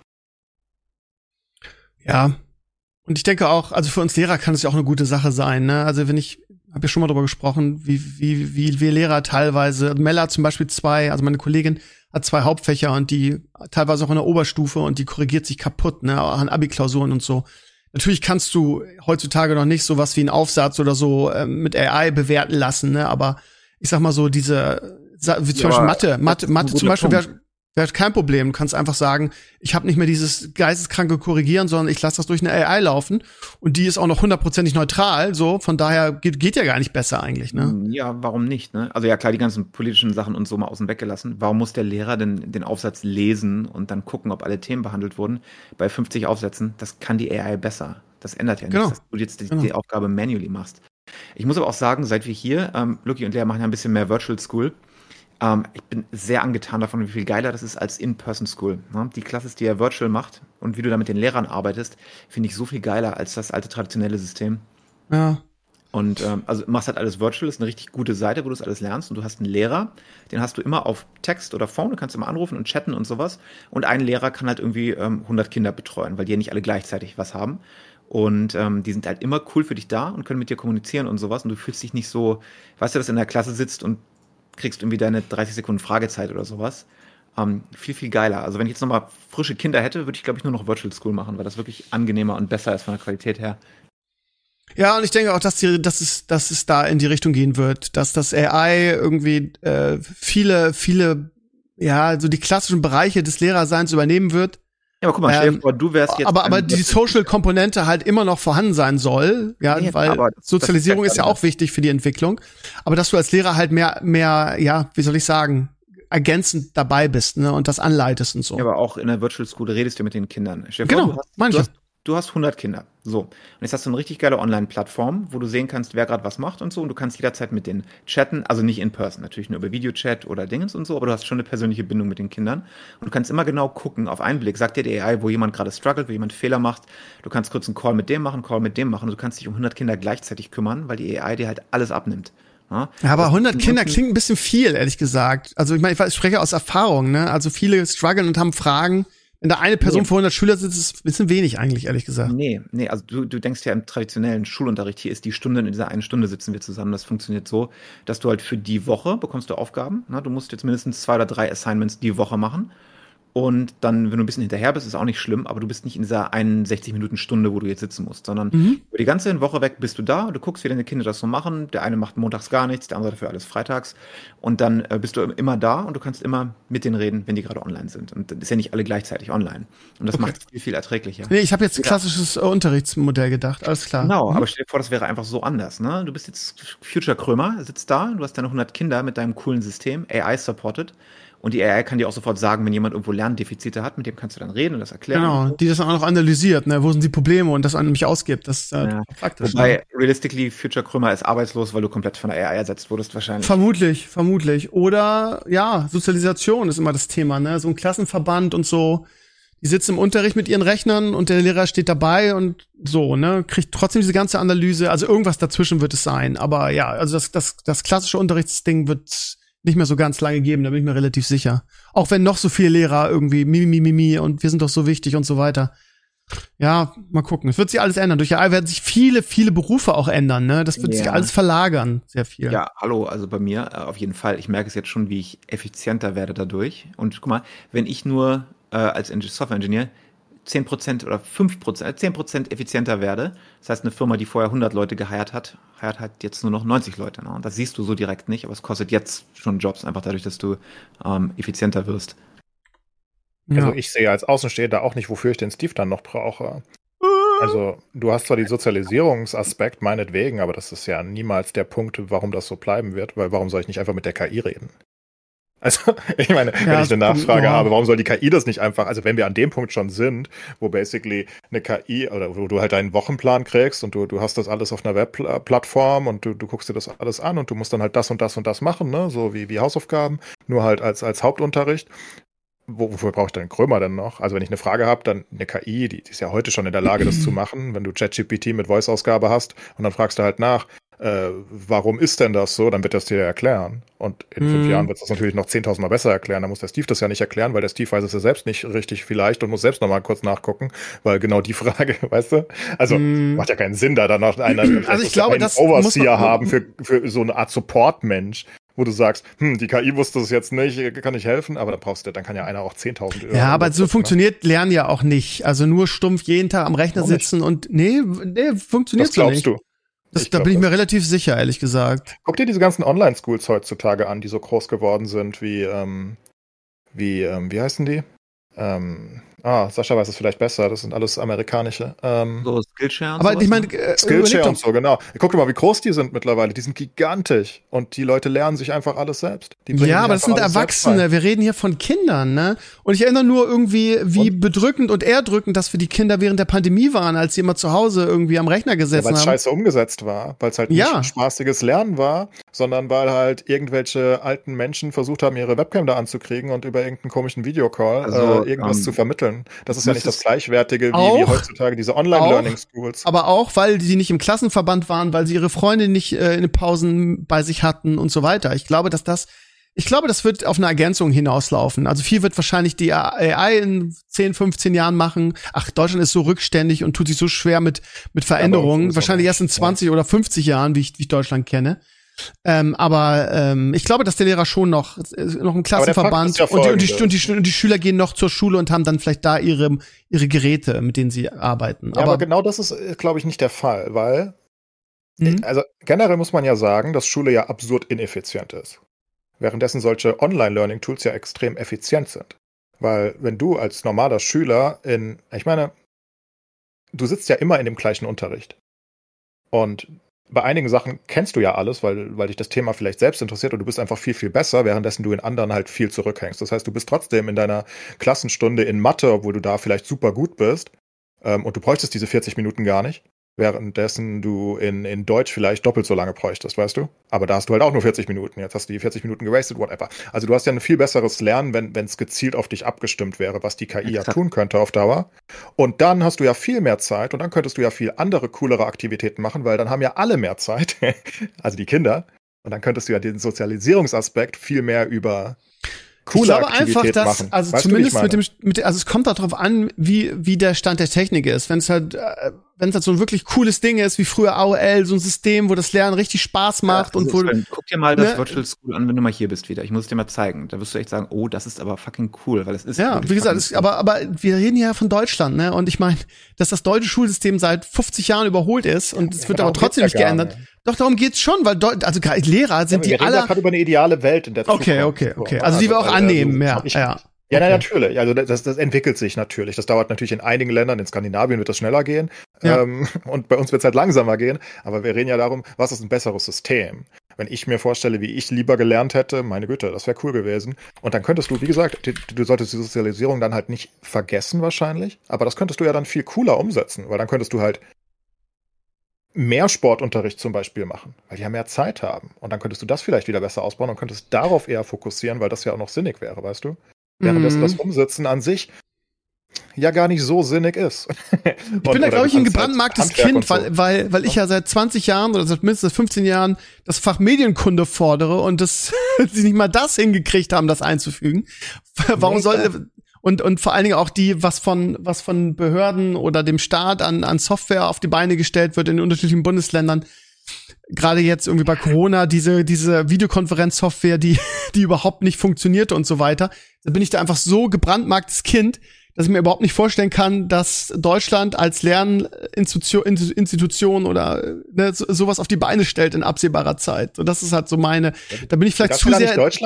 Ja, und ich denke auch, also für uns Lehrer kann es ja auch eine gute Sache sein, ne? Also habe ja schon mal drüber gesprochen, wie wir Lehrer teilweise, Mella zum Beispiel also meine Kollegin hat 2 Hauptfächer und die teilweise auch in der Oberstufe und die korrigiert sich kaputt, ne, an Abi-Klausuren und so. Natürlich kannst du heutzutage noch nicht sowas wie einen Aufsatz oder so mit AI bewerten lassen, ne, aber ich sag mal so wie zum Beispiel Mathe zum Beispiel wäre kein Problem. Du kannst einfach sagen, ich habe nicht mehr dieses geisteskranke Korrigieren, sondern ich lasse das durch eine AI laufen und die ist auch noch 100% neutral, so, von daher geht ja gar nicht besser eigentlich, ne? Ja, warum nicht, ne? Also ja, klar, die ganzen politischen Sachen und so mal außen weg gelassen. Warum muss der Lehrer denn den Aufsatz lesen und dann gucken, ob alle Themen behandelt wurden? Bei 50 Aufsätzen, das kann die AI besser. Das ändert ja nichts, dass du jetzt die Aufgabe manually machst. Ich muss aber auch sagen, seit wir hier, Lucky und Lea machen ja ein bisschen mehr Virtual School. Ich bin sehr angetan davon, wie viel geiler das ist als In-Person-School. Ne? Die Classes, die er virtual macht und wie du da mit den Lehrern arbeitest, finde ich so viel geiler als das alte traditionelle System. Ja. Und also machst halt alles virtual, ist eine richtig gute Seite, wo du es alles lernst und du hast einen Lehrer, den hast du immer auf Text oder Phone, du kannst immer anrufen und chatten und sowas und ein Lehrer kann halt irgendwie 100 Kinder betreuen, weil die ja nicht alle gleichzeitig was haben. Und die sind halt immer cool für dich da und können mit dir kommunizieren und sowas und du fühlst dich nicht so, weißt du, dass du in der Klasse sitzt und kriegst irgendwie deine 30 Sekunden Fragezeit oder sowas. Viel, viel geiler. Also wenn ich jetzt nochmal frische Kinder hätte, würde ich, glaube ich, nur noch Virtual School machen, weil das wirklich angenehmer und besser ist von der Qualität her. Ja, und ich denke auch, dass es da in die Richtung gehen wird, dass das AI irgendwie viele, ja, so die klassischen Bereiche des Lehrerseins übernehmen wird. Ja, aber guck mal, stell dir vor, du wärst jetzt. Aber die Social-Komponente halt immer noch vorhanden sein soll, ja, weil Sozialisierung ist ja auch wichtig für die Entwicklung. Aber dass du als Lehrer halt mehr, ja, wie soll ich sagen, ergänzend dabei bist, ne, und das anleitest und so. Ja, aber auch in der Virtual School redest du mit den Kindern. Stell dir vor, du hast 100 Kinder. So. Und jetzt hast du eine richtig geile Online-Plattform, wo du sehen kannst, wer gerade was macht und so. Und du kannst jederzeit mit denen chatten. Also nicht in person, natürlich nur über Videochat oder Dingens und so. Aber du hast schon eine persönliche Bindung mit den Kindern. Und du kannst immer genau gucken, auf einen Blick, sagt dir die AI, wo jemand gerade struggelt, wo jemand Fehler macht. Du kannst kurz einen Call mit dem machen, Call mit dem machen. Und du kannst dich um 100 Kinder gleichzeitig kümmern, weil die AI dir halt alles abnimmt. Ja, aber 100 Kinder klingt ein bisschen viel, ehrlich gesagt. Also ich meine, ich spreche aus Erfahrung, ne? Also viele strugglen und haben Fragen, Wenn da eine Person vor 100 Schüler sitzt, ist es ein bisschen wenig eigentlich, ehrlich gesagt. Nee, also du denkst ja im traditionellen Schulunterricht, hier ist die Stunde, in dieser einen Stunde sitzen wir zusammen. Das funktioniert so, dass du halt für die Woche bekommst du Aufgaben. Du musst jetzt mindestens 2 oder 3 Assignments die Woche machen. Und dann, wenn du ein bisschen hinterher bist, ist auch nicht schlimm, aber du bist nicht in dieser 61-Minuten-Stunde, wo du jetzt sitzen musst, sondern über die ganze Woche weg bist du da, du guckst, wie deine Kinder das so machen. Der eine macht montags gar nichts, der andere dafür alles freitags. Und dann bist du immer da und du kannst immer mit denen reden, wenn die gerade online sind. Und dann ist ja nicht alle gleichzeitig online. Und das macht es viel, viel erträglicher. Nee, ich habe jetzt ein klassisches Unterrichtsmodell gedacht, alles klar. Genau, aber stell dir vor, das wäre einfach so anders. Ne? Du bist jetzt Future Krömer, sitzt da, du hast deine 100 Kinder mit deinem coolen System, AI-supported. Und die AI kann dir auch sofort sagen, wenn jemand irgendwo Lerndefizite hat, mit dem kannst du dann reden und das erklären. Genau, die das auch noch analysiert, ne? Wo sind die Probleme und das an mich ausgibt. Das ist praktisch. Wobei, realistically, Future Krömer ist arbeitslos, weil du komplett von der AI ersetzt wurdest wahrscheinlich. Vermutlich. Oder, ja, Sozialisation ist immer das Thema, ne? So ein Klassenverband und so. Die sitzen im Unterricht mit ihren Rechnern und der Lehrer steht dabei und so, ne? Kriegt trotzdem diese ganze Analyse. Also irgendwas dazwischen wird es sein. Aber ja, also das klassische Unterrichtsding wird nicht mehr so ganz lange geben, da bin ich mir relativ sicher. Auch wenn noch so viele Lehrer irgendwie Mimi und wir sind doch so wichtig und so weiter. Ja, mal gucken. Es wird sich alles ändern. Durch AI werden sich viele, viele Berufe auch ändern, ne? Das wird sich alles verlagern, sehr viel. Ja, hallo, also bei mir auf jeden Fall. Ich merke es jetzt schon, wie ich effizienter werde dadurch. Und guck mal, wenn ich nur als Software-Engineer 10% oder 5%, 10% effizienter werde. Das heißt, eine Firma, die vorher 100 Leute geheiert hat jetzt nur noch 90 Leute. Ne? Und das siehst du so direkt nicht, aber es kostet jetzt schon Jobs, einfach dadurch, dass du effizienter wirst. Ja. Also ich sehe als Außenstehender auch nicht, wofür ich den Steve dann noch brauche. Also du hast zwar den Sozialisierungsaspekt, meinetwegen, aber das ist ja niemals der Punkt, warum das so bleiben wird, weil warum soll ich nicht einfach mit der KI reden? Also, ich meine, wenn ich eine Nachfrage habe, warum soll die KI das nicht einfach, also wenn wir an dem Punkt schon sind, wo basically eine KI, oder wo du halt deinen Wochenplan kriegst und du hast das alles auf einer Webplattform und du guckst dir das alles an und du musst dann halt das und das und das machen, ne, so wie Hausaufgaben, nur halt als Hauptunterricht. Wofür brauche ich denn Krömer denn noch? Also wenn ich eine Frage habe, dann eine KI, die ist ja heute schon in der Lage, das zu machen, wenn du ChatGPT mit Voice-Ausgabe hast und dann fragst du halt nach, warum ist denn das so? Dann wird das dir erklären. Und in 5 Jahren wird es das natürlich noch 10.000 Mal besser erklären. Dann muss der Steve das ja nicht erklären, weil der Steve weiß es ja selbst nicht richtig vielleicht und muss selbst nochmal kurz nachgucken, weil genau die Frage, weißt du? Also macht ja keinen Sinn, da dann noch einen also ich glaube, das Overseer haben für so eine Art Support-Mensch, wo du sagst, die KI wusste es jetzt nicht, kann ich helfen, aber dann kann ja einer auch 10.000 Euro. Ja, aber so funktioniert Lernen ja auch nicht. Also nur stumpf jeden Tag am Rechner sitzen und nee, funktioniert so nicht. Das glaubst du? Da bin ich mir relativ sicher, ehrlich gesagt. Guck dir diese ganzen Online-Schools heutzutage an, die so groß geworden sind, wie heißen die? Sascha weiß es vielleicht besser, das sind alles amerikanische. So Skillshare und aber ich meine, Skillshare und so, genau. Guck dir mal, wie groß die sind mittlerweile. Die sind gigantisch. Und die Leute lernen sich einfach alles selbst. Ja, aber das sind Erwachsene. Wir reden hier von Kindern, ne? Und ich erinnere nur irgendwie, wie bedrückend und erdrückend das für die Kinder während der Pandemie waren, als sie immer zu Hause irgendwie am Rechner gesessen haben. Weil es scheiße umgesetzt war. Weil es halt nicht ein spaßiges Lernen war, sondern weil halt irgendwelche alten Menschen versucht haben, ihre Webcam da anzukriegen und über irgendeinen komischen Videocall irgendwas zu vermitteln. Das ist ja nicht das Gleichwertige wie heutzutage diese Online-Learning-Schools. Aber auch, weil die nicht im Klassenverband waren, weil sie ihre Freunde nicht in den Pausen bei sich hatten und so weiter. Ich glaube, das wird auf eine Ergänzung hinauslaufen. Also viel wird wahrscheinlich die AI in 10, 15 Jahren machen. Ach, Deutschland ist so rückständig und tut sich so schwer mit Veränderungen. Wahrscheinlich erst in 20 oder 50 Jahren, wie ich Deutschland kenne. Ich glaube, dass der Lehrer schon noch im Klassenverband und die Schüler gehen noch zur Schule und haben dann vielleicht da ihre Geräte, mit denen sie arbeiten. Ja, aber genau das ist, glaube ich, nicht der Fall, weil also generell muss man ja sagen, dass Schule ja absurd ineffizient ist. Währenddessen solche Online-Learning-Tools ja extrem effizient sind. Weil wenn du als normaler Schüler ich meine, du sitzt ja immer in dem gleichen Unterricht. Und bei einigen Sachen kennst du ja alles, weil dich das Thema vielleicht selbst interessiert und du bist einfach viel, viel besser, währenddessen du in anderen halt viel zurückhängst. Das heißt, du bist trotzdem in deiner Klassenstunde in Mathe, obwohl du da vielleicht super gut bist und du bräuchtest diese 40 Minuten gar nicht, währenddessen du in Deutsch vielleicht doppelt so lange bräuchtest, weißt du? Aber da hast du halt auch nur 40 Minuten. Jetzt hast du die 40 Minuten gewastet, whatever. Also du hast ja ein viel besseres Lernen, wenn es gezielt auf dich abgestimmt wäre, was die KI ja tun könnte auf Dauer. Und dann hast du ja viel mehr Zeit und dann könntest du ja viel andere, coolere Aktivitäten machen, weil dann haben ja alle mehr Zeit, also die Kinder. Und dann könntest du ja den Sozialisierungsaspekt viel mehr über coole ich glaube Aktivität einfach, dass, machen. also Weißt zumindest du, wie ich meine? also es kommt darauf an, wie der Stand der Technik ist. Wenn es halt so ein wirklich cooles Ding ist, wie früher AOL, so ein System, wo das Lernen richtig Spaß macht und wo, guck dir mal das Virtual School an, wenn du mal hier bist wieder. Ich muss es dir mal zeigen. Da wirst du echt sagen, oh, das ist aber fucking cool, weil es ist. ja, wie gesagt, aber wir reden ja von Deutschland, ne? Und ich meine, dass das deutsche Schulsystem seit 50 Jahren überholt ist und es wird aber trotzdem nicht geändert. Doch, darum geht's schon, weil also Lehrer sind die alle. Wir reden gerade über eine ideale Welt in der Zukunft. Okay. Also die wir auch annehmen, ja. Ja, natürlich. Also das entwickelt sich natürlich. Das dauert natürlich in einigen Ländern. In Skandinavien wird das schneller gehen. Ja. Und bei uns wird es halt langsamer gehen. Aber wir reden ja darum, was ist ein besseres System? Wenn ich mir vorstelle, wie ich lieber gelernt hätte, meine Güte, das wäre cool gewesen. Und dann könntest du, wie gesagt, du solltest die Sozialisierung dann halt nicht vergessen wahrscheinlich. Aber das könntest du ja dann viel cooler umsetzen. Weil dann könntest du halt mehr Sportunterricht zum Beispiel machen, weil die ja mehr Zeit haben. Und dann könntest du das vielleicht wieder besser ausbauen und könntest darauf eher fokussieren, weil das ja auch noch sinnig wäre, weißt du? Währenddessen das Umsetzen an sich ja gar nicht so sinnig ist. Ich bin da, glaube ich, ein gebrandmarktes Kind, weil ich ja seit 20 Jahren oder seit mindestens 15 Jahren das Fach Medienkunde fordere und sie nicht mal das hingekriegt haben, das einzufügen. Warum soll und vor allen Dingen auch was von Behörden oder dem Staat an Software auf die Beine gestellt wird in den unterschiedlichen Bundesländern. Gerade jetzt irgendwie bei Corona, diese Videokonferenzsoftware, die überhaupt nicht funktionierte und so weiter. Da bin ich da einfach so gebrandmarktes Kind, dass ich mir überhaupt nicht vorstellen kann, dass Deutschland als Lerninstitution oder sowas auf die Beine stellt in absehbarer Zeit. Und das ist halt so da bin ich vielleicht zu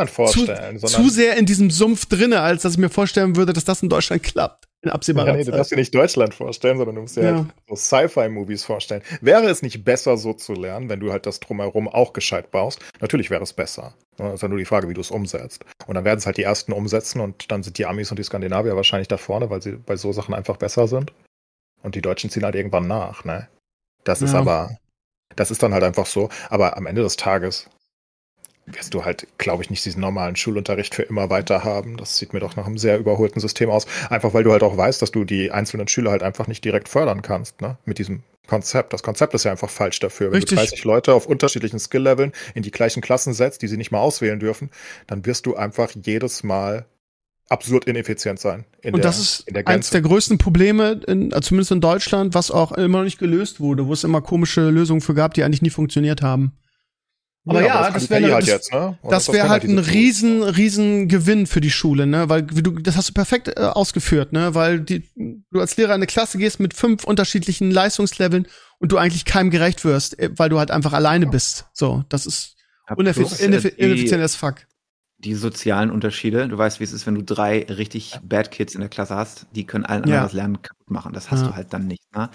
sehr in diesem Sumpf drinne, als dass ich mir vorstellen würde, dass das in Deutschland klappt. In absehbarer Zeit. Du darfst dir nicht Deutschland vorstellen, sondern du musst dir halt so Sci-Fi-Movies vorstellen. Wäre es nicht besser, so zu lernen, wenn du halt das Drumherum auch gescheit baust? Natürlich wäre es besser. Das ist ja nur die Frage, wie du es umsetzt. Und dann werden es halt die Ersten umsetzen und dann sind die Amis und die Skandinavier wahrscheinlich da vorne, weil sie bei so Sachen einfach besser sind. Und die Deutschen ziehen halt irgendwann nach, ne? Das ist dann halt einfach so. Aber am Ende des Tages wirst du halt, glaube ich, nicht diesen normalen Schulunterricht für immer weiter haben. Das sieht mir doch nach einem sehr überholten System aus. Einfach weil du halt auch weißt, dass du die einzelnen Schüler halt einfach nicht direkt fördern kannst, ne? Mit diesem Konzept. Das Konzept ist ja einfach falsch dafür. Wenn du 30 Leute auf unterschiedlichen Skill-Leveln in die gleichen Klassen setzt, die sie nicht mal auswählen dürfen, dann wirst du einfach jedes Mal absurd ineffizient sein. Und das ist eines der größten Probleme, zumindest in Deutschland, was auch immer noch nicht gelöst wurde, wo es immer komische Lösungen für gab, die eigentlich nie funktioniert haben. Aber das wäre halt halt ein riesen Gewinn für die Schule, ne? Weil das hast du perfekt ausgeführt, ne? Weil du als Lehrer in eine Klasse gehst mit 5 unterschiedlichen Leistungsleveln und du eigentlich keinem gerecht wirst, weil du halt einfach alleine bist. So, das ist ineffizient as fuck. Die sozialen Unterschiede, du weißt, wie es ist, wenn du 3 richtig Bad Kids in der Klasse hast, die können allen anderen das Lernen kaputt machen. Das hast du halt dann nicht, ne?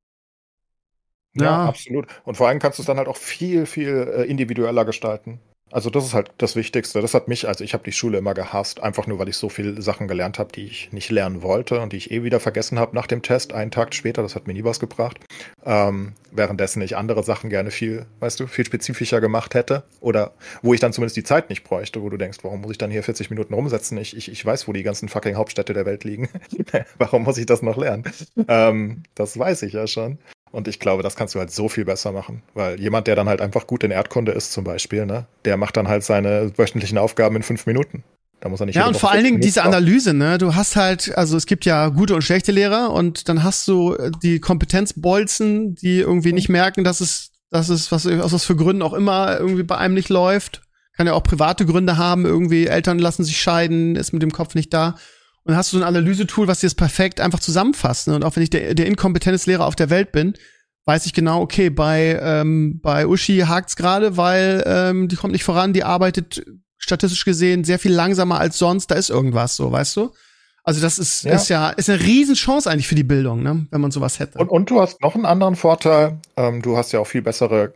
Ja, absolut. Und vor allem kannst du es dann halt auch viel, viel individueller gestalten. Also das ist halt das Wichtigste. Das hat mich, also ich habe die Schule immer gehasst, einfach nur, weil ich so viele Sachen gelernt habe, die ich nicht lernen wollte und die ich wieder vergessen habe nach dem Test, einen Tag später. Das hat mir nie was gebracht. Währenddessen ich andere Sachen gerne viel spezifischer gemacht hätte. Oder wo ich dann zumindest die Zeit nicht bräuchte, wo du denkst, warum muss ich dann hier 40 Minuten rumsetzen? Ich weiß, wo die ganzen fucking Hauptstädte der Welt liegen. Warum muss ich das noch lernen? Das weiß ich ja schon. Und ich glaube, das kannst du halt so viel besser machen. Weil jemand, der dann halt einfach gut in Erdkunde ist zum Beispiel, ne, der macht dann halt seine wöchentlichen Aufgaben in 5 Minuten. Da muss er nicht. Ja, und vor allen Dingen diese Analyse, ne? Du hast halt, also es gibt ja gute und schlechte Lehrer und dann hast du die Kompetenzbolzen, die irgendwie nicht merken, dass es aus was für Gründen auch immer irgendwie bei einem nicht läuft. Kann ja auch private Gründe haben, irgendwie Eltern lassen sich scheiden, ist mit dem Kopf nicht da. Und dann hast du so ein Analysetool, was dir das perfekt einfach zusammenfasst. Ne? Und auch wenn ich der inkompetenteste Lehrer auf der Welt bin, weiß ich genau, okay, bei Uschi hakt's gerade, weil die kommt nicht voran, die arbeitet statistisch gesehen sehr viel langsamer als sonst, da ist irgendwas so, weißt du? Also das ist eine Riesenchance eigentlich für die Bildung, ne? Wenn man sowas hätte. Und du hast noch einen anderen Vorteil, du hast ja auch viel bessere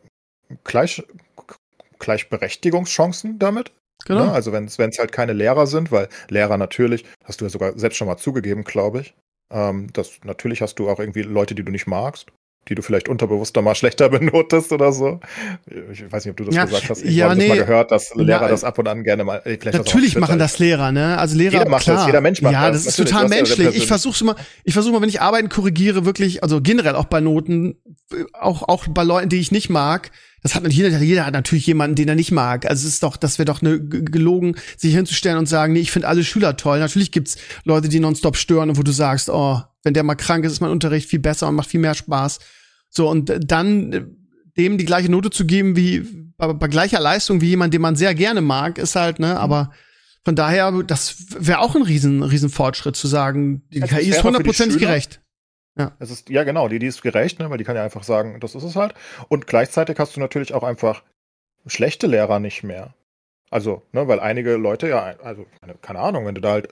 Gleichberechtigungschancen damit. Genau. Ne? Also wenn es halt keine Lehrer sind, weil Lehrer natürlich, hast du ja sogar selbst schon mal zugegeben, glaube ich, natürlich hast du auch irgendwie Leute, die du nicht magst, die du vielleicht unterbewusster mal schlechter benotest oder so. Ich weiß nicht, ob du das gesagt hast. Ich habe das mal gehört, dass Lehrer das ab und an gerne mal. Natürlich machen das Lehrer, ne? Also Lehrer, jeder macht das, jeder Mensch macht das. Ja, das ist total menschlich. Ich versuche mal, wenn ich Arbeiten korrigiere, wirklich, also generell auch bei Noten, auch bei Leuten, die ich nicht mag, das hat jeder hat natürlich jemanden, den er nicht mag. Also das wäre doch gelogen, sich hinzustellen und sagen, nee, ich finde alle Schüler toll. Natürlich gibt's Leute, die nonstop stören und wo du sagst, oh, wenn der mal krank ist, ist mein Unterricht viel besser und macht viel mehr Spaß. So, und dann dem die gleiche Note zu geben wie bei gleicher Leistung wie jemand, den man sehr gerne mag, ist halt, ne, aber von daher, das wäre auch ein riesen Fortschritt zu sagen, die KI ist 100% gerecht. Ja. Es ist, ja genau, die ist gerecht, ne, weil die kann ja einfach sagen, das ist es halt. Und gleichzeitig hast du natürlich auch einfach schlechte Lehrer nicht mehr. Also, ne, weil einige Leute ja, also, keine Ahnung, wenn du da halt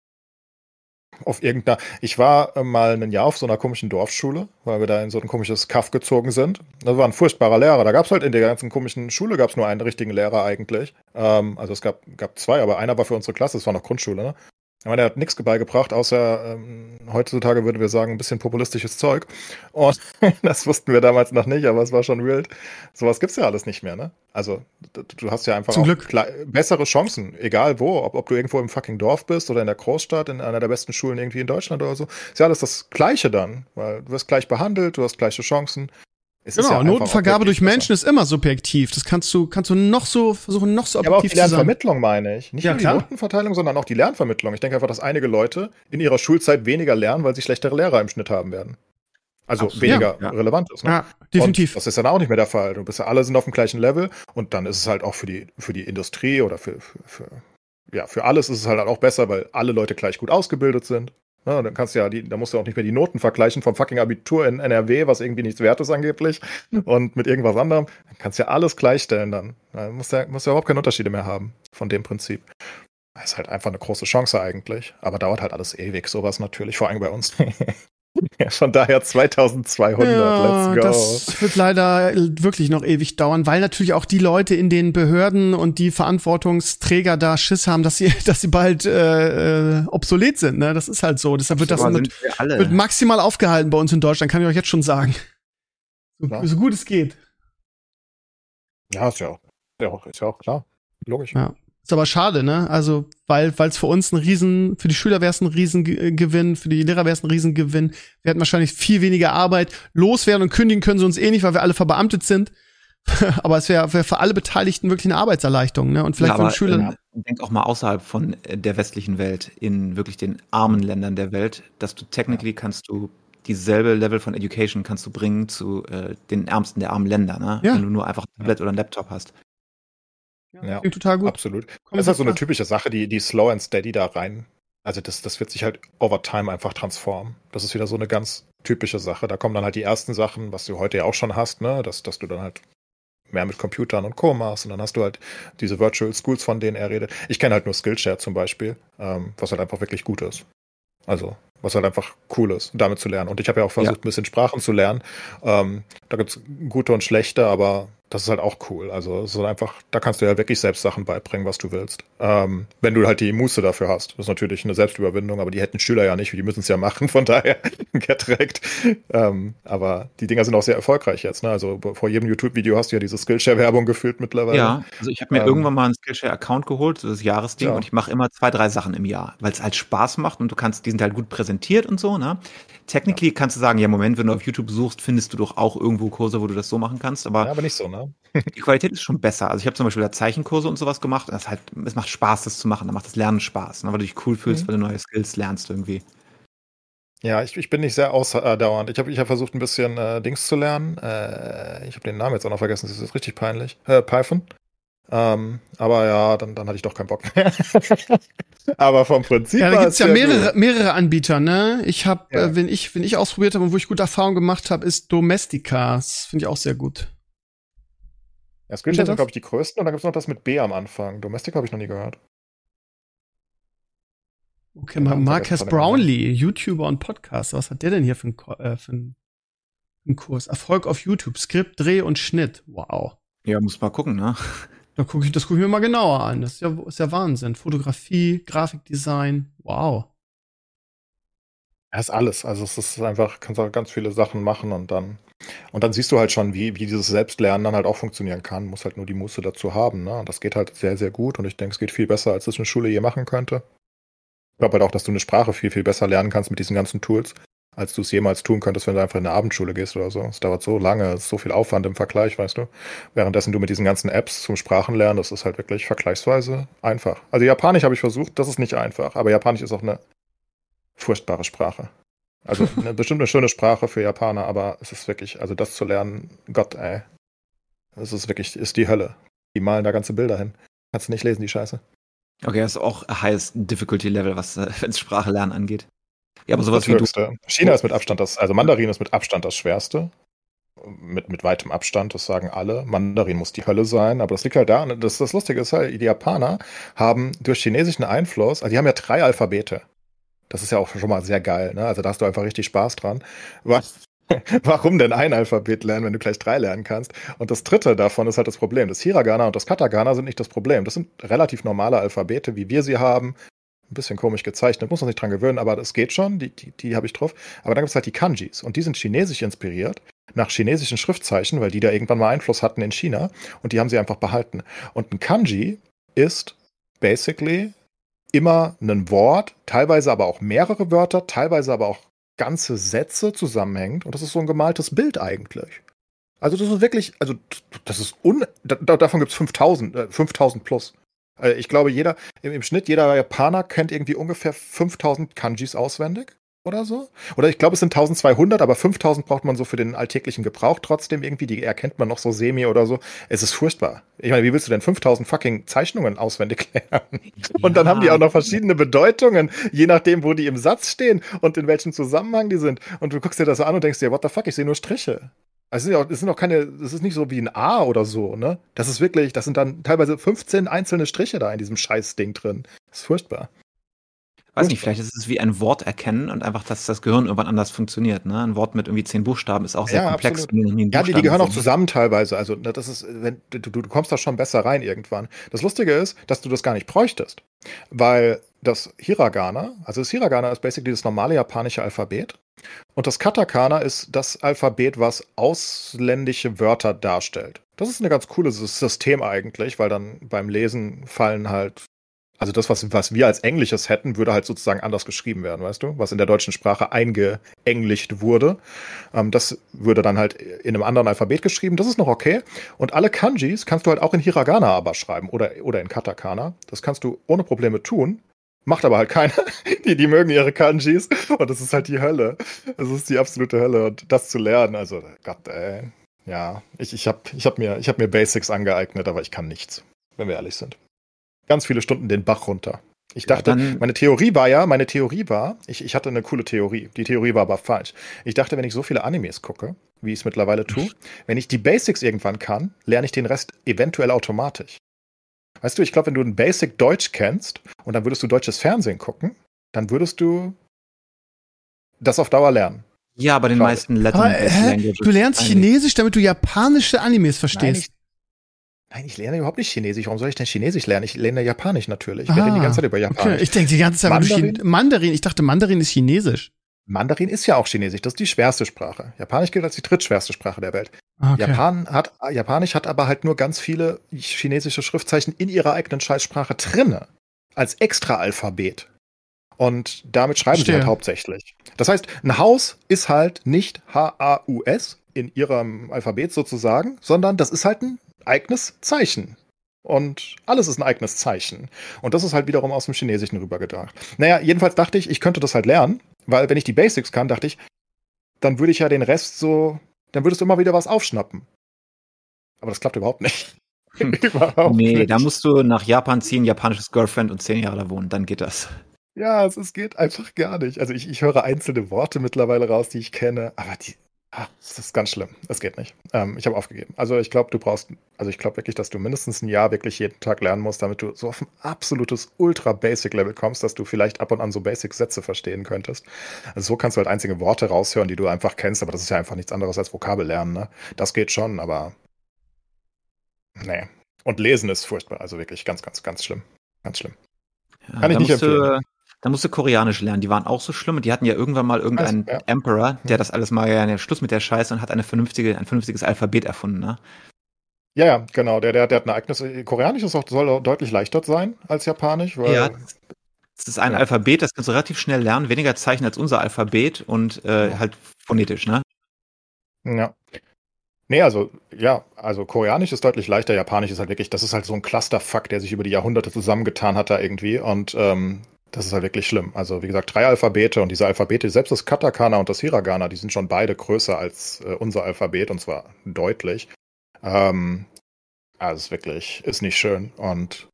auf irgendeiner, ich war mal ein Jahr auf so einer komischen Dorfschule, weil wir da in so ein komisches Kaff gezogen sind. Das war ein furchtbarer Lehrer. Da gab es halt in der ganzen komischen Schule gab es nur einen richtigen Lehrer eigentlich. Also es gab zwei, aber einer war für unsere Klasse, das war noch Grundschule, ne? Aber der hat nichts beigebracht, außer heutzutage würden wir sagen, ein bisschen populistisches Zeug. Und das wussten wir damals noch nicht, aber es war schon wild. Sowas gibt's ja alles nicht mehr, ne? Also du hast ja einfach Zum Glück bessere Chancen, egal wo, ob du irgendwo im fucking Dorf bist oder in der Großstadt, in einer der besten Schulen irgendwie in Deutschland oder so. Ist ja alles das Gleiche dann, weil du wirst gleich behandelt, du hast gleiche Chancen. Genau, Notenvergabe durch Menschen ist immer subjektiv. Das kannst du noch so versuchen, noch so objektiv zu sein. Aber auch die Lernvermittlung meine ich. Nicht ja, nur die Notenverteilung, sondern auch die Lernvermittlung. Ich denke einfach, dass einige Leute in ihrer Schulzeit weniger lernen, weil sie schlechtere Lehrer im Schnitt haben werden. Also absolut, weniger relevant ist. Ne? Ja, definitiv. Und das ist dann auch nicht mehr der Fall. Alle sind auf dem gleichen Level und dann ist es halt auch für die Industrie oder für alles ist es halt auch besser, weil alle Leute gleich gut ausgebildet sind. Ja, dann kannst du ja da musst du auch nicht mehr die Noten vergleichen vom fucking Abitur in NRW, was irgendwie nichts wert ist angeblich, und mit irgendwas anderem. Dann kannst du ja alles gleichstellen dann. Da musst du ja überhaupt keine Unterschiede mehr haben von dem Prinzip. Das ist halt einfach eine große Chance eigentlich. Aber dauert halt alles ewig, sowas natürlich, vor allem bei uns. Ja, von daher 2200, ja, let's go. Das wird leider wirklich noch ewig dauern, weil natürlich auch die Leute in den Behörden und die Verantwortungsträger da Schiss haben, dass sie bald obsolet sind. Ne? Das ist halt so. Deshalb wird das wird maximal aufgehalten bei uns in Deutschland, kann ich euch jetzt schon sagen. So gut es geht. Ja, ist ja auch klar. Logisch. Ja. Ist aber schade, ne? Also, weil es für uns für die Schüler wäre es ein Riesengewinn, für die Lehrer wäre es ein Riesengewinn. Wir hätten wahrscheinlich viel weniger Arbeit. Loswerden und kündigen können sie uns eh nicht, weil wir alle verbeamtet sind. Aber es wäre für alle Beteiligten wirklich eine Arbeitserleichterung, ne? Und vielleicht für die Schüler. Denk auch mal außerhalb von der westlichen Welt, in wirklich den armen Ländern der Welt, dass du kannst du dieselbe Level von Education kannst du bringen zu den Ärmsten der armen Länder, ne? Ja. Wenn du nur einfach ein Tablet oder ein Laptop hast. Ja, klingt total gut. Absolut. Das ist halt so eine typische Sache, die slow and steady da rein. Also das wird sich halt over time einfach transformen. Das ist wieder so eine ganz typische Sache. Da kommen dann halt die ersten Sachen, was du heute ja auch schon hast, ne, dass du dann halt mehr mit Computern und Co. machst und dann hast du halt diese Virtual Schools, von denen er redet. Ich kenne halt nur Skillshare zum Beispiel, was halt einfach wirklich gut ist. Also was halt einfach cool ist, damit zu lernen. Und ich habe ja auch versucht, ein bisschen Sprachen zu lernen. Da gibt's gute und schlechte, aber das ist halt auch cool. Also es ist halt einfach, da kannst du ja wirklich selbst Sachen beibringen, was du willst. Wenn du halt die Muße dafür hast. Das ist natürlich eine Selbstüberwindung, aber die hätten Schüler ja nicht, die müssen es ja machen, von daher direkt. Aber die Dinger sind auch sehr erfolgreich jetzt. Ne? Also vor jedem YouTube-Video hast du ja diese Skillshare-Werbung gefühlt mittlerweile. Ja, also ich habe mir irgendwann mal einen Skillshare-Account geholt, das Jahresding, und ich mache immer 2-3 Sachen im Jahr, weil es halt Spaß macht und die sind halt gut präsentiert und so, ne? Technically kannst du sagen, ja, Moment, wenn du auf YouTube suchst, findest du doch auch irgendwo Kurse, wo du das so machen kannst, aber nicht so, ne? Die Qualität ist schon besser. Also ich habe zum Beispiel da Zeichenkurse und sowas gemacht. Es macht Spaß, das zu machen. Da macht das Lernen Spaß, ne? Weil du dich cool fühlst, weil du neue Skills lernst irgendwie. Ja, ich bin nicht sehr ausdauernd. Ich hab versucht, ein bisschen Dings zu lernen. Ich habe den Namen jetzt auch noch vergessen, das ist richtig peinlich. Python. Aber ja, dann hatte ich doch keinen Bock mehr. Aber vom Prinzip. Ja, da gibt's ja mehrere Anbieter, ne? Ich habe, wenn ich ausprobiert habe und wo ich gute Erfahrungen gemacht habe, ist Domestika. Das finde ich auch sehr gut. Ja, Skillshare sind, glaube ich, die größten. Und dann gibt's noch das mit B am Anfang. Domestika habe ich noch nie gehört. Okay, Marcus Brownlee, YouTuber und Podcaster. Was hat der denn hier für einen Kurs? Erfolg auf YouTube, Skript, Dreh und Schnitt. Wow. Ja, muss mal gucken, ne? Das guck ich mir mal genauer an. Das ist ja Wahnsinn. Fotografie, Grafikdesign. Wow. Das ist alles. Also es ist einfach, kannst auch ganz viele Sachen machen und dann siehst du halt schon, wie dieses Selbstlernen dann halt auch funktionieren kann. Muss halt nur die Muße dazu haben. Ne? Und das geht halt sehr, sehr gut. Und ich denke, es geht viel besser, als es eine Schule je machen könnte. Ich glaube halt auch, dass du eine Sprache viel, viel besser lernen kannst mit diesen ganzen Tools, als du es jemals tun könntest, wenn du einfach in eine Abendschule gehst oder so. Es dauert so lange, es ist so viel Aufwand im Vergleich, weißt du. Währenddessen du mit diesen ganzen Apps zum Sprachenlernen, das ist halt wirklich vergleichsweise einfach. Also Japanisch habe ich versucht, das ist nicht einfach, aber Japanisch ist auch eine furchtbare Sprache. Also bestimmt eine schöne Sprache für Japaner, aber es ist wirklich, also das zu lernen, Gott, ey. Das ist wirklich, ist die Hölle. Die malen da ganze Bilder hin. Kannst du nicht lesen, die Scheiße. Okay, das ist auch Highest Difficulty Level, was wenn's Sprachlernen angeht. Ja, aber sowas wie du. China ist mit Abstand also Mandarin ist mit Abstand das Schwerste. Mit weitem Abstand, das sagen alle. Mandarin muss die Hölle sein, aber das liegt halt daran, das Lustige ist halt, die Japaner haben durch chinesischen Einfluss, also die haben ja 3 Alphabete. Das ist ja auch schon mal sehr geil, ne? Also da hast du einfach richtig Spaß dran. Warum denn ein Alphabet lernen, wenn du gleich 3 lernen kannst? Und das 3. davon ist halt das Problem. Das Hiragana und das Katakana sind nicht das Problem. Das sind relativ normale Alphabete, wie wir sie haben. Ein bisschen komisch gezeichnet, muss man sich dran gewöhnen, aber das geht schon, die habe ich drauf. Aber dann gibt es halt die Kanjis und die sind chinesisch inspiriert, nach chinesischen Schriftzeichen, weil die da irgendwann mal Einfluss hatten in China und die haben sie einfach behalten. Und ein Kanji ist basically immer ein Wort, teilweise aber auch mehrere Wörter, teilweise aber auch ganze Sätze zusammenhängt und das ist so ein gemaltes Bild eigentlich. Also das ist wirklich, also das ist davon gibt es 5000 plus. Ich glaube, im Schnitt, jeder Japaner kennt irgendwie ungefähr 5000 Kanjis auswendig oder so. Oder ich glaube, es sind 1200, aber 5000 braucht man so für den alltäglichen Gebrauch trotzdem irgendwie. Die erkennt man noch so semi oder so. Es ist furchtbar. Ich meine, wie willst du denn 5000 fucking Zeichnungen auswendig lernen? Und dann haben die auch noch verschiedene Bedeutungen, je nachdem, wo die im Satz stehen und in welchem Zusammenhang die sind. Und du guckst dir das an und denkst dir, what the fuck, ich sehe nur Striche. Es sind auch keine, es ist nicht so wie ein A oder so, ne? Das ist wirklich, das sind dann teilweise 15 einzelne Striche da in diesem Scheißding drin. Das ist furchtbar. Weiß nicht, vielleicht ist es wie ein Wort erkennen und einfach, dass das Gehirn irgendwann anders funktioniert. Ne? Ein Wort mit irgendwie 10 Buchstaben ist auch sehr komplex. Ja, die gehören auch zusammen teilweise. Also das ist, wenn du kommst da schon besser rein irgendwann. Das Lustige ist, dass du das gar nicht bräuchtest, weil das Hiragana ist basically das normale japanische Alphabet und das Katakana ist das Alphabet, was ausländische Wörter darstellt. Das ist ein ganz cooles System eigentlich, weil dann beim Lesen fallen halt, also das, was wir als Englisches hätten, würde halt sozusagen anders geschrieben werden, weißt du? Was in der deutschen Sprache eingeenglicht wurde. Das würde dann halt in einem anderen Alphabet geschrieben. Das ist noch okay. Und alle Kanjis kannst du halt auch in Hiragana aber schreiben oder in Katakana. Das kannst du ohne Probleme tun. Macht aber halt keiner. Die mögen ihre Kanjis. Und das ist halt die Hölle. Das ist die absolute Hölle. Und das zu lernen, also Gott, ey. Ja, ich hab mir Basics angeeignet, aber ich kann nichts, wenn wir ehrlich sind. Ganz viele Stunden den Bach runter. Ich dachte, meine Theorie war, ich hatte eine coole Theorie. Die Theorie war aber falsch. Ich dachte, wenn ich so viele Animes gucke, wie ich es mittlerweile tue, wenn ich die Basics irgendwann kann, lerne ich den Rest eventuell automatisch. Weißt du, ich glaube, wenn du ein Basic Deutsch kennst und dann würdest du deutsches Fernsehen gucken, dann würdest du das auf Dauer lernen. Ja, bei den meisten Latin Languages. Du lernst Chinesisch, damit du japanische Animes verstehst. Nein, ich lerne überhaupt nicht Chinesisch. Warum soll ich denn Chinesisch lernen? Ich lerne Japanisch natürlich. Wir reden die ganze Zeit über Japanisch. Okay. Ich denke die ganze Zeit Mandarin. Ich dachte, Mandarin ist Chinesisch. Mandarin ist ja auch Chinesisch. Das ist die schwerste Sprache. Japanisch gilt als die drittschwerste Sprache der Welt. Okay. Japanisch hat aber halt nur ganz viele chinesische Schriftzeichen in ihrer eigenen Scheißsprache drinne. Als Extra-Alphabet. Und damit schreiben sie halt hauptsächlich. Das heißt, ein Haus ist halt nicht H-A-U-S in ihrem Alphabet sozusagen, sondern das ist halt ein eigenes Zeichen. Und alles ist ein eigenes Zeichen. Und das ist halt wiederum aus dem Chinesischen rübergedacht. Naja, jedenfalls dachte ich könnte das halt lernen, weil wenn ich die Basics kann, dachte ich, dann würde ich ja den Rest dann würdest du immer wieder was aufschnappen. Aber das klappt überhaupt nicht. Überhaupt nicht. Da musst du nach Japan ziehen, japanisches Girlfriend und 10 Jahre da wohnen, dann geht das. Ja, es geht einfach gar nicht. Also ich höre einzelne Worte mittlerweile raus, die ich kenne, aber das ist ganz schlimm. Es geht nicht. Ich habe aufgegeben. Also ich glaube wirklich, dass du mindestens ein Jahr wirklich jeden Tag lernen musst, damit du so auf ein absolutes Ultra-Basic-Level kommst, dass du vielleicht ab und an so Basic-Sätze verstehen könntest. Also so kannst du halt einzige Worte raushören, die du einfach kennst, aber das ist ja einfach nichts anderes als Vokabel lernen, ne? Das geht schon, aber nee. Und lesen ist furchtbar. Also wirklich ganz, ganz, ganz schlimm. Ganz schlimm. Ja, kann ich nicht empfehlen. Da musst du Koreanisch lernen. Die waren auch so schlimm und die hatten ja irgendwann mal irgendeinen Emperor, der das alles mal, ja, Schluss mit der Scheiße und hat ein vernünftiges Alphabet erfunden, ne? Ja, genau. Der hat ein eigenes. Koreanisch soll deutlich leichter sein als Japanisch, weil Es ist ein Alphabet, das kannst du relativ schnell lernen, weniger Zeichen als unser Alphabet und halt phonetisch, ne? Ja. Nee, also Koreanisch ist deutlich leichter, Japanisch ist halt wirklich, das ist halt so ein Clusterfuck, der sich über die Jahrhunderte zusammengetan hat da irgendwie und das ist halt wirklich schlimm. Also wie gesagt, 3 Alphabete und diese Alphabete, selbst das Katakana und das Hiragana, die sind schon beide größer als unser Alphabet und zwar deutlich. Also es ist wirklich, ist nicht schön und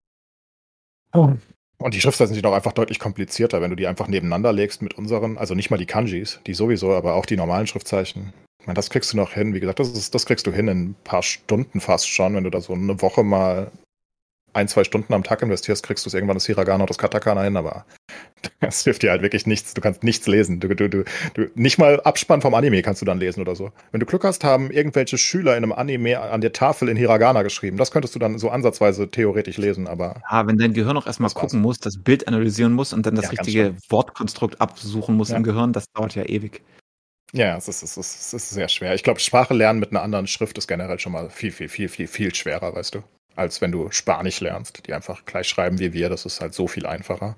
die Schriftzeichen sind auch einfach deutlich komplizierter, wenn du die einfach nebeneinander legst mit unseren, also nicht mal die Kanjis, die sowieso, aber auch die normalen Schriftzeichen. Ich meine, das kriegst du noch hin. Wie gesagt, das kriegst du hin in ein paar Stunden fast schon. Wenn du da so eine Woche mal 1-2 Stunden am Tag investierst, kriegst du es irgendwann das Hiragana und das Katakana hin, aber das hilft dir halt wirklich nichts. Du kannst nichts lesen. Du nicht mal Abspann vom Anime kannst du dann lesen oder so. Wenn du Glück hast, haben irgendwelche Schüler in einem Anime an der Tafel in Hiragana geschrieben. Das könntest du dann so ansatzweise theoretisch lesen, aber. Ja, wenn dein Gehirn auch erstmal gucken muss, das Bild analysieren muss und dann das richtige Wortkonstrukt absuchen muss im Gehirn, das dauert ja ewig. Ja, es ist sehr schwer. Ich glaube, Sprache lernen mit einer anderen Schrift ist generell schon mal viel, viel, viel, viel, viel schwerer, weißt du, als wenn du Spanisch lernst, die einfach gleich schreiben wie wir. Das ist halt so viel einfacher.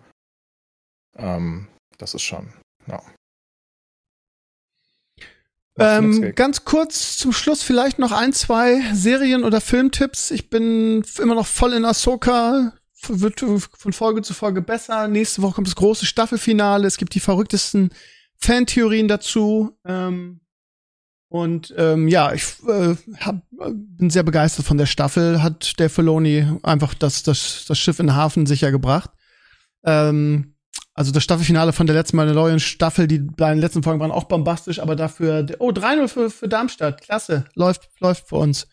Das ist schon, ja. Ganz kurz zum Schluss vielleicht noch 1-2 Serien- oder Filmtipps. Ich bin immer noch voll in Ahsoka, wird von Folge zu Folge besser. Nächste Woche kommt das große Staffelfinale. Es gibt die verrücktesten Fantheorien dazu. Ich bin sehr begeistert von der Staffel. Hat der Filoni einfach das Schiff in den Hafen sicher gebracht. Also das Staffelfinale von der letzten Mandalorian-Staffel, die beiden letzten Folgen waren auch bombastisch, aber dafür 3-0 für Darmstadt. Klasse. Läuft für uns.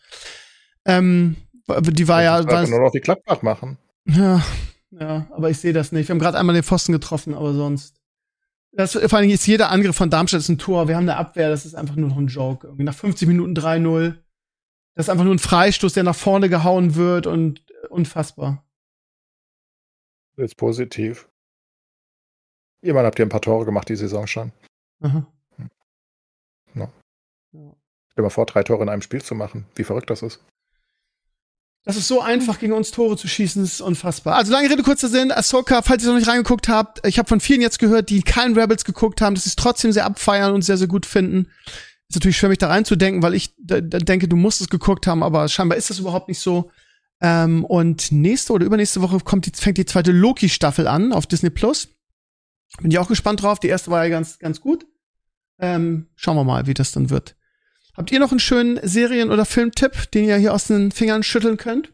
Die war ja. Nur noch die Klappbach machen. Ja, aber ich sehe das nicht. Wir haben gerade einmal den Pfosten getroffen, aber sonst. Vor allem ist jeder Angriff von Darmstadt ist ein Tor. Wir haben eine Abwehr, das ist einfach nur noch ein Joke. Irgendwie nach 50 Minuten 3-0. Das ist einfach nur ein Freistoß, der nach vorne gehauen wird und unfassbar. Jetzt positiv. Immerhin habt ihr ein paar Tore gemacht die Saison schon. Aha. Ja. Stell dir mal vor, 3 Tore in einem Spiel zu machen. Wie verrückt das ist. Das ist so einfach, gegen uns Tore zu schießen, das ist unfassbar. Also lange Rede, kurzer Sinn, Ahsoka, falls ihr noch nicht reingeguckt habt, ich habe von vielen jetzt gehört, die keinen Rebels geguckt haben, dass sie es trotzdem sehr abfeiern und sehr, sehr gut finden. Ist natürlich schwer, mich da reinzudenken, weil ich denke, du musst es geguckt haben, aber scheinbar ist das überhaupt nicht so. Und nächste oder übernächste Woche fängt die zweite Loki-Staffel an auf Disney+. Bin ich auch gespannt drauf. Die erste war ja ganz, ganz gut. Schauen wir mal, wie das dann wird. Habt ihr noch einen schönen Serien- oder Filmtipp, den ihr hier aus den Fingern schütteln könnt?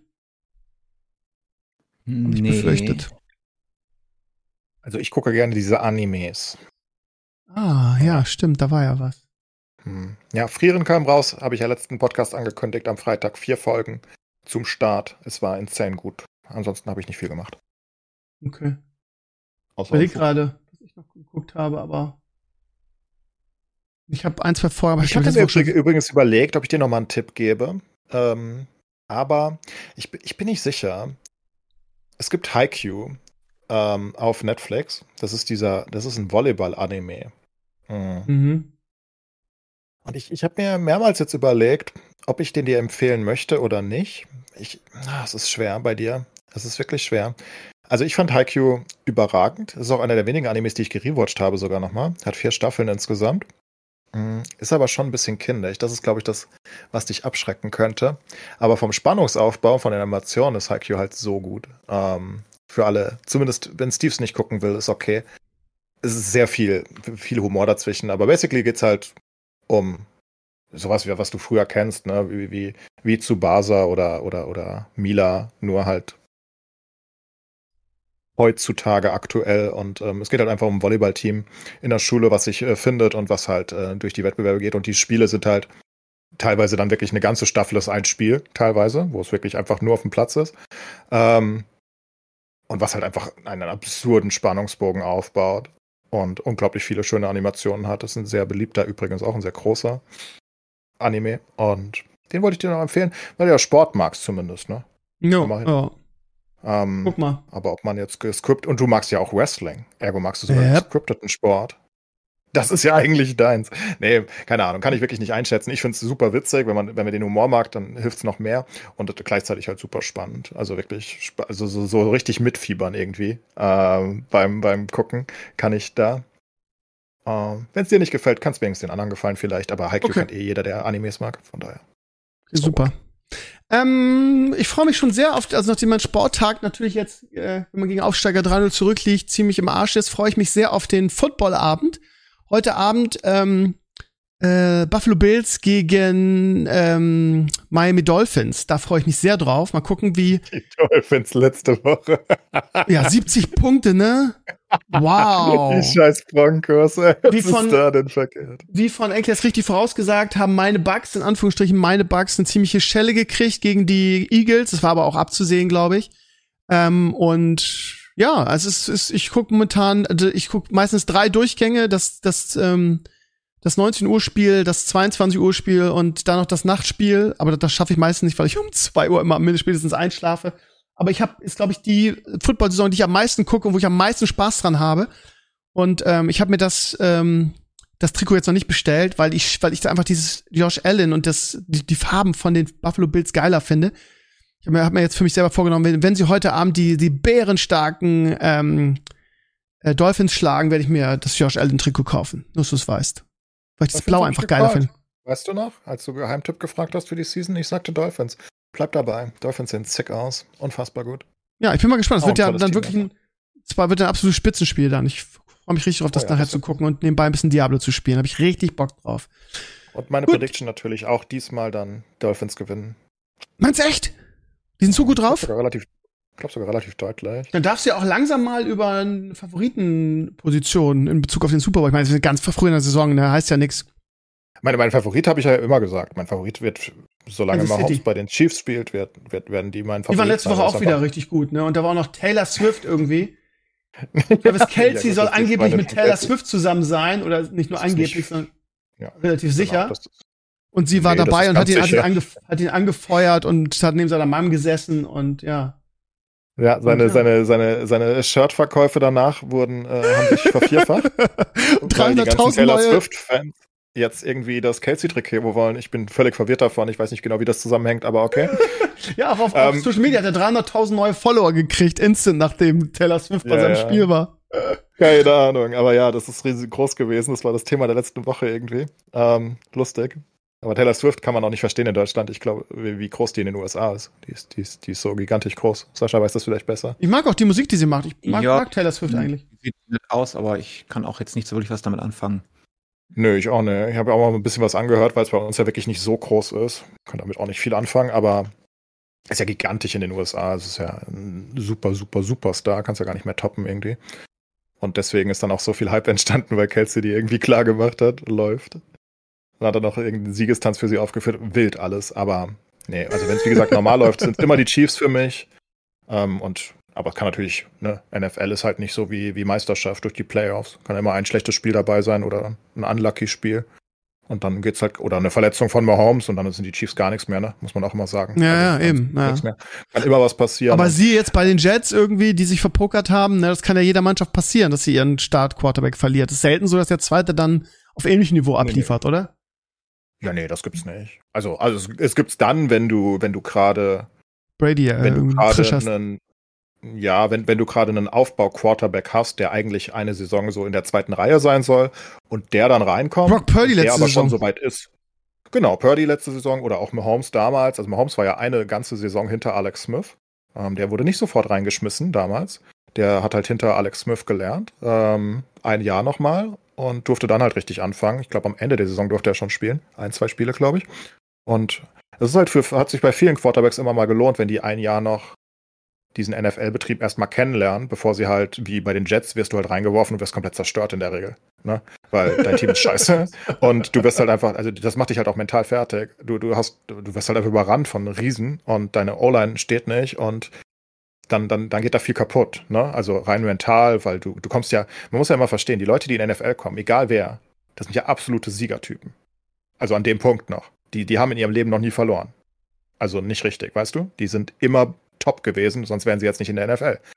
Hab ich befürchtet. Also ich gucke gerne diese Animes. Ah, ja, stimmt, da war ja was. Ja, Frieren kam raus, habe ich ja letzten Podcast angekündigt, am Freitag 4 Folgen zum Start. Es war insane gut. Ansonsten habe ich nicht viel gemacht. Okay. Ich überlege gerade, was ich noch geguckt habe, aber ich habe 1-2 Folgen. Ich hatte mir übrigens überlegt, ob ich dir noch mal einen Tipp gebe. Aber ich bin nicht sicher. Es gibt Haikyuu auf Netflix. Das ist ein Volleyball-Anime. Mhm. Und ich habe mir mehrmals jetzt überlegt, ob ich den dir empfehlen möchte oder nicht. Es ist schwer bei dir. Es ist wirklich schwer. Also ich fand Haikyuu überragend. Das ist auch einer der wenigen Animes, die ich gerewatcht habe sogar nochmal. Hat 4 Staffeln insgesamt. Ist aber schon ein bisschen kindisch. Das ist, glaube ich, das, was dich abschrecken könnte. Aber vom Spannungsaufbau, von den Animationen ist Haikyuu halt so gut. Für alle, zumindest wenn Steve's nicht gucken will, ist okay. Es ist sehr viel Humor dazwischen. Aber basically geht's halt um sowas, wie was du früher kennst, ne? Wie Tsubasa oder Mila, nur halt heutzutage aktuell und es geht halt einfach um ein Volleyballteam in der Schule, was sich findet und was halt durch die Wettbewerbe geht und die Spiele sind halt teilweise dann wirklich eine ganze Staffel ist ein Spiel, teilweise, wo es wirklich einfach nur auf dem Platz ist und was halt einfach einen absurden Spannungsbogen aufbaut und unglaublich viele schöne Animationen hat. Das ist ein sehr beliebter, übrigens auch ein sehr großer Anime und den wollte ich dir noch empfehlen, weil du ja Sport magst zumindest, ne? Ja. Guck mal. Aber ob man jetzt gescriptet, und du magst ja auch Wrestling, ergo magst du sogar den gescripteten Sport. Das ist ja eigentlich deins. Nee, keine Ahnung, kann ich wirklich nicht einschätzen. Ich finde es super witzig, wenn man den Humor mag, dann hilft es noch mehr und gleichzeitig halt super spannend. Also wirklich, also so richtig mitfiebern irgendwie beim Gucken kann ich da. Wenn es dir nicht gefällt, kann es wenigstens den anderen gefallen vielleicht, aber Haikyuu kennt jeder, der Animes mag, von daher. Super. Ich freue mich schon sehr auf, also nachdem mein Sporttag natürlich jetzt, wenn man gegen Aufsteiger 3-0 zurückliegt, ziemlich im Arsch ist, freue ich mich sehr auf den Footballabend. Heute Abend Buffalo Bills gegen Miami Dolphins. Da freue ich mich sehr drauf. Mal gucken, wie. Die Dolphins letzte Woche. Ja, 70 Punkte, ne? Wow. Die scheiß Broncos, ey. Was ist da denn verkehrt? Wie von Enkel jetzt richtig vorausgesagt, haben meine Bucks, in Anführungsstrichen meine Bucks, eine ziemliche Schelle gekriegt gegen die Eagles. Das war aber auch abzusehen, glaube ich. Und ja, also ich gucke momentan, also ich gucke meistens 3 Durchgänge, das 19 Uhr Spiel, das 22 Uhr Spiel und dann noch das Nachtspiel. Aber das schaffe ich meistens nicht, weil ich um 2 Uhr immer spätestens einschlafe. Aber ist, glaube ich, die Football-Saison, die ich am meisten gucke und wo ich am meisten Spaß dran habe. Und ich habe mir das Trikot jetzt noch nicht bestellt, weil ich da einfach dieses Josh Allen und die Farben von den Buffalo Bills geiler finde. Ich hab mir jetzt für mich selber vorgenommen, wenn sie heute Abend die bärenstarken Dolphins schlagen, werde ich mir das Josh Allen Trikot kaufen. Nur, dass du es weißt. Weil ich das Blau einfach geiler finde. Weißt du noch, als du Geheimtipp gefragt hast für die Season? Ich sagte Dolphins. Bleib dabei. Dolphins sehen sick aus. Unfassbar gut. Ja, ich bin mal gespannt. Es wird ja dann wirklich ein absolutes Spitzenspiel dann. Ich freue mich richtig drauf, das nachher zu gucken und nebenbei ein bisschen Diablo zu spielen. Habe ich richtig Bock drauf. Und meine Prediction natürlich auch diesmal dann Dolphins gewinnen. Meinst du echt? Die sind so gut drauf? Ich glaube sogar relativ deutlich. Dann darfst du ja auch langsam mal über eine Favoritenposition in Bezug auf den Super Bowl. Ich meine, wir sind ganz früh in der Saison, ne? Heißt ja nichts. Mein Favorit habe ich ja immer gesagt. Mein Favorit wird, solange Mahomes bei den Chiefs spielt, werden die mein Favorit. Die waren letzte Woche auch wieder richtig gut, ne? Und da war auch noch Taylor Swift irgendwie. Travis Kelce soll angeblich mit Taylor Swift zusammen sein, oder nicht nur angeblich, sondern relativ sicher. Und sie war dabei und hat ihn angefeuert und hat neben seiner Mom gesessen und ja. Ja, seine Shirt-Verkäufe danach haben sich vervierfacht. 300.000 Taylor Swift-Fans jetzt irgendwie das Kelce-Trikot wollen. Ich bin völlig verwirrt davon. Ich weiß nicht genau, wie das zusammenhängt, aber okay. Ja, auch auf Social Media hat er 300.000 neue Follower gekriegt, instant, nachdem Taylor Swift bei seinem Spiel war. Keine Ahnung, aber ja, das ist riesig groß gewesen. Das war das Thema der letzten Woche irgendwie. Lustig. Aber Taylor Swift kann man auch nicht verstehen in Deutschland. Ich glaube, wie groß die in den USA ist. Die ist so gigantisch groß. Sascha weiß das vielleicht besser. Ich mag auch die Musik, die sie macht. Ich mag Taylor Swift eigentlich. Sieht nett aus, aber ich kann auch jetzt nicht so wirklich was damit anfangen. Nö, ich auch nicht. Ich habe ja auch mal ein bisschen was angehört, weil es bei uns ja wirklich nicht so groß ist. Kann damit auch nicht viel anfangen, aber ist ja gigantisch in den USA. Es ist ja ein Superstar. Kannst ja gar nicht mehr toppen irgendwie. Und deswegen ist dann auch so viel Hype entstanden, weil Kelce die irgendwie klar gemacht hat, läuft. Dann hat er noch irgendeinen Siegestanz für sie aufgeführt. Wild alles, aber nee, also wenn es wie gesagt normal läuft, sind es immer die Chiefs für mich. Aber kann natürlich, ne, NFL ist halt nicht so wie Meisterschaft durch die Playoffs. Kann immer ein schlechtes Spiel dabei sein oder ein unlucky Spiel. Und dann geht's halt, oder eine Verletzung von Mahomes und dann sind die Chiefs gar nichts mehr, ne? Muss man auch immer sagen. Ja, eben. Ja. Mehr. Kann immer was passieren. Aber sie jetzt bei den Jets irgendwie, die sich verpokert haben, ne, das kann ja jeder Mannschaft passieren, dass sie ihren Start-Quarterback verliert. Es ist selten so, dass der Zweite dann auf ähnlichem Niveau abliefert, nee. Oder? Ja, nee, das gibt's nicht. Also es gibt's dann, wenn du gerade Brady, wenn du gerade einen Aufbau-Quarterback hast, der eigentlich eine Saison so in der zweiten Reihe sein soll und der dann reinkommt, Brock Purdy der letzte aber Saison. schon soweit ist. Genau, Purdy letzte Saison oder auch Mahomes damals. Also Mahomes war ja eine ganze Saison hinter Alex Smith. Der wurde nicht sofort reingeschmissen damals. Der hat halt hinter Alex Smith gelernt. Ein Jahr nochmal und durfte dann halt richtig anfangen. Ich glaube, am Ende der Saison durfte er schon spielen. 1-2 Spiele, glaube ich. Und es ist halt hat sich bei vielen Quarterbacks immer mal gelohnt, wenn die ein Jahr noch diesen NFL-Betrieb erstmal kennenlernen, bevor sie halt, wie bei den Jets, wirst du halt reingeworfen und wirst komplett zerstört in der Regel. Ne? Weil dein Team ist scheiße und du wirst halt einfach, also das macht dich halt auch mental fertig. Du wirst halt einfach überrannt von Riesen und deine O-Line steht nicht und dann geht da viel kaputt. Ne? Also rein mental, weil du kommst ja, man muss ja immer verstehen, die Leute, die in die NFL kommen, egal wer, das sind ja absolute Siegertypen. Also an dem Punkt noch. Die haben in ihrem Leben noch nie verloren. Also nicht richtig, weißt du? Die sind immer top gewesen, sonst wären sie jetzt nicht in der NFL.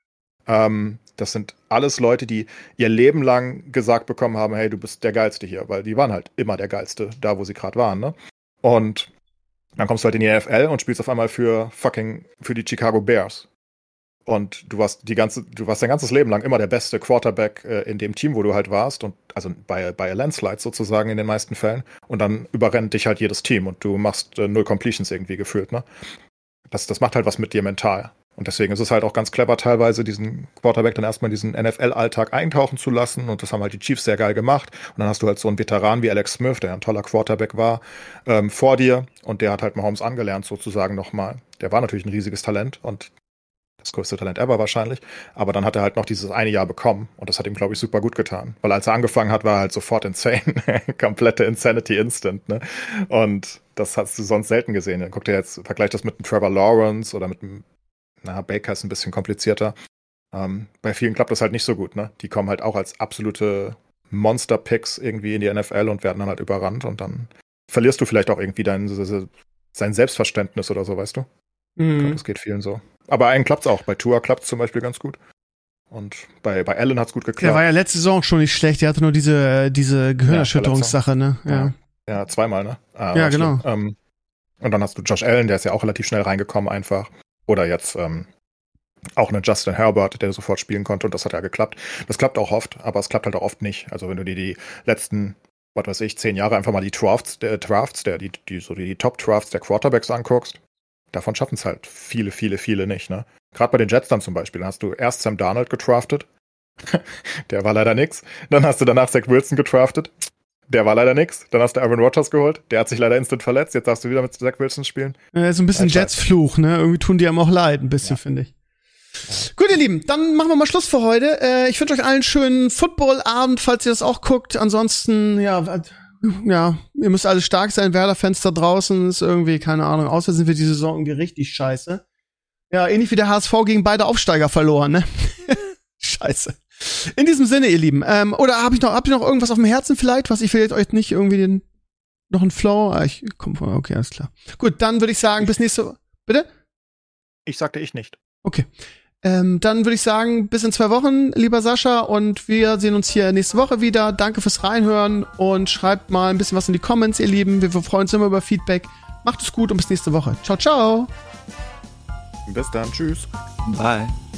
Das sind alles Leute, die ihr Leben lang gesagt bekommen haben, hey, du bist der Geilste hier, weil die waren halt immer der Geilste, da wo sie gerade waren, ne? Und dann kommst du halt in die NFL und spielst auf einmal für die Chicago Bears. Und du warst dein ganzes Leben lang immer der beste Quarterback in dem Team, wo du halt warst. Und also bei a Landslide sozusagen in den meisten Fällen. Und dann überrennt dich halt jedes Team und du machst 0 Completions irgendwie gefühlt, ne? Das macht halt was mit dir mental. Und deswegen ist es halt auch ganz clever, teilweise diesen Quarterback dann erstmal in diesen NFL-Alltag eintauchen zu lassen. Und das haben halt die Chiefs sehr geil gemacht. Und dann hast du halt so einen Veteran wie Alex Smith, der ein toller Quarterback war, vor dir. Und der hat halt Mahomes angelernt sozusagen nochmal. Der war natürlich ein riesiges Talent und das größte Talent ever wahrscheinlich. Aber dann hat er halt noch dieses eine Jahr bekommen. Und das hat ihm, glaube ich, super gut getan. Weil als er angefangen hat, war er halt sofort insane. Komplette Insanity Instant, ne? Und das hast du sonst selten gesehen. Dann guck dir jetzt, vergleich das mit einem Trevor Lawrence oder mit einem Baker ist ein bisschen komplizierter. Bei vielen klappt das halt nicht so gut, ne? Die kommen halt auch als absolute Monster-Picks irgendwie in die NFL und werden dann halt überrannt und dann verlierst du vielleicht auch irgendwie sein Selbstverständnis oder so, weißt du? Ich glaube, das geht vielen so. Aber einen klappt's auch. Bei Tua klappt's zum Beispiel ganz gut. Und bei Allen hat's gut geklappt. Der war ja letzte Saison schon nicht schlecht. Der hatte nur diese Gehirnerschütterungssache, ne? Ja, zweimal, ne? Ja, genau. Und dann hast du Josh Allen, der ist ja auch relativ schnell reingekommen einfach. Oder jetzt auch einen Justin Herbert, der sofort spielen konnte und das hat ja geklappt. Das klappt auch oft, aber es klappt halt auch oft nicht. Also wenn du dir die letzten, 10 Jahre einfach mal die Top-Drafts der Quarterbacks anguckst, davon schaffen es halt viele nicht, ne? Gerade bei den Jets dann zum Beispiel, dann hast du erst Sam Darnold gedraftet, der war leider nix. Dann hast du danach Zach Wilson gedraftet, der war leider nix. Dann hast du Aaron Rodgers geholt, der hat sich leider instant verletzt, jetzt darfst du wieder mit Zach Wilson spielen. So ein bisschen Jets-Fluch, ne? Irgendwie tun die einem auch leid, ein bisschen, finde ich. Ja. Gut, ihr Lieben, dann machen wir mal Schluss für heute. Ich wünsche euch allen einen schönen Football-Abend, falls ihr das auch guckt. Ansonsten, ja, ihr müsst alle stark sein. Werder-Fans da draußen ist irgendwie, keine Ahnung, außer sind wir die Saison irgendwie richtig scheiße. Ja, ähnlich wie der HSV gegen beide Aufsteiger verloren, ne? Scheiße. In diesem Sinne, ihr Lieben. Oder habt ihr noch irgendwas auf dem Herzen vielleicht, was ich vielleicht euch nicht irgendwie noch ein Flow? Okay, alles klar. Gut, dann würde ich sagen, bis nächste Woche. Bitte? Ich sagte ich nicht. Okay. Dann würde ich sagen, bis in 2 Wochen, lieber Sascha, und wir sehen uns hier nächste Woche wieder. Danke fürs Reinhören und schreibt mal ein bisschen was in die Comments, ihr Lieben. Wir freuen uns immer über Feedback. Macht es gut und bis nächste Woche. Ciao, ciao. Bis dann. Tschüss. Bye.